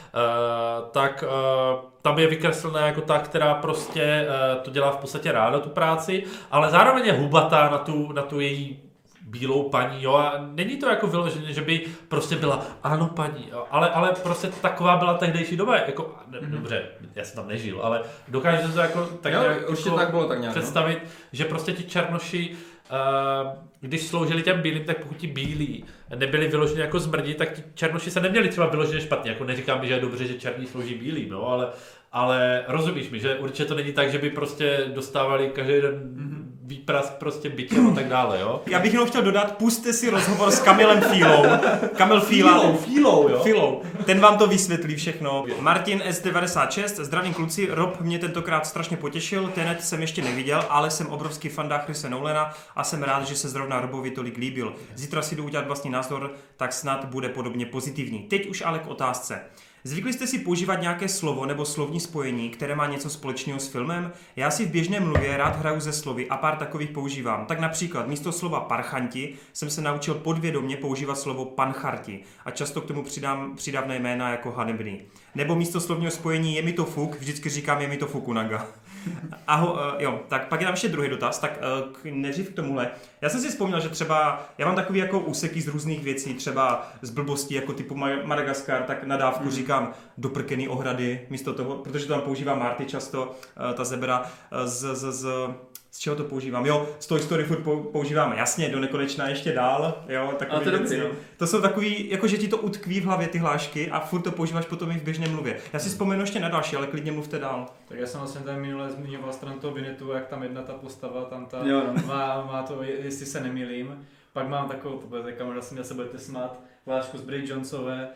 tak uh, tam je vykreslená jako ta, která prostě uh, to dělá v podstatě ráda, tu práci, ale zároveň je hubatá na tu, na tu její bílou paní, jo, a není to jako vyloženě, že by prostě byla, ano paní, jo, ale, ale prostě taková byla tehdejší doba, jako, ne, mm-hmm. dobře, já jsem tam nežil, ale dokážete to jako tak jo, nějak určitě jako tak bylo tak nějak, představit, no? Že prostě ti černoši, uh, když sloužili těm bílým, tak pokud ti bílí nebyli vyloženi jako zmrdi, tak ti černoši se neměli třeba vyloženě špatně, jako neříkám, že je dobře, že černí slouží bílým, no, ale Ale rozumíš mi, že určitě to není tak, že by prostě dostávali každý den výprask prostě bytěm a tak dále, jo? Já bych jenom chtěl dodat, pusťte si rozhovor s Kamilem Fílou. Kamil Fíla. Fílou, Fílou, jo? Fílou. Ten vám to vysvětlí všechno. Martin S devadesát šest, zdravím kluci, Rob mě tentokrát strašně potěšil, Tenet jsem ještě neviděl, ale jsem obrovský fanda Chrise Nolana a jsem rád, že se zrovna Robovi tolik líbil. Zítra si jdu udělat vlastní názor, tak snad bude podobně pozitivní. Teď už ale k otázce. Zvykli jste si používat nějaké slovo nebo slovní spojení, které má něco společného s filmem? Já si v běžné mluvě rád hraju ze slovy a pár takových používám. Tak například místo slova parchanti jsem se naučil podvědomě používat slovo pancharti a často k tomu přidám přídavné jména jako hanebný. Nebo místo slovního spojení je mi to fuk, vždycky říkám je mi to fukunaga. Aho, uh, jo, tak pak je tam ještě druhý dotaz, tak uh, k, nejdřív k tomuhle. Já jsem si vzpomněl, že třeba, já mám takový jako úseky z různých věcí, třeba z blbostí jako typu Madagaskar, tak na dávku mm. říkám doprkený ohrady, místo toho, protože to tam používá Marty často, uh, ta zebra, uh, z, z, z, z čeho to používám? Jo, z Toy Story furt používáme, jasně, do nekonečna ještě dál, jo, takový věci. No. To jsou takový, jako že ti to utkví v hlavě ty hlášky a furt to používáš potom i v běžné mluvě. Já si vzpomenu ještě na další, ale klidně mluvte dál. Tak já jsem vlastně tady minule zmiňoval stran toho Vinetu, jak tam jedna ta postava, tam ta jo, no. má, má to, jestli se nemýlím. Pak mám takovou, to bude kamera, si se budete smát, hlášku z Bridget Jonesové,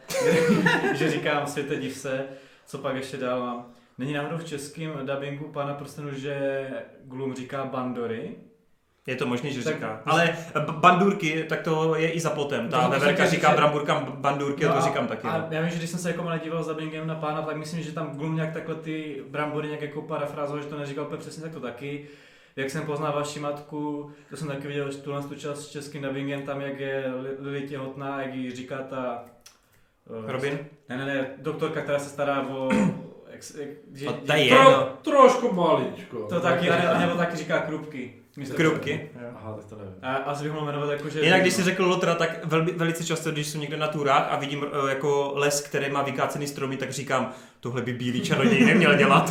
že říkám světe div se, co pak ještě dál mám. Není náhodou v českém dabingu Pána prstenů, že Glum říká bandory? Je to možný, že tak, říká. Ale bandurky, tak to je i za plotem. Ta veverka říká bramburkám bandurky no a to říkám taky. A já vím, že když jsem se jako malý díval s dabingem na Pána, tak myslím, že tam Glum nějak takhle ty brambory nějak jako parafrázoval, že to neříkal úplně přesně, tak to taky. Jak jsem poznal vaši matku, to jsem taky viděl tuhle tu část s českým dubbingem, tam jak je Lily těhotná, jak jí říká ta... Robin? Ne, ne, ne, doktorka, která se stará o... Jak, jak, že, Ta je, Tro, no. Trošku maličko. To taky, ne, nebo taky říká krupky. Krupky? Aha, tak to nevím. A asi bych mohl jmenovat jako, že... Jinak, když jsi řekl Lotra, tak velmi, velice často, když jsem někde na túrách a vidím uh, jako les, který má vykácený stromy, tak říkám, tohle by bílý čaroděj neměl dělat.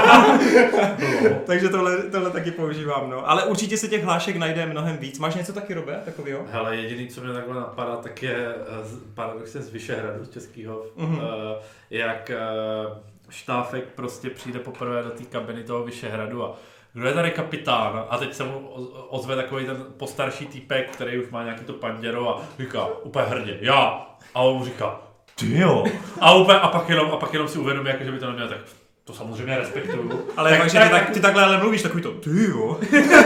Takže tohle, tohle taky používám, no. Ale určitě se těch hlášek najde mnohem víc. Máš něco taky, Robe, takovýho? Hele, jediný, co mě takhle napadá, tak je paradoxně z Vyšehradu, z českého, mm-hmm. uh, jak uh, Štáfek prostě přijde poprvé do té kabiny toho Vyšehradu a kdo je tady kapitán? A teď se mu ozve takový ten postarší týpek, který už má nějaký to panděro a říká úplně hrdě, já. A on mu říká, ty jo. A, úplně, a, pak jenom, a pak jenom si uvědomí, jako, že by to neměl, tak to samozřejmě respektuju. Ale tak, že ty, tak, ty takhle ale mluvíš, takový to, ty jo.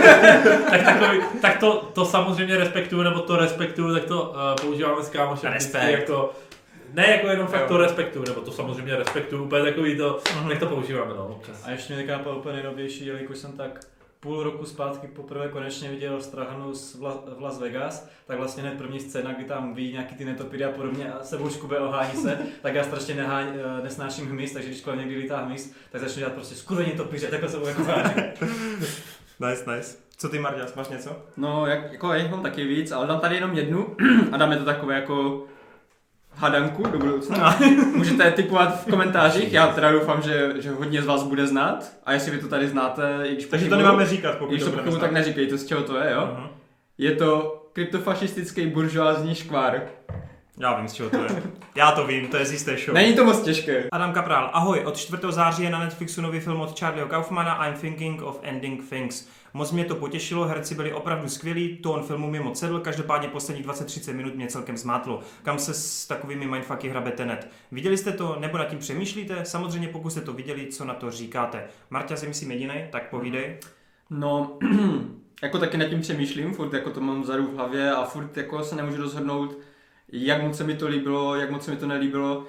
tak takový, tak to, to samozřejmě respektuju, nebo to respektuju, tak to uh, používáme s kámošem. Respekt. Jako, ne jako jenom fakt to respektuju, nebo to samozřejmě respektuju, úplně takový to, mm-hmm. tak to používáme, no, občas. A ještě mě teďka napadl úplně nejnovější, jelikož jsem tak půl roku zpátky poprvé konečně viděl Strahanu v Las Vegas, tak vlastně hned první scéna, kdy tam vidí nějaký ty netopiry a podobně a sebou škube ohání se, tak já strašně neháň, nesnáším hmyz, takže když kolem někdy lítá hmyz, tak začnu dělat prostě skurveně topiře, takhle sebou jako háním. Nice, nice. Co ty, Marťas, máš něco? No, jak, jako já mám taky víc, ale dám tady jenom jednu a dáme to takové jako hadanku do budoucna. Můžete tipovat v komentářích, já teda doufám, že, že hodně z vás bude znát a jestli vy to tady znáte, i když takže to nemáme říkat, pokud když to budeme tak neříkejte, z čeho to je, jo? Uh-huh. Je to kryptofašistický buržoázní škvár. Já vím, z čeho to je. Já to vím, to je z jisté show. Není to moc těžké. Adam Kapral, ahoj, od čtvrtého září je na Netflixu nový film od Charlieho Kaufmana I'm Thinking of Ending Things. Moc mě to potěšilo, herci byli opravdu skvělí, tón filmu mi moc sedl, každopádně posledních dvacet třicet minut mě celkem zmátlo. Kam se s takovými mindfucky hrabe Tenet? Viděli jste to, nebo nad tím přemýšlíte? Samozřejmě pokud jste to viděli, co na to říkáte. Marťa, si myslím jedinej, tak povídej. No, jako taky nad tím přemýšlím, furt jako to mám vzadu v hlavě a furt jako se nemůžu rozhodnout, jak moc se mi to líbilo, jak moc se mi to nelíbilo.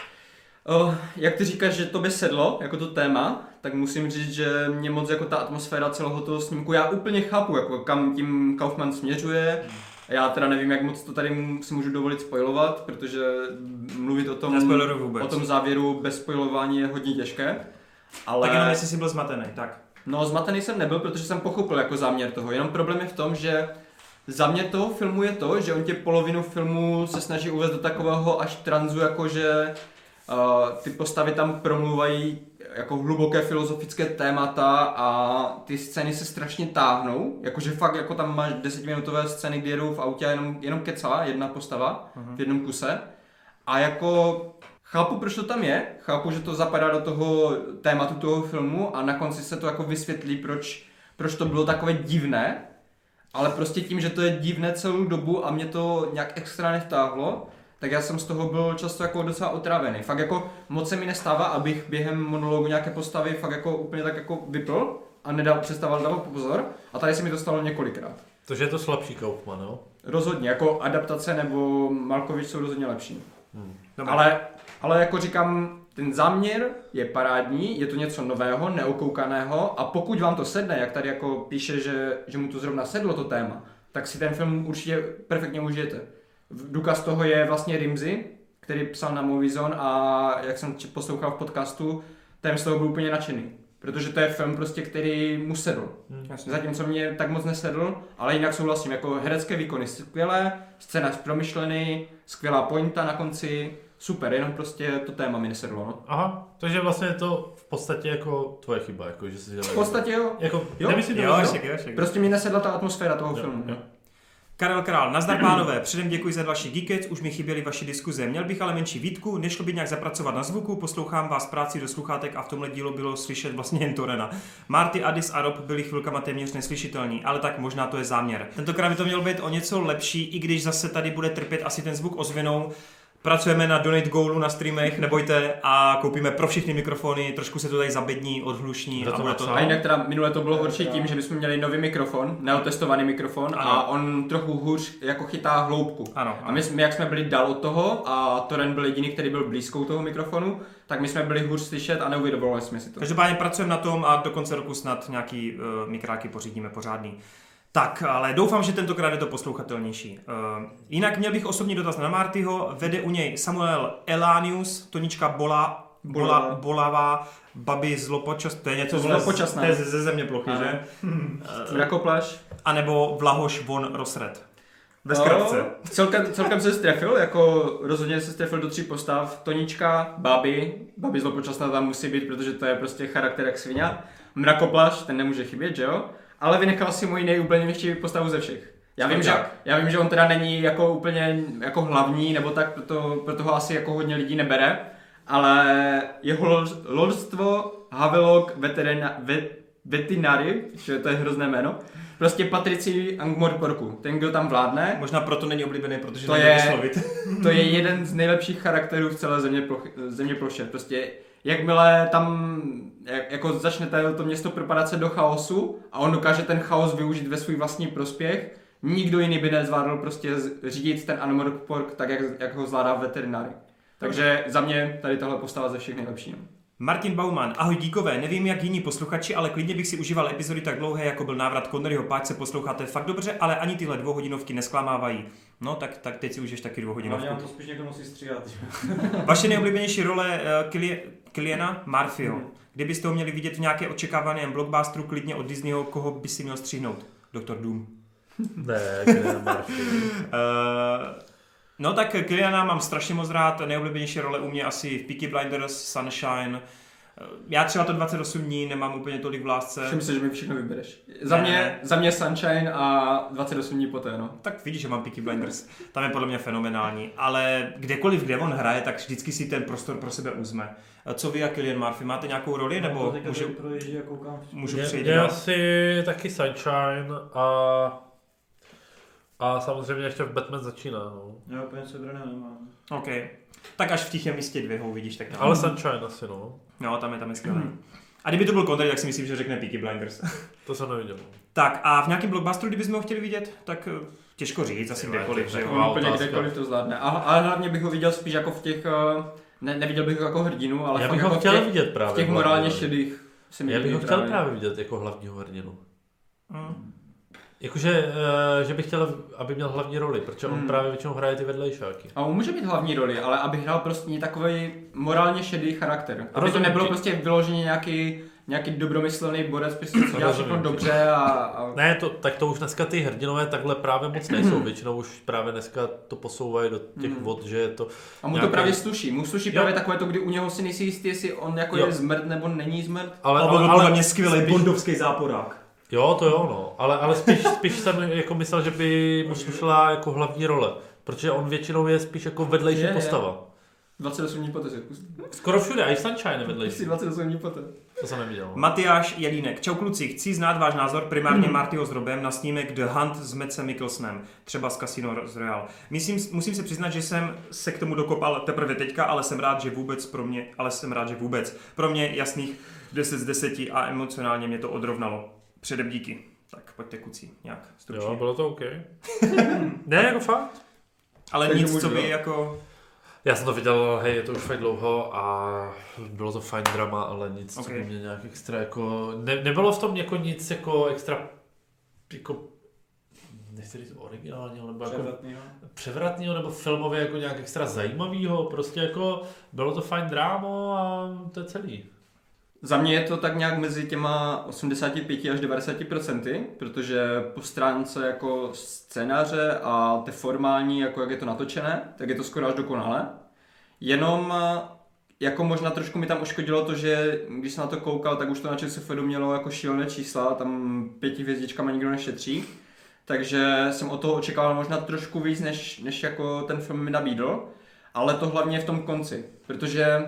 Oh, jak ty říkáš, že to by sedlo, jako to téma, tak musím říct, že mě moc jako ta atmosféra celého toho snímku, já úplně chápu, jako kam tím Kaufman směřuje. Já teda nevím, jak moc to tady si můžu dovolit spoilovat, protože mluvit o tom, o tom závěru bez spoilování je hodně těžké. Ale... Tak jenom jestli jsi byl zmatený, tak. No, zmatený jsem nebyl, protože jsem pochopil jako záměr toho, jenom problém je v tom, že záměr toho filmu je to, že on tě polovinu filmu se snaží uvést do takového až tranzu, jakože Uh, ty postavy tam promluvají jako hluboké filozofické témata a ty scény se strašně táhnou, jakože fakt jako tam máš desetiminutové scény, kdy jedou v autě a jenom, jenom kecá jedna postava uh-huh. v jednom kuse a jako chápu, proč to tam je, chápu, že to zapadá do toho tématu toho filmu a na konci se to jako vysvětlí, proč, proč to bylo takové divné, ale prostě tím, že to je divné celou dobu a mě to nějak extra nevtáhlo, tak já jsem z toho byl často jako docela otrávený. Fakt jako moc se mi nestává, abych během monologu nějaké postavy fakt jako úplně tak jako vypl a nedal, přestával dávat pozor. A tady se mi to stalo několikrát. Takže je to slabší Kaufman, jo? Rozhodně, jako adaptace nebo Malkovič jsou rozhodně lepší. Hmm. Ale, ale jako říkám, ten záměr je parádní, je to něco nového, neokoukaného a pokud vám to sedne, jak tady jako píše, že, že mu to zrovna sedlo to téma, tak si ten film určitě perfektně užijete. Důkaz toho je vlastně Rimzi, který psal na Movie Zone a jak jsem poslouchal v podcastu, ten z toho byl úplně nadšený. Protože to je film prostě, který mu sedl. Hmm. Zatímco mě tak moc nesedl, ale jinak souhlasím, jako herecké výkony skvělé, scénář promyšlený, skvělá pointa na konci, super, jenom prostě to téma mi nesedlo. No. Aha, takže vlastně je to v podstatě jako tvoje chyba, jako že si dělal. V podstatě jo. Jako, jo, nemyslím, jo, jo, však, jo, však. Prostě mi nesedla ta atmosféra toho jo, filmu. Jo. Karel Král, nazdar pánové, předem děkuji za další Geekec, už mi chyběly vaši diskuze, měl bych ale menší výtku, nešlo by nějak zapracovat na zvuku, poslouchám vás práci do sluchátek a v tomhle dílu bylo slyšet vlastně jen Torena. Marty, Addis a Rob byli chvilkama téměř neslyšitelní, ale tak možná to je záměr. Tentokrát by to mělo být o něco lepší, i když zase tady bude trpět asi ten zvuk ozvěnou. Pracujeme na donate goalu na streamech, nebojte, a koupíme pro všechny mikrofony, trošku se to tady zabední, odhlušní. To a, bude to... a jinak teda minule to bylo horší tím, že bychom měli nový mikrofon, neotestovaný mikrofon, ano. A on trochu hůř jako chytá hloubku. Ano, ano. A my, my jak jsme byli dal od toho a Toren byl jediný, který byl blízkou toho mikrofonu, tak my jsme byli hůř slyšet a neuvědomovali jsme si to. Každopádně pracujeme na tom a do konce roku snad nějaký uh, mikráky pořídíme pořádný. Tak, ale doufám, že tentokrát je to poslouchatelnější. Uh, jinak měl bych osobní dotaz na Martyho. Vede u něj Samuel Elanius, Tonička Bola, Bola, Bolavá, Babi Zlopočas, to je něco zlopočasné. To je ze země plochy, že? Mrakoplaš. A nebo Vlahoš von Rosred. Ve zkratce. No, celkem, celkem se strefil, jako rozhodně se strefil do tří postav. Tonička, Babi, Babi Zlopočasná tam musí být, protože to je prostě charakter jak svině. Mrakoplaš, ten nemůže chybět, že jo? Ale vynechal si moji nejúplnější postavu ze všech. Já vím, že, já vím, že on teda není jako úplně jako hlavní, nebo tak, proto, proto ho asi jako hodně lidí nebere, ale jeho lordstvo Havelok veterina, vet, Vetinary, že to je hrozné jméno, prostě Patrici Angmorporku, ten, kdo tam vládne. Možná proto není oblíbený, protože to nejde je, vyslovit. To je jeden z nejlepších charakterů v celé země, ploch, země ploše. Prostě jakmile tam jak, jako začne to město propadat se do chaosu a on dokáže ten chaos využít ve svůj vlastní prospěch, nikdo jiný by nezvládl prostě řídit ten Angmorpork tak, jak, jak ho zvládá Veterinary. Takže za mě tady tahle postava ze všech nejlepší. Martin Bauman, ahoj díkové, nevím jak jiní posluchači, ale klidně bych si užíval epizody tak dlouhé, jako byl návrat Conneryho, páč se posloucháte fakt dobře, ale ani tyhle dvouhodinovky nesklamávají. No tak, tak teď si užiješ taky dvouhodinovku. No, já to spíš někdo musí stříhat. Vaše nejoblíbenější role uh, Kyliana Murphyho. Hmm. Kdybyste ho měli vidět v nějaké očekávaném blockbusteru, klidně od Disneyho, koho by si měl stříhnout? doktor Doom. Ne, Kylian Murphy. uh, No tak Kyliana mám strašně moc rád, nejoblíbenější role u mě asi v Peaky Blinders, Sunshine. Já třeba to dvacet osm dní nemám úplně tolik v lásce. Všem si, že mi všechno vybereš. Za mě, za mě Sunshine a dvacet osm dní poté, no. Tak vidíš, že mám Peaky Blinders. Tam je podle mě fenomenální, ale kdekoliv, kde on hraje, tak vždycky si ten prostor pro sebe uzme. Co vy a Kylian Murphy, máte nějakou roli, nebo no, můžu, proježdí a koukám. můžu je, přejít? Je asi taky Sunshine a a samozřejmě ještě v Batman začíná, no. Já úplně sebrané nemám. OK. Tak až v Tichém místě dvě ho uvidíš, tak tam. Ale Sunshine asi, no. No, tam je, tam je skvělý. Hmm. A kdyby to byl Connery, tak si myslím, že řekne Peaky Blinders. To jsem neviděl. Tak a v nějakém blockbusteru, kdybychom ho chtěli vidět, tak těžko říct, asi kdekoliv, že jo. Úplně kdekoliv to zvládne. A, ale hlavně bych ho viděl spíš jako v těch, ne, neviděl bych ho jako hrdinu, ale já fakt bych jako ho chtěl v těch, vidět právě. v těch morálně šedých. Já bych ho chtěl právě. právě vidět jako hlavního hrdinu. Hmm. Jakože, uh, že bych chtěl, aby měl hlavní roli, protože on hmm. právě většinou hraje ty vedlejšáky. A on může mít hlavní roli, ale aby hrál prostě takový morálně šedý charakter. Aby Rozumím, to nebylo že... prostě vyloženě nějaký, nějaký dobromyslný borec, prostě co dělá všechno dobře a, a... Ne, to, tak to už dneska ty hrdinové takhle právě moc nejsou, většinou už právě dneska to posouvají do těch hmm. vod, že je to... A mu nějaký... to právě sluší, mu sluší jo. právě takové to, kdy u něho si nejsi jistý, jestli on jako jo. je zmrt nebo není zmrt. Ale, ale, ale, ale podle mě skvělý bondovský záporák. Jo, to jo, no, ale, ale spíš, spíš jsem jako myslel, že by mu slušela jako hlavní role, protože on většinou je spíš jako vedlejší je, postava. Je. dvacet osm dní poté si pustí. Skoro všude, a i Sunshine je vedlejší. dvacet osm dní poté. To jsem neviděl. Matyáš Jelínek. Čau kluci, chci znát váš názor primárně hmm. Martyho s Robem na snímek The Hunt s Madsem Mikkelsenem, třeba z Casino Royale. Myslím, musím se přiznat, že jsem se k tomu dokopal teprve teďka, ale jsem rád, že vůbec pro mě, ale jsem rád, že vůbec. Pro mě jasných deset z deseti a emocionálně mě to odrovnalo. Předem díky. Tak pojďte kucí, nějak stručně. Jo, bylo to OK. Ne, jako fakt. Ale tak nic, co by jako... Já jsem to viděl, hej, je to už fakt dlouho a bylo to fajn drama, ale nic, okay. co by mě nějak extra jako... Ne, nebylo v tom jako nic jako extra, jako... Nechci říct originálního, nebo jako... Převratného. Převratného, nebo filmově jako nějak extra zajímavého, prostě jako... Bylo to fajn drámo a to je celý. Za mě je to tak nějak mezi těma osmdesát pět až devadesát procent, protože po stránce jako scénáře a té formální, jako jak je to natočené, tak je to skoro až dokonalé. Jenom jako možná trošku mi tam uškodilo to, že když jsem na to koukal, tak už to na ČSFD mělo jako šílené čísla, tam pěti hvězdičkama nikdo nešetří. Takže jsem od toho očekával možná trošku víc, než, než jako ten film mi nabídl. Ale to hlavně je v tom konci, protože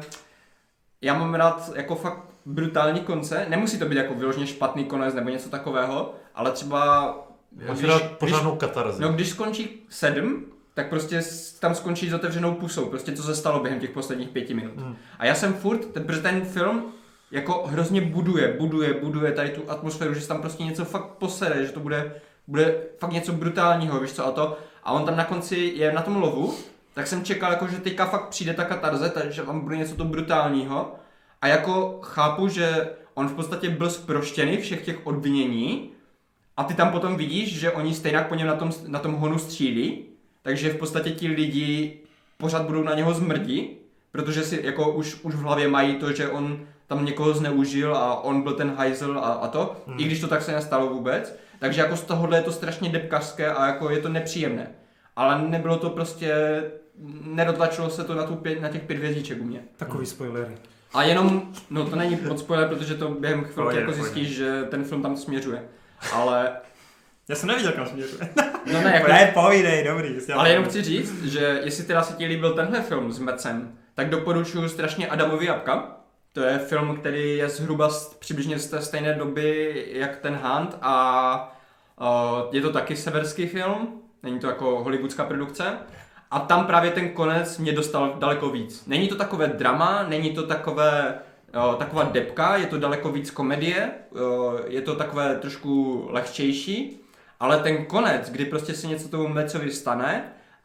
já mám rád jako fakt brutální konce, nemusí to být jako vyloženě špatný konec nebo něco takového, ale třeba... Máš rád pořádnou katarzi. No když skončí sedm, tak prostě tam skončí s otevřenou pusou, prostě co se stalo během těch posledních pěti minut. Hmm. A já jsem furt, ten, protože ten film jako hrozně buduje, buduje, buduje tady tu atmosféru, že se tam prostě něco fakt posede, že to bude, bude fakt něco brutálního, víš co, a to, a on tam na konci je na tom lovu, tak jsem čekal, jako, že teďka fakt přijde ta katarze, takže tam bude něco to brutálního, a jako chápu, že on v podstatě byl zproštěný všech těch obvinění, a ty tam potom vidíš, že oni stejně po něm na tom, na tom honu střílí, takže v podstatě ti lidi pořád budou na něho zmrdí, protože si jako už, už v hlavě mají to, že on tam někoho zneužil a on byl ten hajzl a, a to, hmm. i když to tak se nestalo vůbec. Takže jako z tohohle je to strašně depkařské a jako je to nepříjemné. Ale nebylo to prostě, nedotlačilo se to na, tu pět, na těch pět hvězdiček u mě. Takový spoilery. A jenom, no to není moc spoiler, protože to během chvilky jako zjistíš, že ten film tam směřuje. Ale... Já jsem neviděl, kam směřuje. No ne, jako... Ne, povídej, dobrý. Ale jenom chci říct, že jestli teda se ti líbil tenhle film s Mecem, tak doporučuji strašně Adamovi jabka. To je film, který je zhruba přibližně z té stejné doby jak ten Hunt a uh, je to taky severský film, není to jako hollywoodská produkce. A tam právě ten konec mě dostal daleko víc. Není to takové drama, není to takové, uh, taková depka, je to daleko víc komedie, uh, je to takové trošku lehčejší, ale ten konec, kdy prostě se něco tomu Mecovi stane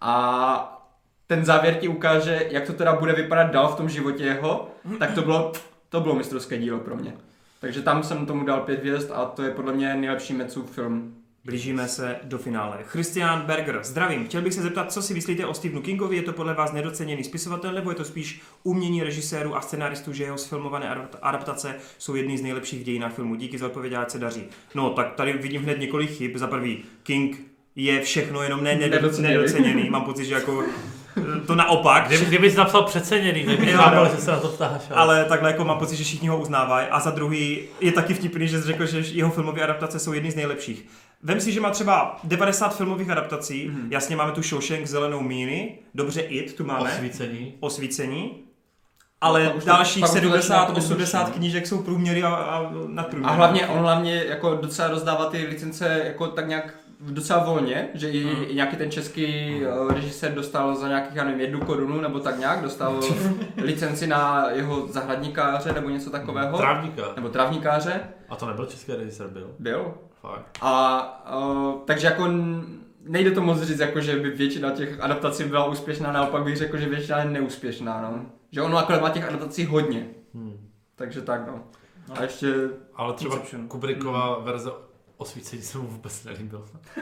a ten závěr ti ukáže, jak to teda bude vypadat dál v tom životě jeho, tak to bylo, to bylo mistrovské dílo pro mě. Takže tam jsem tomu dal pět hvězd a to je podle mě nejlepší Mecův film. Blížíme se do finále. Christian Berger, zdravím. Chtěl bych se zeptat, co si myslíte o Stephenu Kingovi? Je to podle vás nedoceněný spisovatel, nebo je to spíš umění režisérů a scenáristů, že jeho sfilmované adaptace jsou jedny z nejlepších v dějinách filmu? Díky za odpověď, ať se daří. No, tak tady vidím hned několik chyb. Za prvý, King je všechno, jenom ne nedoceněný. nedoceněný. Mám pocit, že jako to naopak. Kdyby, kdybys napsal přeceněný, nebych chápal, že se na to ptáš. Ale... ale takhle jako mám pocit, že všichni ho uznávají. A za druhý je taky vtipný, že jsi řekl, že jeho filmové adaptace jsou jedny z nejlepších. Vem si, že má třeba devadesát filmových adaptací, mm-hmm. jasně máme tu Shawshank, Zelenou míny, dobře It, tu máme. Osvícení. Osvícení. Ale no, dalších tam, sedmdesát osmdesát knížek jsou průměry a, a nadprůměry. A hlavně on hlavně jako docela rozdává ty licence jako tak nějak docela volně, že i, hmm. i nějaký ten český uh, režisér dostal za nějakých, já nevím, jednu korunu nebo tak nějak, dostal licenci na jeho zahradníkáře nebo něco takového. Trávníka. Nebo trávníkáře. A to nebyl český režisér, byl? Byl. Fakt. A uh, takže jako nejde to moc říct, jako, že by většina těch adaptací byla úspěšná, naopak bych řekl, že většina je neúspěšná, no. Že ono akorát má těch adaptací hodně. Hmm. Takže tak, no. A ještě... Ale třeba Kubrickova hmm. verze Osvícení se mu vůbec nelíbil.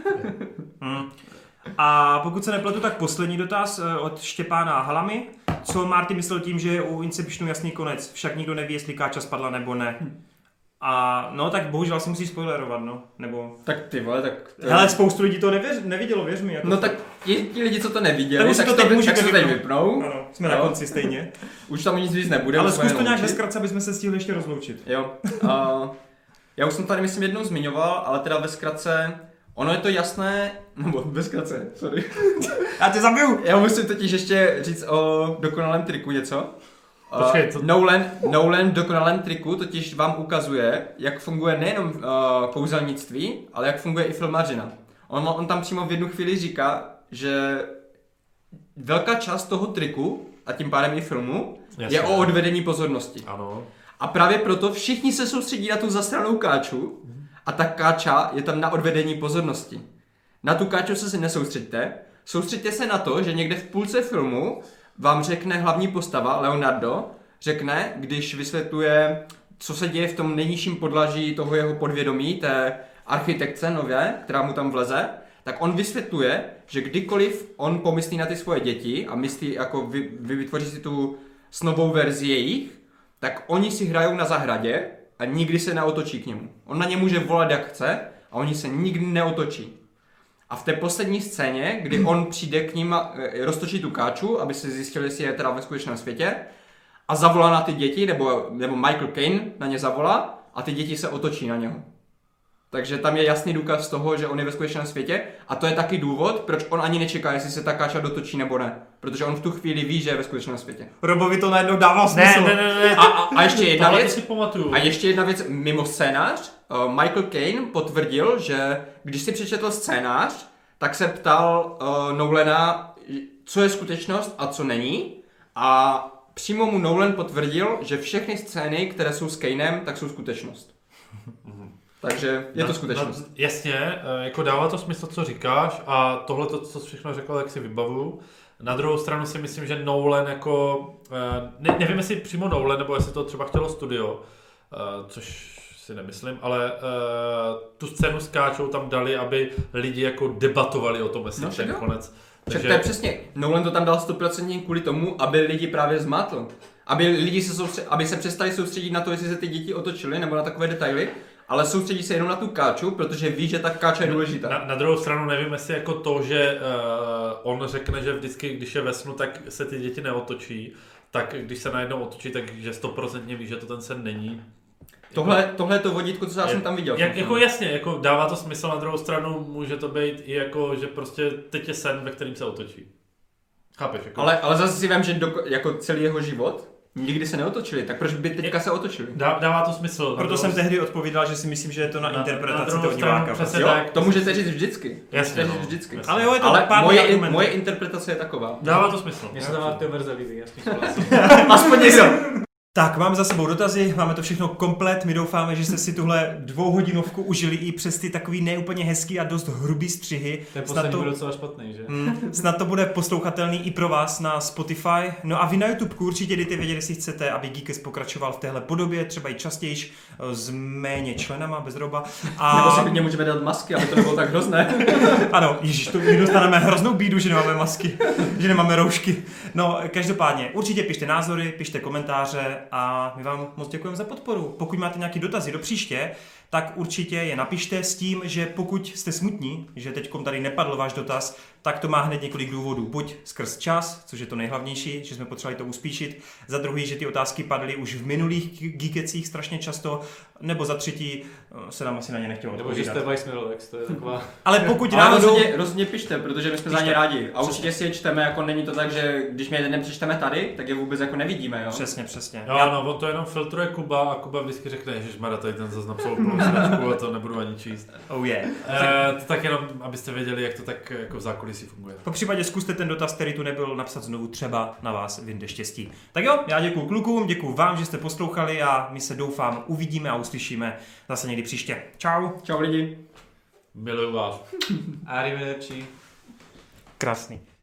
hmm. A pokud se nepletu, tak poslední dotaz od Štěpána Halamy. Co Marty myslel tím, že je u Inceptionu jasný konec? Však nikdo neví, jestli Káča spadla nebo ne. A no tak bohužel si musí spoilerovat, no. Nebo... Tak ty vole, tak... To... Hele, spoustu lidí to nevěř, nevidělo, věř mi. Jako no to... tak ti, ti lidi, co to neviděli, tak, tak, to tak, teď, tak se teď vypnou. Ano, jsme no. na konci stejně. Už tam nic víc nebude. Ale zkus to nějak ve zkratce, aby jsme se stihli ještě rozloučit. Jo. Uh, já už jsem tady myslím jednou zmiňoval, ale teda ve zkratce, ono je to jasné, nebo ve zkratce, sorry. Já tě zabiju. Já musím totiž ještě říct o dokonalém triku něco. Počkej, to... Nolan, Nolan v dokonalém triku totiž vám ukazuje, jak funguje nejenom uh, kouzelnictví, ale jak funguje i filmařina. On, on tam přímo v jednu chvíli říká, že velká část toho triku, a tím pádem i filmu, Jasně. je o odvedení pozornosti. Ano. A právě proto všichni se soustředí na tu zasranou káču a ta káča je tam na odvedení pozornosti. Na tu káču se si nesoustřeďte, soustřeďte se na to, že někde v půlce filmu vám řekne hlavní postava, Leonardo, řekne, když vysvětluje, co se děje v tom nejnižším podlaží toho jeho podvědomí, té architekce nové, která mu tam vleze, tak on vysvětluje, že kdykoliv on pomyslí na ty svoje děti a myslí, jako vy, vy vytvoří si tu snovou verzi jejich, tak oni si hrajou na zahradě a nikdy se neotočí k němu. On na ně může volat, jak chce, a oni se nikdy neotočí. A v té poslední scéně, kdy on přijde k ním a roztočí tu káču, aby se zjistili, jestli je teda ve skutečném světě, a zavolá na ty děti, nebo, nebo Michael Caine na ně zavolá, a ty děti se otočí na něho. Takže tam je jasný důkaz toho, že on je ve skutečném světě, a to je taky důvod, proč on ani nečeká, jestli se ta káča dotočí nebo ne. Protože on v tu chvíli ví, že je ve skutečném světě. Robovi to najednou dává smysl. Ne, ne, ne, ne. A, a, a ještě jedna Tohle věc. si pamatuju. A ještě jedna věc mimo scénář. Uh, Michael Caine potvrdil, že když si přečetl scénář, tak se ptal uh, Nolana, co je skutečnost a co není. A přímo mu Nolan potvrdil, že všechny scény, které jsou s Kanem, tak jsou skutečnost. Takže je to na, skutečnost. Na, jasně, jako dává to smysl, co říkáš a tohle, co všechno řekl, tak si vybavuju. Na druhou stranu si myslím, že Nolan jako, ne, nevím jestli přímo Nolan, nebo jestli to třeba chtělo studio, což si nemyslím, ale tu scénu s Káčou tam dali, aby lidi jako debatovali o tom, jestli no, ten konec. Takže... To je přesně, Nolan to tam dal sto procent kvůli tomu, aby lidi právě zmátl. Aby lidi se, soustřed... aby se přestali soustředit na to, jestli se ty děti otočily, nebo na takové detaily, ale soustředí se jenom na tu Káču, protože ví, že ta Káča je důležitá. Na, na druhou stranu nevím, jestli jako to, že uh, on řekne, že vždycky, když je ve snu, tak se ty děti neotočí, tak když se najednou otočí, takže stoprocentně ví, že to ten sen není. Tohle, tohle je to vodítko, co já je, jsem tam viděl. Jak, jako jasně, jako dává to smysl, na druhou stranu může to být i jako, že prostě teď je sen, ve kterým se otočí. Chápeš? Jako... Ale, ale zase si vím, že do, jako celý jeho život nikdy se neotočili, tak proč by teďka se otočili? Dá, dává to smysl. Proto jsem tehdy odpovídal, že si myslím, že je to na, na interpretaci na toho diváka. Jo, tak, to můžete říct vždycky. Jasně, říct no. vždycky. Ale jo, je to ale pár moje, in, moje interpretace je taková. Dává to smysl. Mně se ta Marty verze líbí, jasně souhlasím. Aspoň něco. Tak, máme za sebou dotazy, máme to všechno komplet, my doufáme, že jste si tuhle dvouhodinovku užili i přes ty takový neúplně hezký a dost hrubý střihy. To je poslední to... docela špatný, že? Mm, snad to bude poslouchatelný i pro vás na Spotify. No a vy na YouTube určitě dejte vědět, jestli chcete, aby Geekes pokračoval v téhle podobě, třeba i častěji s méně členama, bez roba. A... Nebo si klidně můžeme dát masky, aby to nebylo tak hrozné. Ano, ježiš, to my dostaneme hroznou bídu, že nemáme masky, že nemáme roušky. No, každopádně, určitě pište názory, pište komentáře a my vám moc děkujeme za podporu. Pokud máte nějaké dotazy do příště, tak určitě je napište s tím, že pokud jste smutní, že teďkom tady nepadl váš dotaz, tak to má hned několik důvodů. Buď skrz čas, což je to nejhlavnější, že jsme potřebovali to uspíšit, za druhý, že ty otázky padly už v minulých Geekecích strašně často, nebo za třetí se nám asi na ně nechtělo odpovídat. Nebo že jste Weissmilovex, to je taková... Ale pokud Ale náhodou... rozhodně, rozhodně pište, protože my jsme za ně rádi. A určitě si je čteme, jako není to tak, že když my je nepřečteme tady, tak je vůbec jako nevidíme, jo? Přesně, přesně. Jo, no, on to jenom filtruje Kuba a Kuba vždycky řekne, ježišmarja, tady ten zase napsal úplnou sračku a to nebudu ani číst. Oh yeah. E, tak jenom, abyste věděli, jak to tak jako v zákulisí funguje. Po případě zkuste ten dotaz, který tu nebyl, napsat znovu, třeba na vás vyjde štěstí. Tak jo, já děkuju klukům, děkuju vám, že jste poslouchali a my se doufám uvidíme a uslyšíme zase někdy příště. Čau. Čau lidi. Miluju vás. Arrivederci. Krásný.